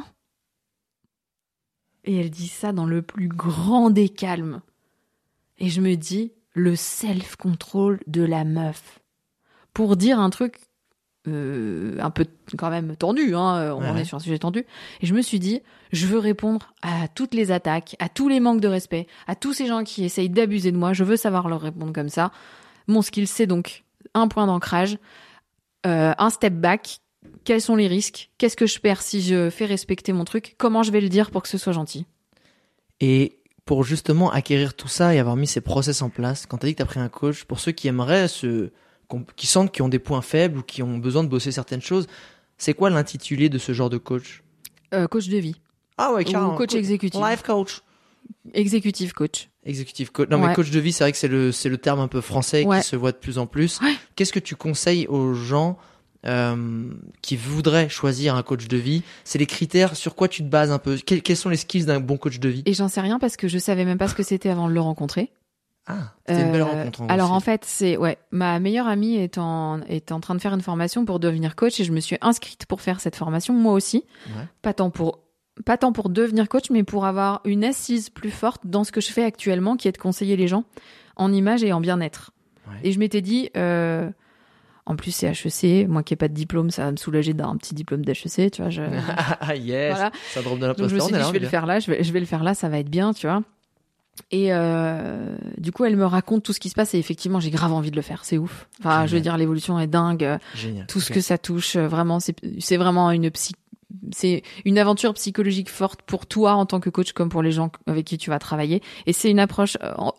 Et elle dit ça dans le plus grand des calmes. Et je me dis, le self-control de la meuf. Pour dire un truc euh, un peu quand même tendu, hein, on Ouais, est ouais. sur un sujet tendu. Et je me suis dit, je veux répondre à toutes les attaques, à tous les manques de respect, à tous ces gens qui essayent d'abuser de moi. Je veux savoir leur répondre comme ça. Mon skill, c'est donc un point d'ancrage, euh, un step back. Quels sont les risques? Qu'est-ce que je perds si je fais respecter mon truc? Comment je vais le dire pour que ce soit gentil? Et pour justement acquérir tout ça et avoir mis ces process en place, quand t'as dit que t'as pris un coach, pour ceux qui aimeraient se, qu'on- qui sentent qu'ils ont des points faibles ou qui ont besoin de bosser certaines choses, c'est quoi l'intitulé de ce genre de coach? Euh, coach de vie. Ah ouais, carrément. Ou coach exécutif. Life coach. Exécutif coach. Exécutif coach. Non, mais Ouais. coach de vie, c'est vrai que c'est le, c'est le terme un peu français Ouais. qui se voit de plus en plus. Ouais. Qu'est-ce que tu conseilles aux gens euh, qui voudraient choisir un coach de vie? C'est les critères, sur quoi tu te bases un peu? Quels, quels sont les skills d'un bon coach de vie? Et j'en sais rien parce que je savais même pas ce que c'était avant de le rencontrer. Ah, c'était une belle Euh, rencontre. En alors gros, en c'est- fait, c'est ouais, ma meilleure amie est en est en train de faire une formation pour devenir coach et je me suis inscrite pour faire cette formation moi aussi. Ouais. Pas tant pour pas tant pour devenir coach, mais pour avoir une assise plus forte dans ce que je fais actuellement, qui est de conseiller les gens en image et en bien-être. Ouais. Et je m'étais dit, euh, en plus c'est H E C, moi qui n'ai pas de diplôme, ça va me soulager d'avoir un petit diplôme d'H E C, tu vois. Je... Ah yes, Voilà. syndrome de Donc je me l'imposteur. suis on est dit, là, je vais on est le bien. faire là, je vais, je vais le faire là, ça va être bien, tu vois. Et euh, du coup, elle me raconte tout ce qui se passe et effectivement, j'ai grave envie de le faire. C'est ouf. Enfin, Génial. je veux dire, l'évolution est dingue. Génial. Tout ce Ok. que ça touche, euh, vraiment, c'est, c'est vraiment une psy, c'est une aventure psychologique forte pour toi en tant que coach comme pour les gens avec qui tu vas travailler. Et c'est une approche euh,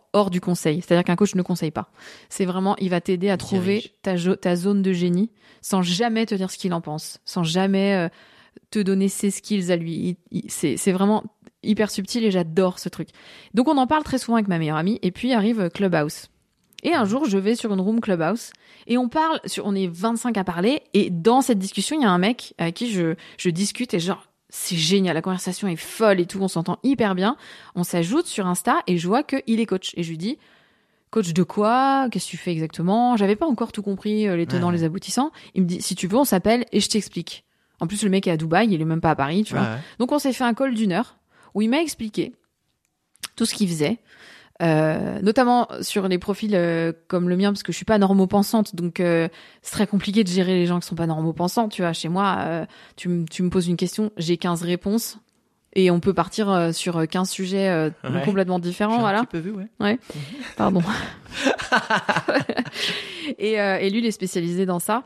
hors du conseil. C'est-à-dire qu'un coach ne conseille pas. C'est vraiment, il va t'aider à trouver ta, jo- ta zone de génie sans jamais te dire ce qu'il en pense, sans jamais euh, te donner ses skills à lui. Il, il, c'est, c'est vraiment hyper subtil et j'adore ce truc. Donc on en parle très souvent avec ma meilleure amie et puis arrive Clubhouse. Et un jour, je vais sur une room Clubhouse et on parle, sur, on est vingt-cinq à parler et dans cette discussion, il y a un mec avec qui je, je discute et genre, c'est génial, la conversation est folle et tout, on s'entend hyper bien. On s'ajoute sur Insta et je vois qu'il est coach. Et je lui dis, coach de quoi? Qu'est-ce que tu fais exactement? J'avais pas encore tout compris, les tenants, ouais. les aboutissants. Il me dit, si tu veux, on s'appelle et je t'explique. En plus, le mec est à Dubaï, il est même pas à Paris, tu ouais. vois. Donc on s'est fait un call d'une heure où il m'a expliqué tout ce qu'il faisait. Euh, notamment sur les profils euh, comme le mien, parce que je suis pas normopensante, donc euh, c'est très compliqué de gérer les gens qui sont pas normopensants, tu vois. Chez moi, euh, tu, m- tu me poses une question, j'ai quinze réponses, et on peut partir euh, sur quinze sujets euh, ouais. complètement différents, j'ai voilà. un petit peu vu, ouais. Ouais, mmh. Pardon. et, euh, et lui, il est spécialisé dans ça.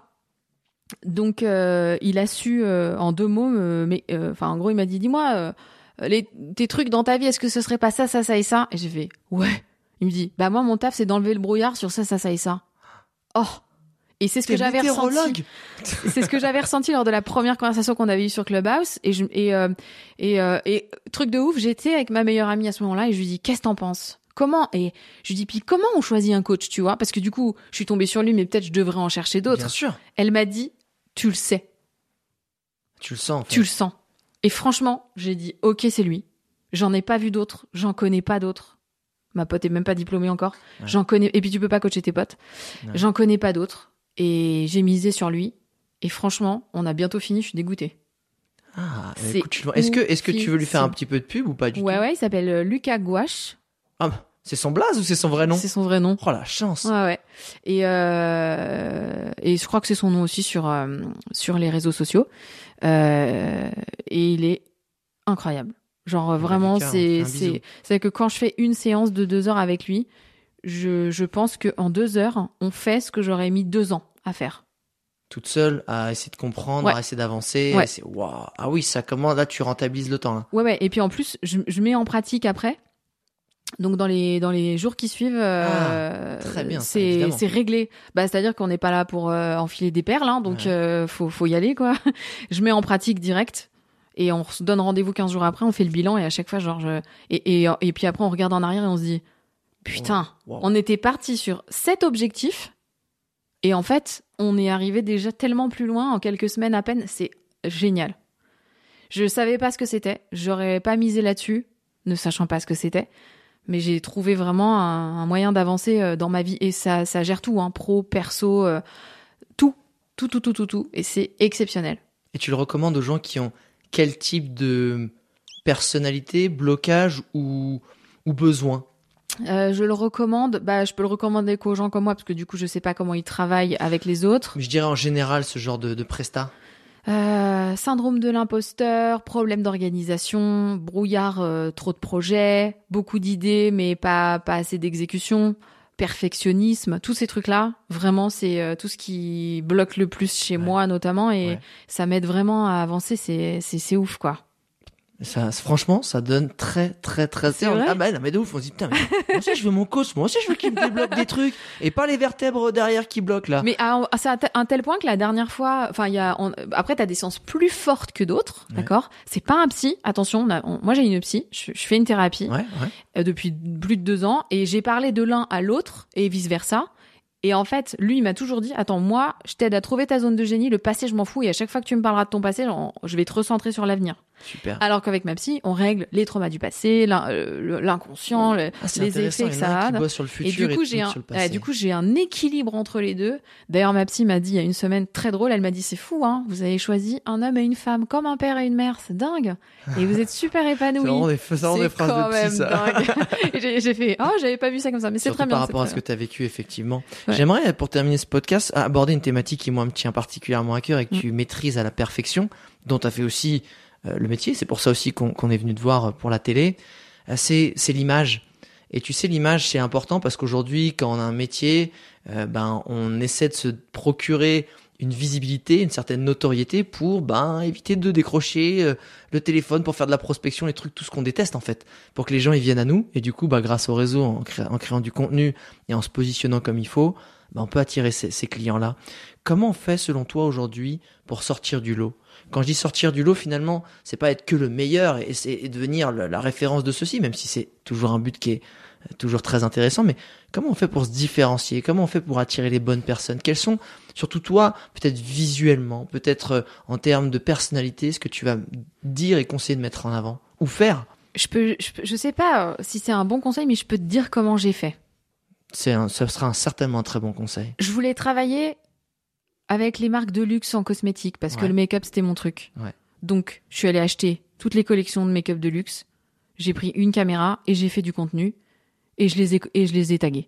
Donc, euh, il a su, euh, en deux mots, euh, mais, enfin, euh, en gros, il m'a dit, dis-moi... Euh, Les, tes trucs dans ta vie, est-ce que ce serait pas ça, ça, ça et ça? Et j'ai fait, ouais. Il me dit, bah moi, mon taf, c'est d'enlever le brouillard sur ça, ça, ça et ça. Oh. Et c'est ce que j'avais ressenti. C'est ce que j'avais ressenti lors de la première conversation qu'on avait eue sur Clubhouse. Et, je, et, euh, et, euh, et truc de ouf, j'étais avec ma meilleure amie à ce moment-là et je lui dis, qu'est-ce que t'en penses? Comment? Et je lui dis, puis comment on choisit un coach, tu vois? Parce que du coup, je suis tombée sur lui, mais peut-être je devrais en chercher d'autres. Bien sûr. Elle m'a dit, tu le sais. Tu le sens, en fait. Tu le sens. Et franchement, j'ai dit, ok, c'est lui. J'en ai pas vu d'autres. J'en connais pas d'autres. Ma pote est même pas diplômée encore. Ouais. J'en connais. Et puis tu peux pas coacher tes potes. Ouais. J'en connais pas d'autres. Et j'ai misé sur lui. Et franchement, on a bientôt fini. Je suis dégoûtée. Ah, c'est écoute, tu... est-ce que est-ce que tu veux lui faire un petit peu de pub ou pas du ouais, tout? Ouais, ouais. Il s'appelle euh, Lucas Gouache. Ah, c'est son blaze ou c'est son vrai nom? C'est son vrai nom. Oh la chance. Ouais, ouais. Et euh... et je crois que c'est son nom aussi sur euh, sur les réseaux sociaux. Euh, et il est incroyable. Genre vraiment, Lucas, c'est c'est c'est que quand je fais une séance de deux heures avec lui, je je pense que en deux heures, on fait ce que j'aurais mis deux ans à faire. Toute seule à essayer de comprendre, ouais. à essayer d'avancer. Ouais. C'est waouh. Ah oui, ça comment là tu rentabilises le temps. Hein. Ouais ouais. Et puis en plus, je je mets en pratique après. Donc dans les dans les jours qui suivent, euh, ah, très bien, c'est c'est réglé. Bah c'est-à-dire qu'on n'est pas là pour euh, enfiler des perles, hein, donc ouais. euh, faut faut y aller quoi. Je mets en pratique direct et on se donne rendez-vous quinze jours après, on fait le bilan et à chaque fois genre je... et et et puis après on regarde en arrière et on se dit putain, wow. Wow. On était parti sur cet objectif et en fait on est arrivé déjà tellement plus loin en quelques semaines à peine. C'est génial. Je savais pas ce que c'était, j'aurais pas misé là-dessus, ne sachant pas ce que c'était. Mais j'ai trouvé vraiment un, un moyen d'avancer dans ma vie et ça, ça gère tout, hein, pro, perso, euh, tout, tout, tout, tout, tout, tout, et c'est exceptionnel. Et tu le recommandes aux gens qui ont quel type de personnalité, blocage ou, ou besoin? Euh, je le recommande, bah, je peux le recommander qu'aux gens comme moi parce que du coup, je sais pas comment ils travaillent avec les autres. Mais je dirais en général ce genre de, de prestat. Euh, syndrome de l'imposteur, problème d'organisation, brouillard, euh, trop de projets, beaucoup d'idées mais pas pas assez d'exécution, perfectionnisme, tous ces trucs-là, vraiment c'est euh, tout ce qui bloque le plus chez ouais. moi notamment et ouais. ça m'aide vraiment à avancer, c'est c'est c'est ouf quoi. Ça, franchement, ça donne très, très, très... C'est vrai ah bah non, mais de ouf, on se dit, putain, mais moi aussi je veux mon coach, moi aussi je veux qu'il me débloque des trucs, et pas les vertèbres derrière qui bloquent, là. Mais à, c'est à un tel point que la dernière fois, enfin, il y a, on, après t'as des séances plus fortes que d'autres, ouais. D'accord? C'est pas un psy, attention, on a, on, moi j'ai une psy, je, je fais une thérapie, ouais, ouais. Euh, depuis plus de deux ans, et j'ai parlé de l'un à l'autre, et vice versa. Et en fait, lui, il m'a toujours dit, attends, moi, je t'aide à trouver ta zone de génie, le passé, je m'en fous, et à chaque fois que tu me parleras de ton passé, genre, je vais te recentrer sur l'avenir. Super. Alors qu'avec ma psy, on règle les traumas du passé, l'in- euh, l'inconscient, le, ah, les effets que ça a. Sur le futur et du coup, et j'ai un, sur le passé. euh, du coup, j'ai un équilibre entre les deux. D'ailleurs, ma psy m'a dit il y a une semaine très drôle, elle m'a dit c'est fou, hein, vous avez choisi un homme et une femme comme un père et une mère, c'est dingue. Et vous êtes super épanouis. C'est vraiment des, c'est vraiment des phrases quand de psy, ça. Dingue. Et j'ai, j'ai fait oh, j'avais pas vu ça comme ça, mais c'est Surtout très bien. Par rapport à ce bien. que tu as vécu, effectivement. Ouais. J'aimerais, pour terminer ce podcast, aborder une thématique qui moi me tient particulièrement à cœur et que mm. tu maîtrises à la perfection, dont tu as fait aussi euh, le métier. C'est pour ça aussi qu'on, qu'on est venu te voir pour la télé. Euh, c'est, c'est l'image. Et tu sais, l'image, c'est important parce qu'aujourd'hui, quand on a un métier, euh, ben, on essaie de se procurer une visibilité, une certaine notoriété pour ben éviter de décrocher euh, le téléphone, pour faire de la prospection, les trucs, tout ce qu'on déteste en fait, pour que les gens ils viennent à nous. Et du coup, bah grâce au réseau, en, cré- en créant du contenu et en se positionnant comme il faut, bah, on peut attirer ces, ces clients-là. Comment on fait selon toi aujourd'hui pour sortir du lot? Quand je dis sortir du lot, finalement, c'est pas être que le meilleur et, et, et devenir la, la référence de ceci, même si c'est toujours un but qui est toujours très intéressant, mais comment on fait pour se différencier? Comment on fait pour attirer les bonnes personnes? Quels sont, surtout toi, peut-être visuellement, peut-être euh, en termes de personnalité, ce que tu vas dire et conseiller de mettre en avant ou faire? Je peux, je, peux- je sais pas euh, si c'est un bon conseil, mais je peux te dire comment j'ai fait. C'est un, ça sera un, certainement un très bon conseil. Je voulais travailler avec les marques de luxe en cosmétique parce que Ouais. le make-up c'était mon truc. Ouais. Donc, je suis allée acheter toutes les collections de make-up de luxe. J'ai pris une caméra et j'ai fait du contenu et je les ai et je les ai tagués.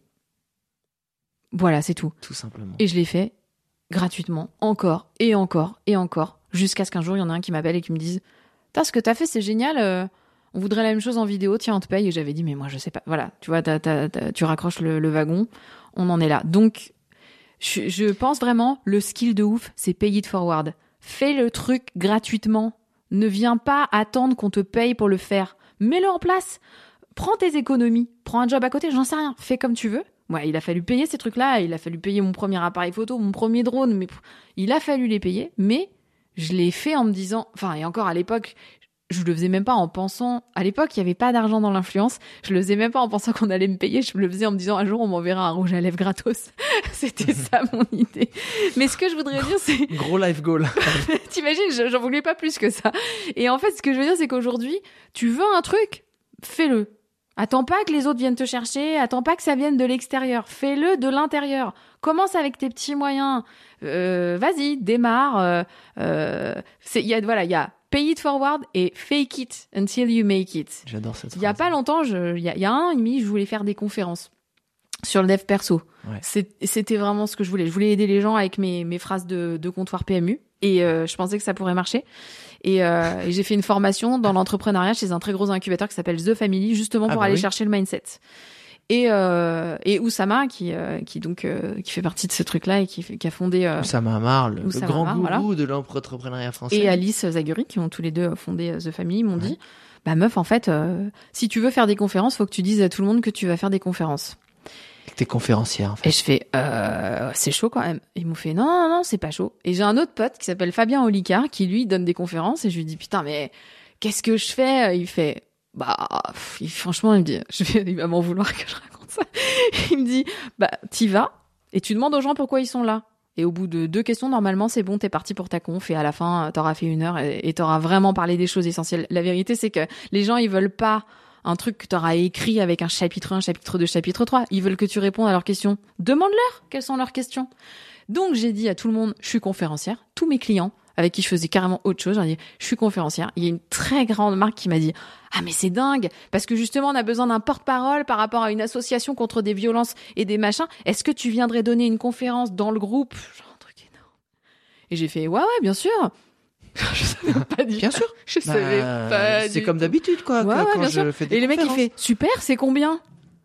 Voilà, c'est tout. Tout simplement. Et je l'ai fait gratuitement, encore et encore et encore, jusqu'à ce qu'un jour il y en a un qui m'appelle et qui me dise "T'as ce que t'as fait, c'est génial. euh, on voudrait la même chose en vidéo. Tiens, on te paye." Et j'avais dit "Mais moi, je sais pas." Voilà, tu vois, t'as, t'as, t'as- tu raccroches le, le wagon. On en est là. Donc, je, je pense vraiment le skill de ouf, c'est pay it forward. Fais le truc gratuitement. Ne viens pas attendre qu'on te paye pour le faire. Mets-le en place. Prends tes économies. Prends un job à côté. J'en sais rien. Fais comme tu veux. Ouais, il a fallu payer ces trucs-là. Il a fallu payer mon premier appareil photo, mon premier drone. Mais pff, il a fallu les payer. Mais je l'ai fait en me disant, enfin, et encore à l'époque, je le faisais même pas en pensant. À l'époque, il y avait pas d'argent dans l'influence. Je le faisais même pas en pensant qu'on allait me payer. Je le faisais en me disant, un jour, on m'enverra un rouge à lèvres gratos. C'était ça mon idée. Mais ce que je voudrais dire, c'est, Gros life goal. t'imagines, je- j'en voulais pas plus que ça. Et en fait, ce que je veux dire, c'est qu'aujourd'hui, tu veux un truc, fais-le. Attends pas que les autres viennent te chercher, attends pas que ça vienne de l'extérieur. Fais-le de l'intérieur. Commence avec tes petits moyens. Euh, vas-y, démarre. Euh, euh, c'est, il y a, voilà, il y a pay it forward et fake it until you make it. J'adore cette Il y a phrase. pas longtemps, je, il y a, il y a un an et demi, je voulais faire des conférences sur le dev perso. Ouais. C'est- C'était vraiment ce que je voulais. Je voulais aider les gens avec mes, mes phrases de, de comptoir P M U. Et euh, je pensais que ça pourrait marcher. Et, euh, et j'ai fait une formation dans l'entrepreneuriat chez un très gros incubateur qui s'appelle The Family, justement Ah pour bah aller oui. chercher le mindset. Et, euh, et Oussama, qui, euh, qui, donc, euh, qui fait partie de ce truc-là et qui, fait- qui a fondé... euh, Oussama Amar, le, le Oussama grand Amar, gourou voilà. de l'entrepreneuriat français. et Alice Zaguri, qui ont tous les deux fondé euh, The Family, m'ont Ouais. dit, bah meuf, en fait, euh, si tu veux faire des conférences, faut que tu dises à tout le monde que tu vas faire des conférences. T'es conférencière, en fait. Et je fais, euh, c'est chaud quand même. Ils m'ont fait, non, non, non, c'est pas chaud. Et j'ai un autre pote qui s'appelle Fabien Olicard, qui lui donne des conférences, et je lui dis, putain, mais qu'est-ce que je fais? Il fait, bah, pff, il- franchement, il me dit, je vais, il va m'en vouloir que je raconte ça. Il me dit, bah, t'y vas, et tu demandes aux gens pourquoi ils sont là. Et au bout de deux questions, normalement, c'est bon, t'es parti pour ta conf, et à la fin, t'auras fait une heure, et, et t'auras vraiment parlé des choses essentielles. La vérité, c'est que les gens, ils veulent pas un truc que t'auras écrit avec un chapitre un, chapitre deux, chapitre trois. Ils veulent que tu répondes à leurs questions. Demande-leur quelles sont leurs questions. Donc, j'ai dit à tout le monde, je suis conférencière. Tous mes clients, avec qui je faisais carrément autre chose, j'ai dit, je suis conférencière. Il y a une très grande marque qui m'a dit, ah, mais c'est dingue, parce que justement, on a besoin d'un porte-parole par rapport à une association contre des violences et des machins. Est-ce que tu viendrais donner une conférence dans le groupe? Genre un truc énorme. Et j'ai fait, ouais, ouais, bien sûr. Je savais pas du Bien sûr. Je savais Bah, pas c'est du comme tout. d'habitude, quoi. Ouais, que- ouais, quand bien je sûr. fais des Et le mec, il conférences. fait, super, c'est combien?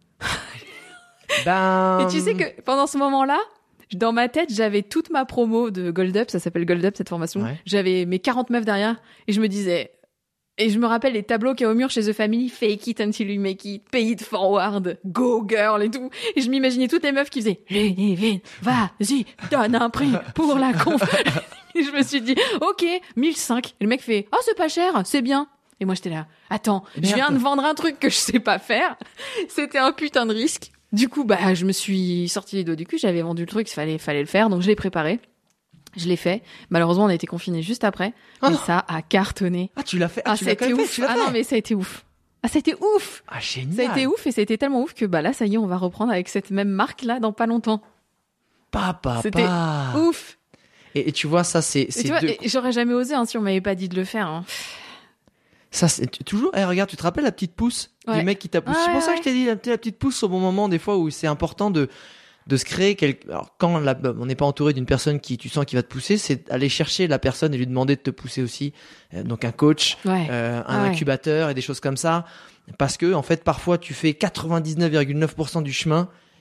Ben... Et tu sais que pendant ce moment-là, dans ma tête, j'avais toute ma promo de Gold Up, ça s'appelle Gold Up cette formation. Ouais. J'avais mes quarante meufs derrière et je me disais, et je me rappelle les tableaux qu'il y a au mur chez The Family, fake it until you make it, pay it forward, go girl et tout. Et je m'imaginais toutes les meufs qui faisaient, Ludivine, vas-y, donne un prix pour la conf. Et je me suis dit, ok, mille cinq. Et le mec fait, oh, c'est pas cher, c'est bien. Et moi, j'étais là, attends, je Merde. viens de vendre un truc que je sais pas faire. C'était un putain de risque. Du coup, bah, je me suis sorti les doigts du cul. J'avais vendu le truc, il fallait, fallait le faire. Donc, je l'ai préparé. Je l'ai fait. Malheureusement, on a été confinés juste après. Oh mais non. ça a cartonné. Ah, tu l'as fait. Ah, Ah, tu ça a l'as quand été même ouf. fait. Tu l'as Ah fait. non, mais ça a été ouf. Ah, ça a été ouf. Ah, génial. Ça a été ouf et ça a été tellement ouf que, bah, là, ça y est, on va reprendre avec cette même marque, là, dans pas longtemps. Papa, C'était papa. Ouf. Et, et tu vois, ça, c'est, Et c'est tu vois, deux- et j'aurais jamais osé, hein, si on m'avait pas dit de le faire, hein. Ça, c'est t- toujours. Eh, regarde, tu te rappelles la petite pouce Ouais. du mec qui t'a poussé. Ouais, C'est pour ça ouais. que je t'ai dit la, la petite pouce au bon moment, des fois où c'est important de de se créer quelque. Alors quand la- on n'est pas entouré d'une personne qui tu sens qui va te pousser, c'est aller chercher la personne et lui demander de te pousser aussi. Euh, donc un coach, Ouais. euh, un Ah ouais. incubateur et des choses comme ça. Parce que en fait, parfois, tu fais quatre-vingt-dix-neuf virgule neuf pour cent du chemin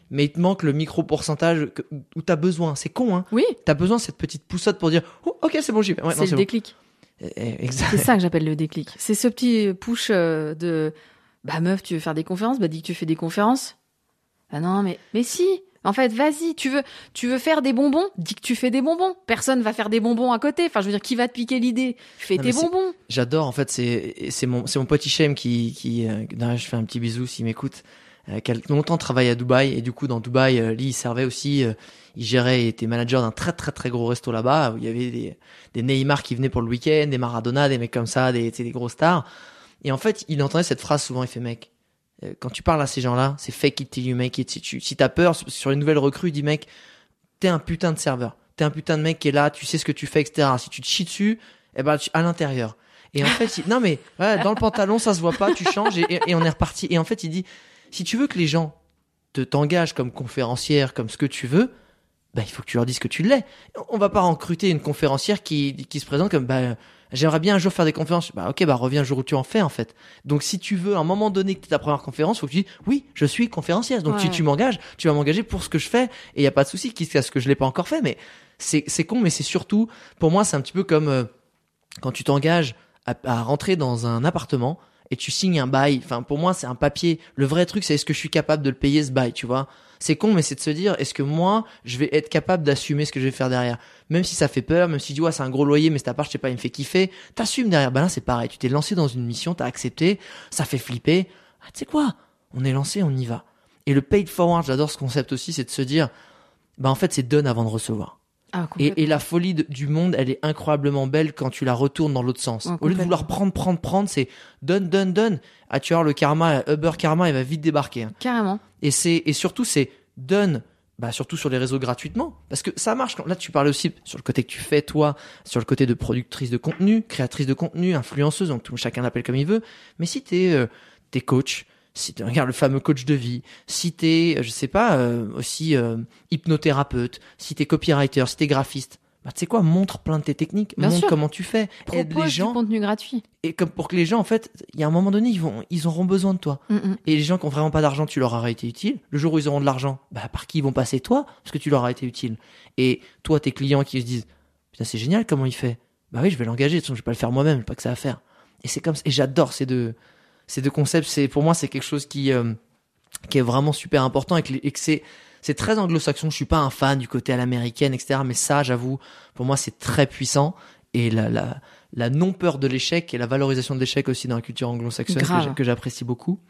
mais il te manque le micro pourcentage que, où t'as besoin. C'est con, hein. Oui. T'as besoin de cette petite poussotte pour dire, oh, ok, c'est bon, j'y vais. Ouais, c'est non, le bon. déclic. Exact. C'est ça que j'appelle le déclic. C'est ce petit push euh, de, bah meuf, tu veux faire des conférences, bah dis que tu fais des conférences. Bah non, mais, mais si. En fait, vas-y, tu veux, tu veux faire des bonbons, dis que tu fais des bonbons. Personne va faire des bonbons à côté. Enfin, je veux dire, qui va te piquer l'idée? Fais Non, tes mais bonbons. J'adore, en fait, c'est, c'est mon, c'est mon pote Hichem qui, qui, euh, d'ailleurs, je fais un petit bisou s'il m'écoute, euh, qui a longtemps travaillé à Dubaï, et du coup, dans Dubaï, euh, lui, il servait aussi, euh, il gérait, il était manager d'un très, très, très gros resto là-bas, où il y avait des, des Neymar qui venaient pour le week-end, des Maradona, des mecs comme ça, des, tu sais, des gros stars. Et en fait, il entendait cette phrase souvent, il fait, mec, euh, quand tu parles à ces gens-là, c'est fake it till you make it. Si tu, si t'as peur sur une nouvelle recrue, il dit, mec, t'es un putain de serveur. T'es un putain de mec qui est là, tu sais ce que tu fais, et cetera. Si tu te chies dessus, eh ben, tu, à l'intérieur. Et en fait, il, non mais, ouais, dans le pantalon, ça se voit pas, tu changes et, et, et on est reparti. Et en fait, il dit, si tu veux que les gens te t'engagent comme conférencière, comme ce que tu veux, bah, il faut que tu leur dises que tu l'es. On va pas recruter une conférencière qui, qui se présente comme, bah, j'aimerais bien un jour faire des conférences. Bah, ok, bah, reviens un jour où tu en fais, en fait. Donc, si tu veux, à un moment donné, que t'es ta première conférence, faut que tu dis, oui, je suis conférencière. Donc, Ouais. si tu m'engages, tu vas m'engager pour ce que je fais. Et y a pas de souci, quitte à ce que je l'ai pas encore fait. Mais c'est, c'est con, mais c'est surtout, pour moi, c'est un petit peu comme, euh, quand tu t'engages à, à rentrer dans un appartement et tu signes un bail. Enfin, pour moi, c'est un papier. Le vrai truc, c'est est-ce que je suis capable de le payer, ce bail, tu vois? C'est con, mais c'est de se dire, est-ce que moi, je vais être capable d'assumer ce que je vais faire derrière? Même si ça fait peur, même si tu dis, ouais, c'est un gros loyer, mais cet appart, je sais pas, il me fait kiffer. T'assumes derrière. Ben là, c'est pareil. Tu t'es lancé dans une mission, t'as accepté, ça fait flipper. Ah, tu sais quoi? On est lancé, on y va. Et le paid forward, j'adore ce concept aussi, c'est de se dire, bah, en fait, c'est donne avant de recevoir. Ah, complètement. Et, et la folie de- du monde, elle est incroyablement belle quand tu la retournes dans l'autre sens. Ouais, Au lieu de complètement. vouloir prendre, prendre, prendre, c'est donne, donne, donne. Ah, tu vois, le karma, Uber Karma, il va vite débarquer. hein. Carrément. Et c'est, et surtout, c'est donne, bah, surtout sur les réseaux gratuitement. Parce que ça marche. Quand, là, tu parlais aussi sur le côté que tu fais, toi, sur le côté de productrice de contenu, créatrice de contenu, influenceuse, donc tout, chacun l'appelle comme il veut. Mais si t'es, euh, t'es coach, si tu regardes le fameux coach de vie, si t'es, euh, je sais pas, euh, aussi euh, hypnothérapeute, si t'es copywriter, si t'es graphiste, bah tu sais quoi, montre plein de tes techniques, Bien montre sûr. comment tu fais, aide Propose les du gens, contenu gratuit. et comme pour que les gens, en fait, il y a un moment donné, ils vont, ils auront besoin de toi. Mm, mm. Et les gens qui ont vraiment pas d'argent, tu leur auras été utile. Le jour où ils auront de l'argent, bah par qui ils vont passer? Toi, parce que tu leur as été utile. Et toi, tes clients qui se disent, putain, c'est génial comment il fait. Bah oui, je vais l'engager, sinon je vais pas le faire moi-même, j'ai pas que ça à faire. Et c'est comme ça. Et j'adore ces deux, ces deux concepts. C'est, pour moi, c'est quelque chose qui, euh, qui est vraiment super important et que, et que c'est, c'est très anglo-saxon. Je suis pas un fan du côté à l'américaine, et cetera. Mais ça, j'avoue, pour moi, c'est très puissant. Et la, la, la non-peur de l'échec et la valorisation de l'échec aussi dans la culture anglo-saxonne que, Grave. j'a- que j'apprécie beaucoup.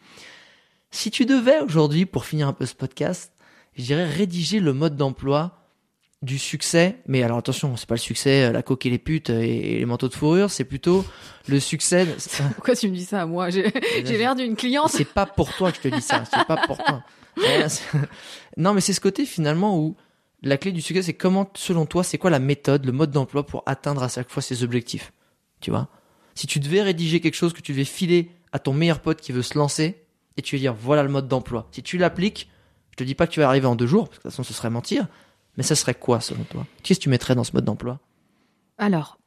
Si tu devais aujourd'hui, pour finir un peu ce podcast, je dirais rédiger le mode d'emploi du succès. Mais alors attention, c'est pas le succès, euh, la coque et les putes euh, et les manteaux de fourrure, c'est plutôt le succès. Pourquoi tu me dis ça à moi? J'ai j'ai l'air d'une cliente. C'est pas pour toi que je te dis ça. C'est pas pour toi. Euh, c'est- Non, mais c'est ce côté finalement où la clé du succès, c'est comment, selon toi, c'est quoi la méthode, le mode d'emploi pour atteindre à chaque fois ses objectifs. Tu vois? Si tu devais rédiger quelque chose que tu devais filer à ton meilleur pote qui veut se lancer et tu veux dire voilà le mode d'emploi. Si tu l'appliques, je te dis pas que tu vas arriver en deux jours, parce que de toute façon ce serait mentir. Mais ça serait quoi selon toi? Qu'est-ce que tu mettrais dans ce mode d'emploi? Alors,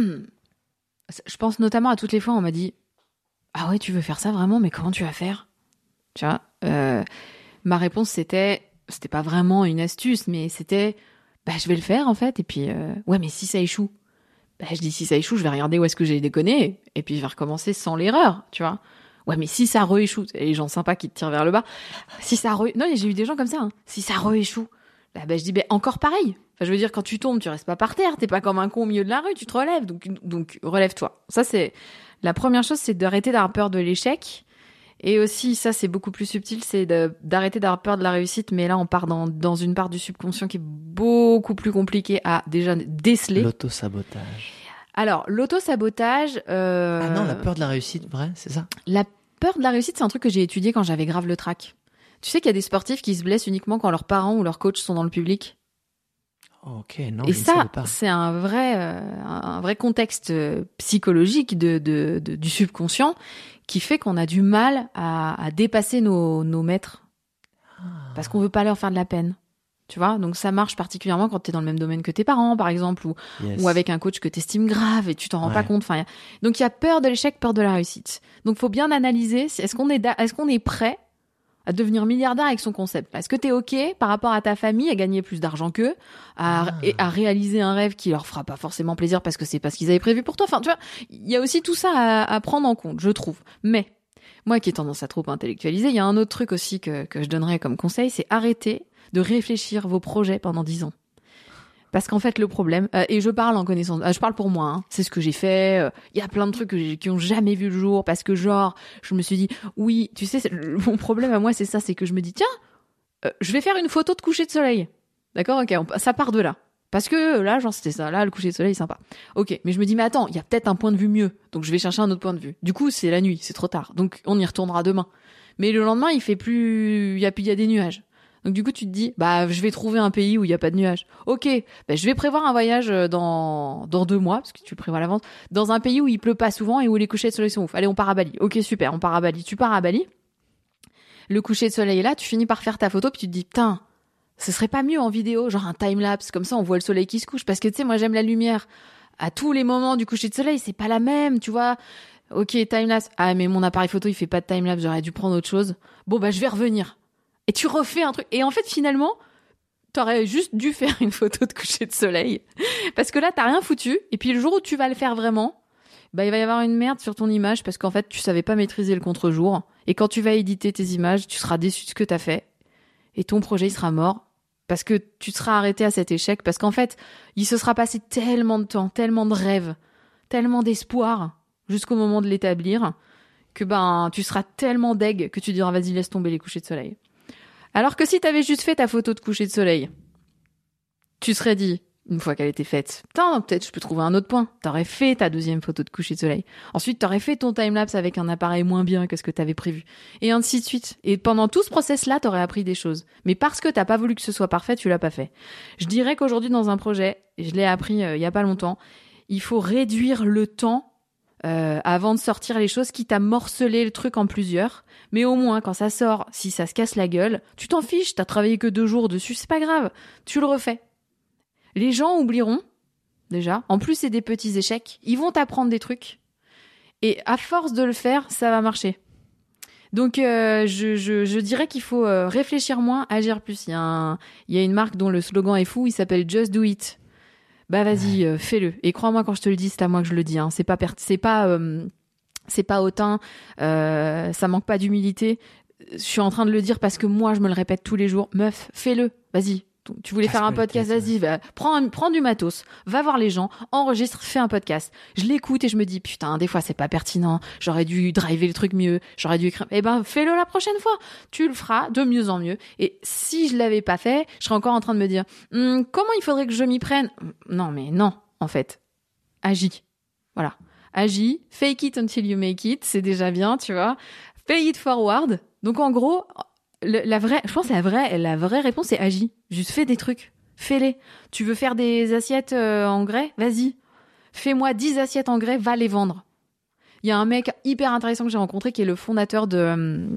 je pense notamment à toutes les fois où on m'a dit ah ouais, tu veux faire ça vraiment, mais comment tu vas faire? Tu vois, euh, ma réponse c'était, c'était pas vraiment une astuce, mais c'était bah je vais le faire en fait, et puis euh, ouais, mais si ça échoue, bah je dis si ça échoue, je vais regarder où est-ce que j'ai déconné, et puis je vais recommencer sans l'erreur, tu vois. Ouais, mais si ça re-échoue, c'est les gens sympas qui te tirent vers le bas. Si ça re... Non, j'ai eu des gens comme ça. Hein. Si ça re-échoue, bah, bah, je dis, bah, encore pareil. Enfin, je veux dire, quand tu tombes, tu restes pas par terre. T'es pas comme un con au milieu de la rue, tu te relèves. Donc, donc relève-toi. Ça, c'est la première chose, c'est d'arrêter d'avoir peur de l'échec. Et aussi, ça, c'est beaucoup plus subtil, c'est de, d'arrêter d'avoir peur de la réussite. Mais là, on part dans, dans une part du subconscient qui est beaucoup plus compliquée à déjà déceler. L'auto-sabotage. Alors, l'auto-sabotage... Euh... Ah non, la peur de la réussite, vrai, c'est ça? La peur de la réussite, c'est un truc que j'ai étudié quand j'avais grave le trac. Tu sais qu'il y a des sportifs qui se blessent uniquement quand leurs parents ou leurs coachs sont dans le public. Oh, ok, non, Et je ne savais ça, pas. c'est un vrai, euh, un vrai contexte euh, psychologique de, de, de, du subconscient qui fait qu'on a du mal à, à dépasser nos, nos maîtres parce qu'on veut pas leur faire de la peine. Tu vois, donc ça marche particulièrement quand tu es dans le même domaine que tes parents, par exemple, ou, Yes. ou avec un coach que tu estimes grave et tu t'en rends Ouais. pas compte. Enfin, y a... Donc il y a peur de l'échec, peur de la réussite. Donc faut bien analyser, est-ce qu'on est, da- est-ce qu'on est prêt à devenir milliardaire avec son concept. Est-ce que t'es OK par rapport à ta famille à gagner plus d'argent qu'eux, à, Ah. et à réaliser un rêve qui leur fera pas forcément plaisir parce que c'est pas ce qu'ils avaient prévu pour toi. Enfin, tu vois, il y a aussi tout ça à, à prendre en compte, je trouve. Mais moi qui ai tendance à trop intellectualiser, il y a un autre truc aussi que, que je donnerais comme conseil, c'est arrêter de réfléchir vos projets pendant dix ans. Parce qu'en fait, le problème, euh, et je parle en connaissance, euh, je parle pour moi, hein, c'est ce que j'ai fait. Il euh, y a plein de trucs que j'ai, qui ont jamais vu le jour parce que genre, je me suis dit, oui, tu sais, c'est, mon problème à moi, c'est ça, c'est que je me dis, tiens, euh, je vais faire une photo de coucher de soleil. D'accord, ok, on, ça part de là. Parce que là, genre, c'était ça, là, le coucher de soleil, sympa. Ok, mais je me dis, mais attends, il y a peut-être un point de vue mieux, donc je vais chercher un autre point de vue. Du coup, c'est la nuit, c'est trop tard, donc on y retournera demain. Mais le lendemain, il fait plus, il y a plus, il y a des nuages. Donc du coup, tu te dis, bah, je vais trouver un pays où il y a pas de nuages. Ok, bah, je vais prévoir un voyage dans dans deux mois parce que tu le prévois à l'avance, dans un pays où il pleut pas souvent et où les couchers de soleil sont ouf. Allez, on part à Bali. Ok, super, on part à Bali. Tu pars à Bali. Le coucher de soleil est là, tu finis par faire ta photo puis tu te dis, putain, ce serait pas mieux en vidéo, genre un time lapse comme ça, on voit le soleil qui se couche parce que tu sais, moi j'aime la lumière. À tous les moments du coucher de soleil, c'est pas la même, tu vois. Ok, time lapse. Ah mais mon appareil photo il fait pas de time lapse, j'aurais dû prendre autre chose. Bon bah je vais revenir. Et tu refais un truc. Et en fait, finalement, t'aurais juste dû faire une photo de coucher de soleil. Parce que là, t'as rien foutu. Et puis, le jour où tu vas le faire vraiment, bah, il va y avoir une merde sur ton image parce qu'en fait, tu savais pas maîtriser le contre-jour. Et quand tu vas éditer tes images, tu seras déçu de ce que t'as fait. Et ton projet, il sera mort. Parce que tu te seras arrêté à cet échec. Parce qu'en fait, il se sera passé tellement de temps, tellement de rêves, tellement d'espoir jusqu'au moment de l'établir que ben, tu seras tellement deg que tu diras, vas-y, laisse tomber les couchers de soleil. Alors que si t'avais juste fait ta photo de coucher de soleil, tu serais dit, une fois qu'elle était faite, putain, peut-être je peux trouver un autre point. T'aurais fait ta deuxième photo de coucher de soleil. Ensuite, t'aurais fait ton timelapse avec un appareil moins bien que ce que t'avais prévu. Et ainsi de suite. Et pendant tout ce process-là, t'aurais appris des choses. Mais parce que t'as pas voulu que ce soit parfait, tu l'as pas fait. Je dirais qu'aujourd'hui, dans un projet, je l'ai appris euh, il y a pas longtemps, il faut réduire le temps Euh, avant de sortir les choses, quitte à morceler le truc en plusieurs. Mais au moins, quand ça sort, si ça se casse la gueule, tu t'en fiches, t'as travaillé que deux jours dessus, c'est pas grave, tu le refais. Les gens oublieront, déjà. En plus, c'est des petits échecs. Ils vont t'apprendre des trucs. Et à force de le faire, ça va marcher. Donc, euh, je, je, je dirais qu'il faut euh, réfléchir moins, agir plus. Il y a un, il y a une marque dont le slogan est fou, il s'appelle Just Do It. Bah vas-y, euh, fais-le. Et crois-moi quand je te le dis, c'est à moi que je le dis. Hein. C'est pas per- c'est pas euh, c'est pas hautain. Euh, ça manque pas d'humilité. Je suis en train de le dire parce que moi je me le répète tous les jours. Meuf, fais-le. Vas-y. Tu voulais faire un podcast, vas-y, va, prends, prends du matos, va voir les gens, enregistre, fais un podcast. Je l'écoute et je me dis, putain, des fois c'est pas pertinent, j'aurais dû driver le truc mieux, j'aurais dû écrire. Eh ben, fais-le la prochaine fois. Tu le feras de mieux en mieux. Et si je l'avais pas fait, je serais encore en train de me dire, hm, comment il faudrait que je m'y prenne? Non, mais non, en fait. Agis. Voilà. Agis. Fake it until you make it. C'est déjà bien, tu vois. Pay it forward. Donc, en gros, Le, la vraie, je pense que la vraie, la vraie réponse c'est agis. Juste fais des trucs, fais-les. Tu veux faire des assiettes euh, en grès, vas-y. Fais-moi dix assiettes en grès, va les vendre. Il y a un mec hyper intéressant que j'ai rencontré qui est le fondateur de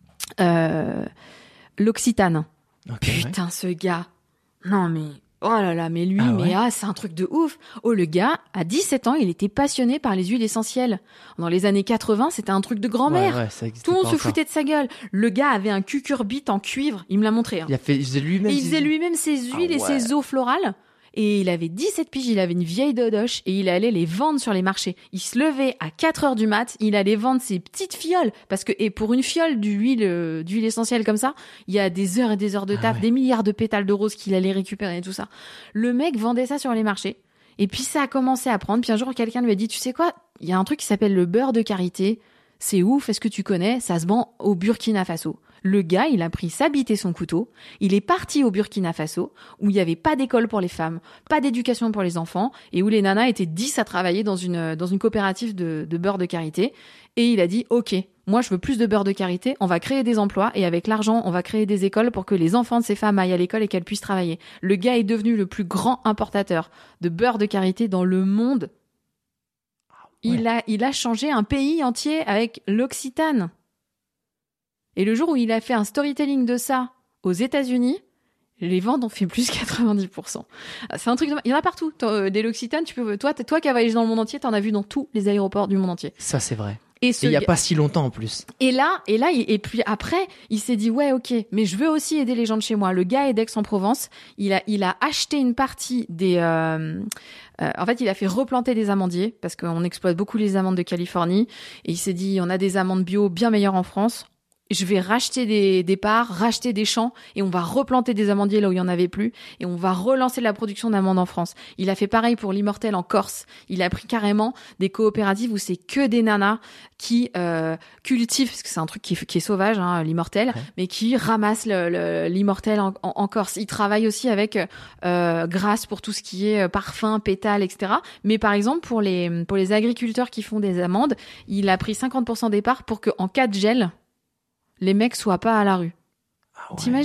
euh, l'Occitane. Okay, Putain, ouais. Ce gars. Non mais oh là là, mais lui, ah mais ouais. ah, c'est un truc de ouf. Oh, le gars, à dix-sept ans, il était passionné par les huiles essentielles. Dans les années quatre-vingts, c'était un truc de grand-mère. Ouais, ouais, ça existait Tout le monde pas se encore. foutait de sa gueule. Le gars avait un cucurbite en cuivre. Il me l'a montré. Hein. Il a fait, il faisait lui-même. Et il ses- faisait lui-même ses huiles Ah et ouais. ses eaux florales. Et il avait dix-sept piges, il avait une vieille dodoche et il allait les vendre sur les marchés. Il se levait à quatre heures du mat, il allait vendre ses petites fioles. Parce que, et pour une fiole d'huile, euh, d'huile essentielle comme ça, il y a des heures et des heures de taf, Ah ouais. des milliards de pétales de rose qu'il allait récupérer et tout ça. Le mec vendait ça sur les marchés. Et puis ça a commencé à prendre. Puis un jour, quelqu'un lui a dit, tu sais quoi, il y a un truc qui s'appelle le beurre de karité. C'est ouf, est-ce que tu connais? Ça se vend au Burkina Faso. Le gars, il a pris sa bite et son couteau. Il est parti au Burkina Faso, où il n'y avait pas d'école pour les femmes, pas d'éducation pour les enfants, et où les nanas étaient dix à travailler dans une, dans une coopérative de, de beurre de karité. Et il a dit, OK, moi je veux plus de beurre de karité, on va créer des emplois, et avec l'argent, on va créer des écoles pour que les enfants de ces femmes aillent à l'école et qu'elles puissent travailler. Le gars est devenu le plus grand importateur de beurre de karité dans le monde. Ouais. Il a, il a changé un pays entier avec l'Occitane. Et le jour où il a fait un storytelling de ça aux États-Unis, les ventes ont fait plus quatre-vingt-dix pour cent. C'est un truc de... Il y en a partout. T'as, euh, Des l'Occitane, tu peux... toi, t- toi qui as voyagé dans le monde entier, t'en as vu dans tous les aéroports du monde entier. Ça, c'est vrai. Et ce Et il y a gars- pas si longtemps en plus. Et là, et là, il- et puis après, il s'est dit ouais, ok, mais je veux aussi aider les gens de chez moi. Le gars est d'Aix-en-Provence. Il a, il a acheté une partie des. Euh, euh, en fait, il a fait replanter des amandiers parce qu'on exploite beaucoup les amandes de Californie. Et il s'est dit, on a des amandes bio bien meilleures en France. Je vais racheter des, des parts, racheter des champs et on va replanter des amandiers là où il y en avait plus et on va relancer la production d'amandes en France. Il a fait pareil pour l'Immortel en Corse. Il a pris carrément des coopératives où c'est que des nanas qui euh, cultivent, parce que c'est un truc qui est, qui est sauvage, hein, l'Immortel, ouais. mais qui ramassent le, le, l'Immortel en, en, en Corse. Il travaille aussi avec euh, Grasse pour tout ce qui est parfum, pétales, et cetera. Mais par exemple, pour les, pour les agriculteurs qui font des amandes, il a pris cinquante pour cent des parts pour qu'en cas de gel, les mecs soient pas à la rue. Ah ouais. T'imagines ?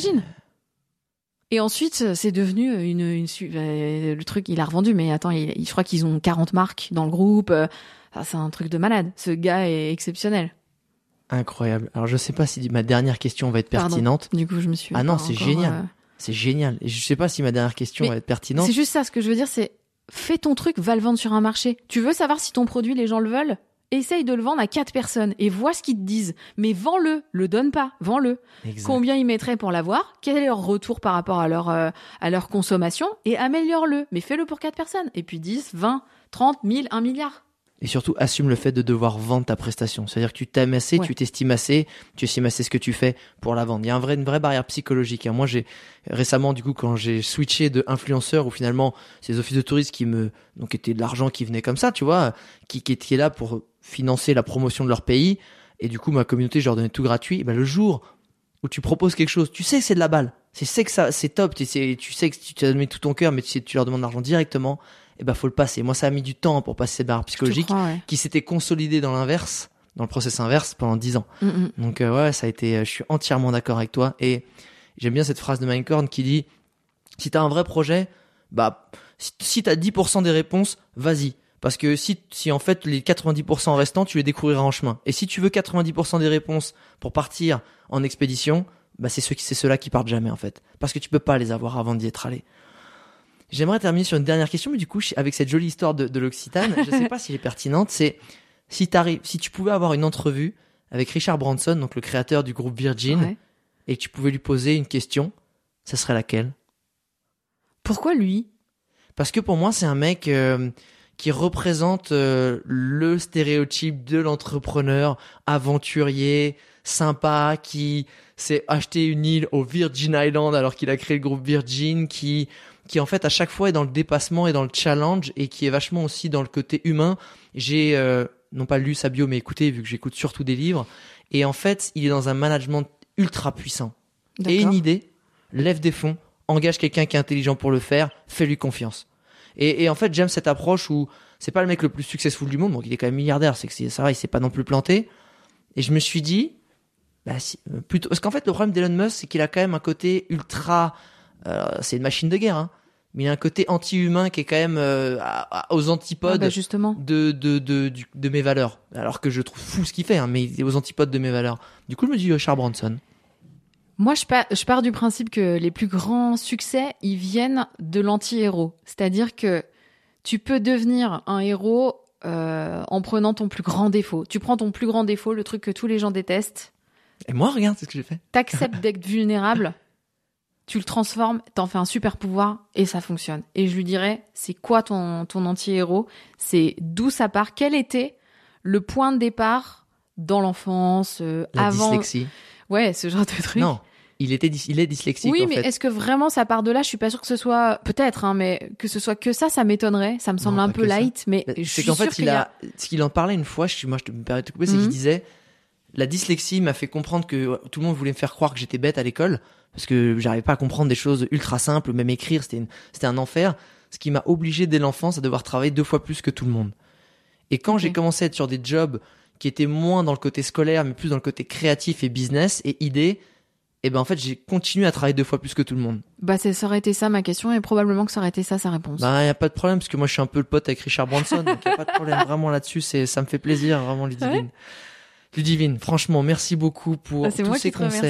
Et ensuite, c'est devenu une, une, une, le truc, il a revendu, mais attends, il, il, je crois qu'ils ont quarante marques dans le groupe. Enfin, c'est un truc de malade. Ce gars est exceptionnel. Incroyable. Alors, je sais pas si ma dernière question va être pertinente. Pardon. Du coup, je me suis. Ah non, c'est encore, génial. Euh... C'est génial. Et je sais pas si ma dernière question mais va être pertinente. C'est juste ça, ce que je veux dire, c'est fais ton truc, va le vendre sur un marché. Tu veux savoir si ton produit, les gens le veulent ? Essaye de le vendre à quatre personnes et vois ce qu'ils te disent. Mais vends-le, le donne pas, vends-le. Exact. Combien ils mettraient pour l'avoir ? Quel est leur retour par rapport à leur, euh, à leur consommation ? Et améliore-le. Mais fais-le pour quatre personnes. Et puis dix, vingt, trente, mille, un milliard. Et surtout, assume le fait de devoir vendre ta prestation. C'est-à-dire que tu t'aimes assez, ouais. tu t'estimes assez, tu estimes assez ce que tu fais pour la vendre. Il y a un vrai, une vraie barrière psychologique. Moi, j'ai récemment, du coup, quand j'ai switché de influenceur, où finalement, c'est les offices de tourisme qui me, donc, étaient de l'argent qui venait comme ça, tu vois, qui, qui était là pour financer la promotion de leur pays. Et du coup, ma communauté, je leur donnais tout gratuit. Et ben, le jour où tu proposes quelque chose, tu sais que c'est de la balle. Tu sais que ça, c'est top. Tu sais, tu sais que tu t'as donné tout ton cœur, mais tu sais, tu leur demandes de l'argent directement. Eh ben, faut le passer. Moi, ça a mis du temps pour passer cette barrière psychologique crois, ouais. qui s'était consolidée dans l'inverse, dans le process inverse pendant dix ans. Mm-hmm. Donc, euh, ouais, ça a été, je suis entièrement d'accord avec toi. Et j'aime bien cette phrase de Minecraft qui dit, si t'as un vrai projet, bah, si, si t'as dix pour cent des réponses, vas-y. Parce que si, si en fait, les quatre-vingt-dix pour cent restants, tu les découvriras en chemin. Et si tu veux quatre-vingt-dix pour cent des réponses pour partir en expédition, bah, c'est ceux qui, c'est ceux-là qui partent jamais, en fait. Parce que tu peux pas les avoir avant d'y être allé. J'aimerais terminer sur une dernière question, mais du coup, avec cette jolie histoire de, de l'Occitane, je sais pas si elle est pertinente, c'est si t'arrives, si tu pouvais avoir une entrevue avec Richard Branson, donc le créateur du groupe Virgin, ouais. et que tu pouvais lui poser une question, ça serait laquelle ? Pourquoi lui ? Parce que pour moi, c'est un mec euh, qui représente euh, le stéréotype de l'entrepreneur aventurier, sympa, qui s'est acheté une île au Virgin Island alors qu'il a créé le groupe Virgin, qui qui en fait à chaque fois est dans le dépassement et dans le challenge et qui est vachement aussi dans le côté humain. J'ai euh, non pas lu sa bio mais écouté vu que j'écoute surtout des livres et en fait il est dans un management ultra puissant. D'accord. Et une idée, lève des fonds, engage quelqu'un qui est intelligent pour le faire, fais-lui confiance. Et, et en fait j'aime cette approche où c'est pas le mec le plus successful du monde, donc il est quand même milliardaire, c'est que c'est, ça va, il s'est pas non plus planté. Et je me suis dit, bah si, plutôt, parce qu'en fait le problème d'Elon Musk c'est qu'il a quand même un côté ultra Euh, c'est une machine de guerre, hein. Mais il y a un côté anti-humain qui est quand même euh, à, à, aux antipodes ah bah justement. de, de, de, de, de mes valeurs. Alors que je trouve fou ce qu'il fait, hein, mais il est aux antipodes de mes valeurs. Du coup, je me dis Richard Branson. Moi, je pars, je pars du principe que les plus grands succès, ils viennent de l'anti-héros. C'est-à-dire que tu peux devenir un héros euh, en prenant ton plus grand défaut. Tu prends ton plus grand défaut, le truc que tous les gens détestent. Et moi, regarde, c'est ce que j'ai fait. T'acceptes d'être vulnérable. Tu le transformes, t'en fais un super pouvoir et ça fonctionne. Et je lui dirais, c'est quoi ton, ton anti-héros ? C'est d'où ça part ? Quel était le point de départ dans l'enfance, euh, La avant... dyslexie. Ouais, ce genre de truc. Non, il était, il est dyslexique. Oui, en mais fait. est-ce que vraiment ça part de là ? Je suis pas sûre que ce soit, peut-être, hein, mais que ce soit que ça, ça m'étonnerait. Ça me semble non, un peu light, ça. mais c'est je suis qu'en fait, sûre il a, a... ce qu'il en parlait une fois, je suis, moi, je te me permets de te couper, c'est mm-hmm. qu'il disait, la dyslexie m'a fait comprendre que tout le monde voulait me faire croire que j'étais bête à l'école. Parce que j'arrivais pas à comprendre des choses ultra simples, même écrire, c'était, une, c'était un enfer. Ce qui m'a obligé dès l'enfance à devoir travailler deux fois plus que tout le monde. Et quand okay. j'ai commencé à être sur des jobs qui étaient moins dans le côté scolaire, mais plus dans le côté créatif et business et idées, et ben en fait j'ai continué à travailler deux fois plus que tout le monde. Bah c'est, ça aurait été ça ma question et probablement que ça aurait été ça sa réponse. Bah y a pas de problème parce que moi je suis un peu le pote avec Richard Branson, donc y a pas de problème vraiment là-dessus. C'est, ça me fait plaisir vraiment Ludivine. Ouais. Ludivine, franchement, merci beaucoup pour bah, tous ces conseils.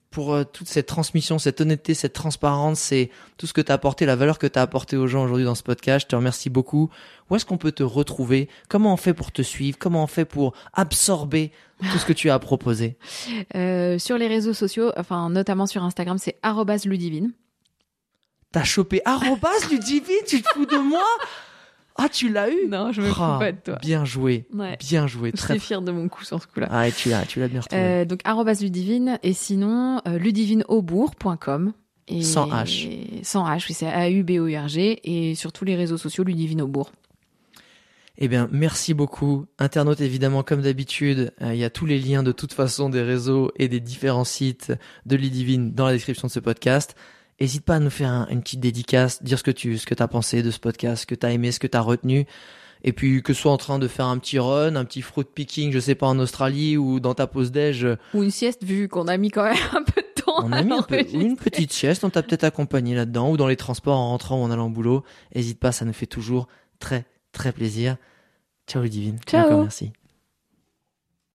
pour euh, toute cette transmission, cette honnêteté, cette transparence, c'est tout ce que tu as apporté, la valeur que tu as apporté aux gens aujourd'hui dans ce podcast. Je te remercie beaucoup. Où est-ce qu'on peut te retrouver? Comment on fait pour te suivre? Comment on fait pour absorber tout ce que tu as proposé? euh, Sur les réseaux sociaux, enfin notamment sur Instagram, c'est arobase ludivine. T'as chopé arrobas Ludivine? Tu te fous de moi? Ah, tu l'as eu? Non, je me Ah, fous pas de toi. Bien joué. Ouais. Bien joué. Je Très suis fière de mon coup sur ce coup-là. Ah, et tu l'as, tu l'as bien retrouvé. Euh, donc arobase ludivine et sinon euh, ludivineaubourg point com. Et Sans H. Sans H, oui, c'est A U B O U R G et sur tous les réseaux sociaux Ludivine Aubourg. Eh bien, merci beaucoup. Internautes, évidemment, comme d'habitude, euh, il y a tous les liens de toute façon des réseaux et des différents sites de Ludivine dans la description de ce podcast. N'hésite pas à nous faire un, une petite dédicace, dire ce que tu ce que t'as pensé de ce podcast, ce que t'as aimé, ce que t'as retenu. Et puis que ce soit en train de faire un petit run, un petit fruit picking, je sais pas, en Australie ou dans ta pause déj. Ou une sieste, vu qu'on a mis quand même un peu de temps. On a mis un peu, ou une petite sieste, on t'a peut-être accompagné là-dedans, ou dans les transports en rentrant ou en allant au boulot. N'hésite pas, ça nous fait toujours très, très plaisir. Ciao Ludivine. Ciao. Encore merci.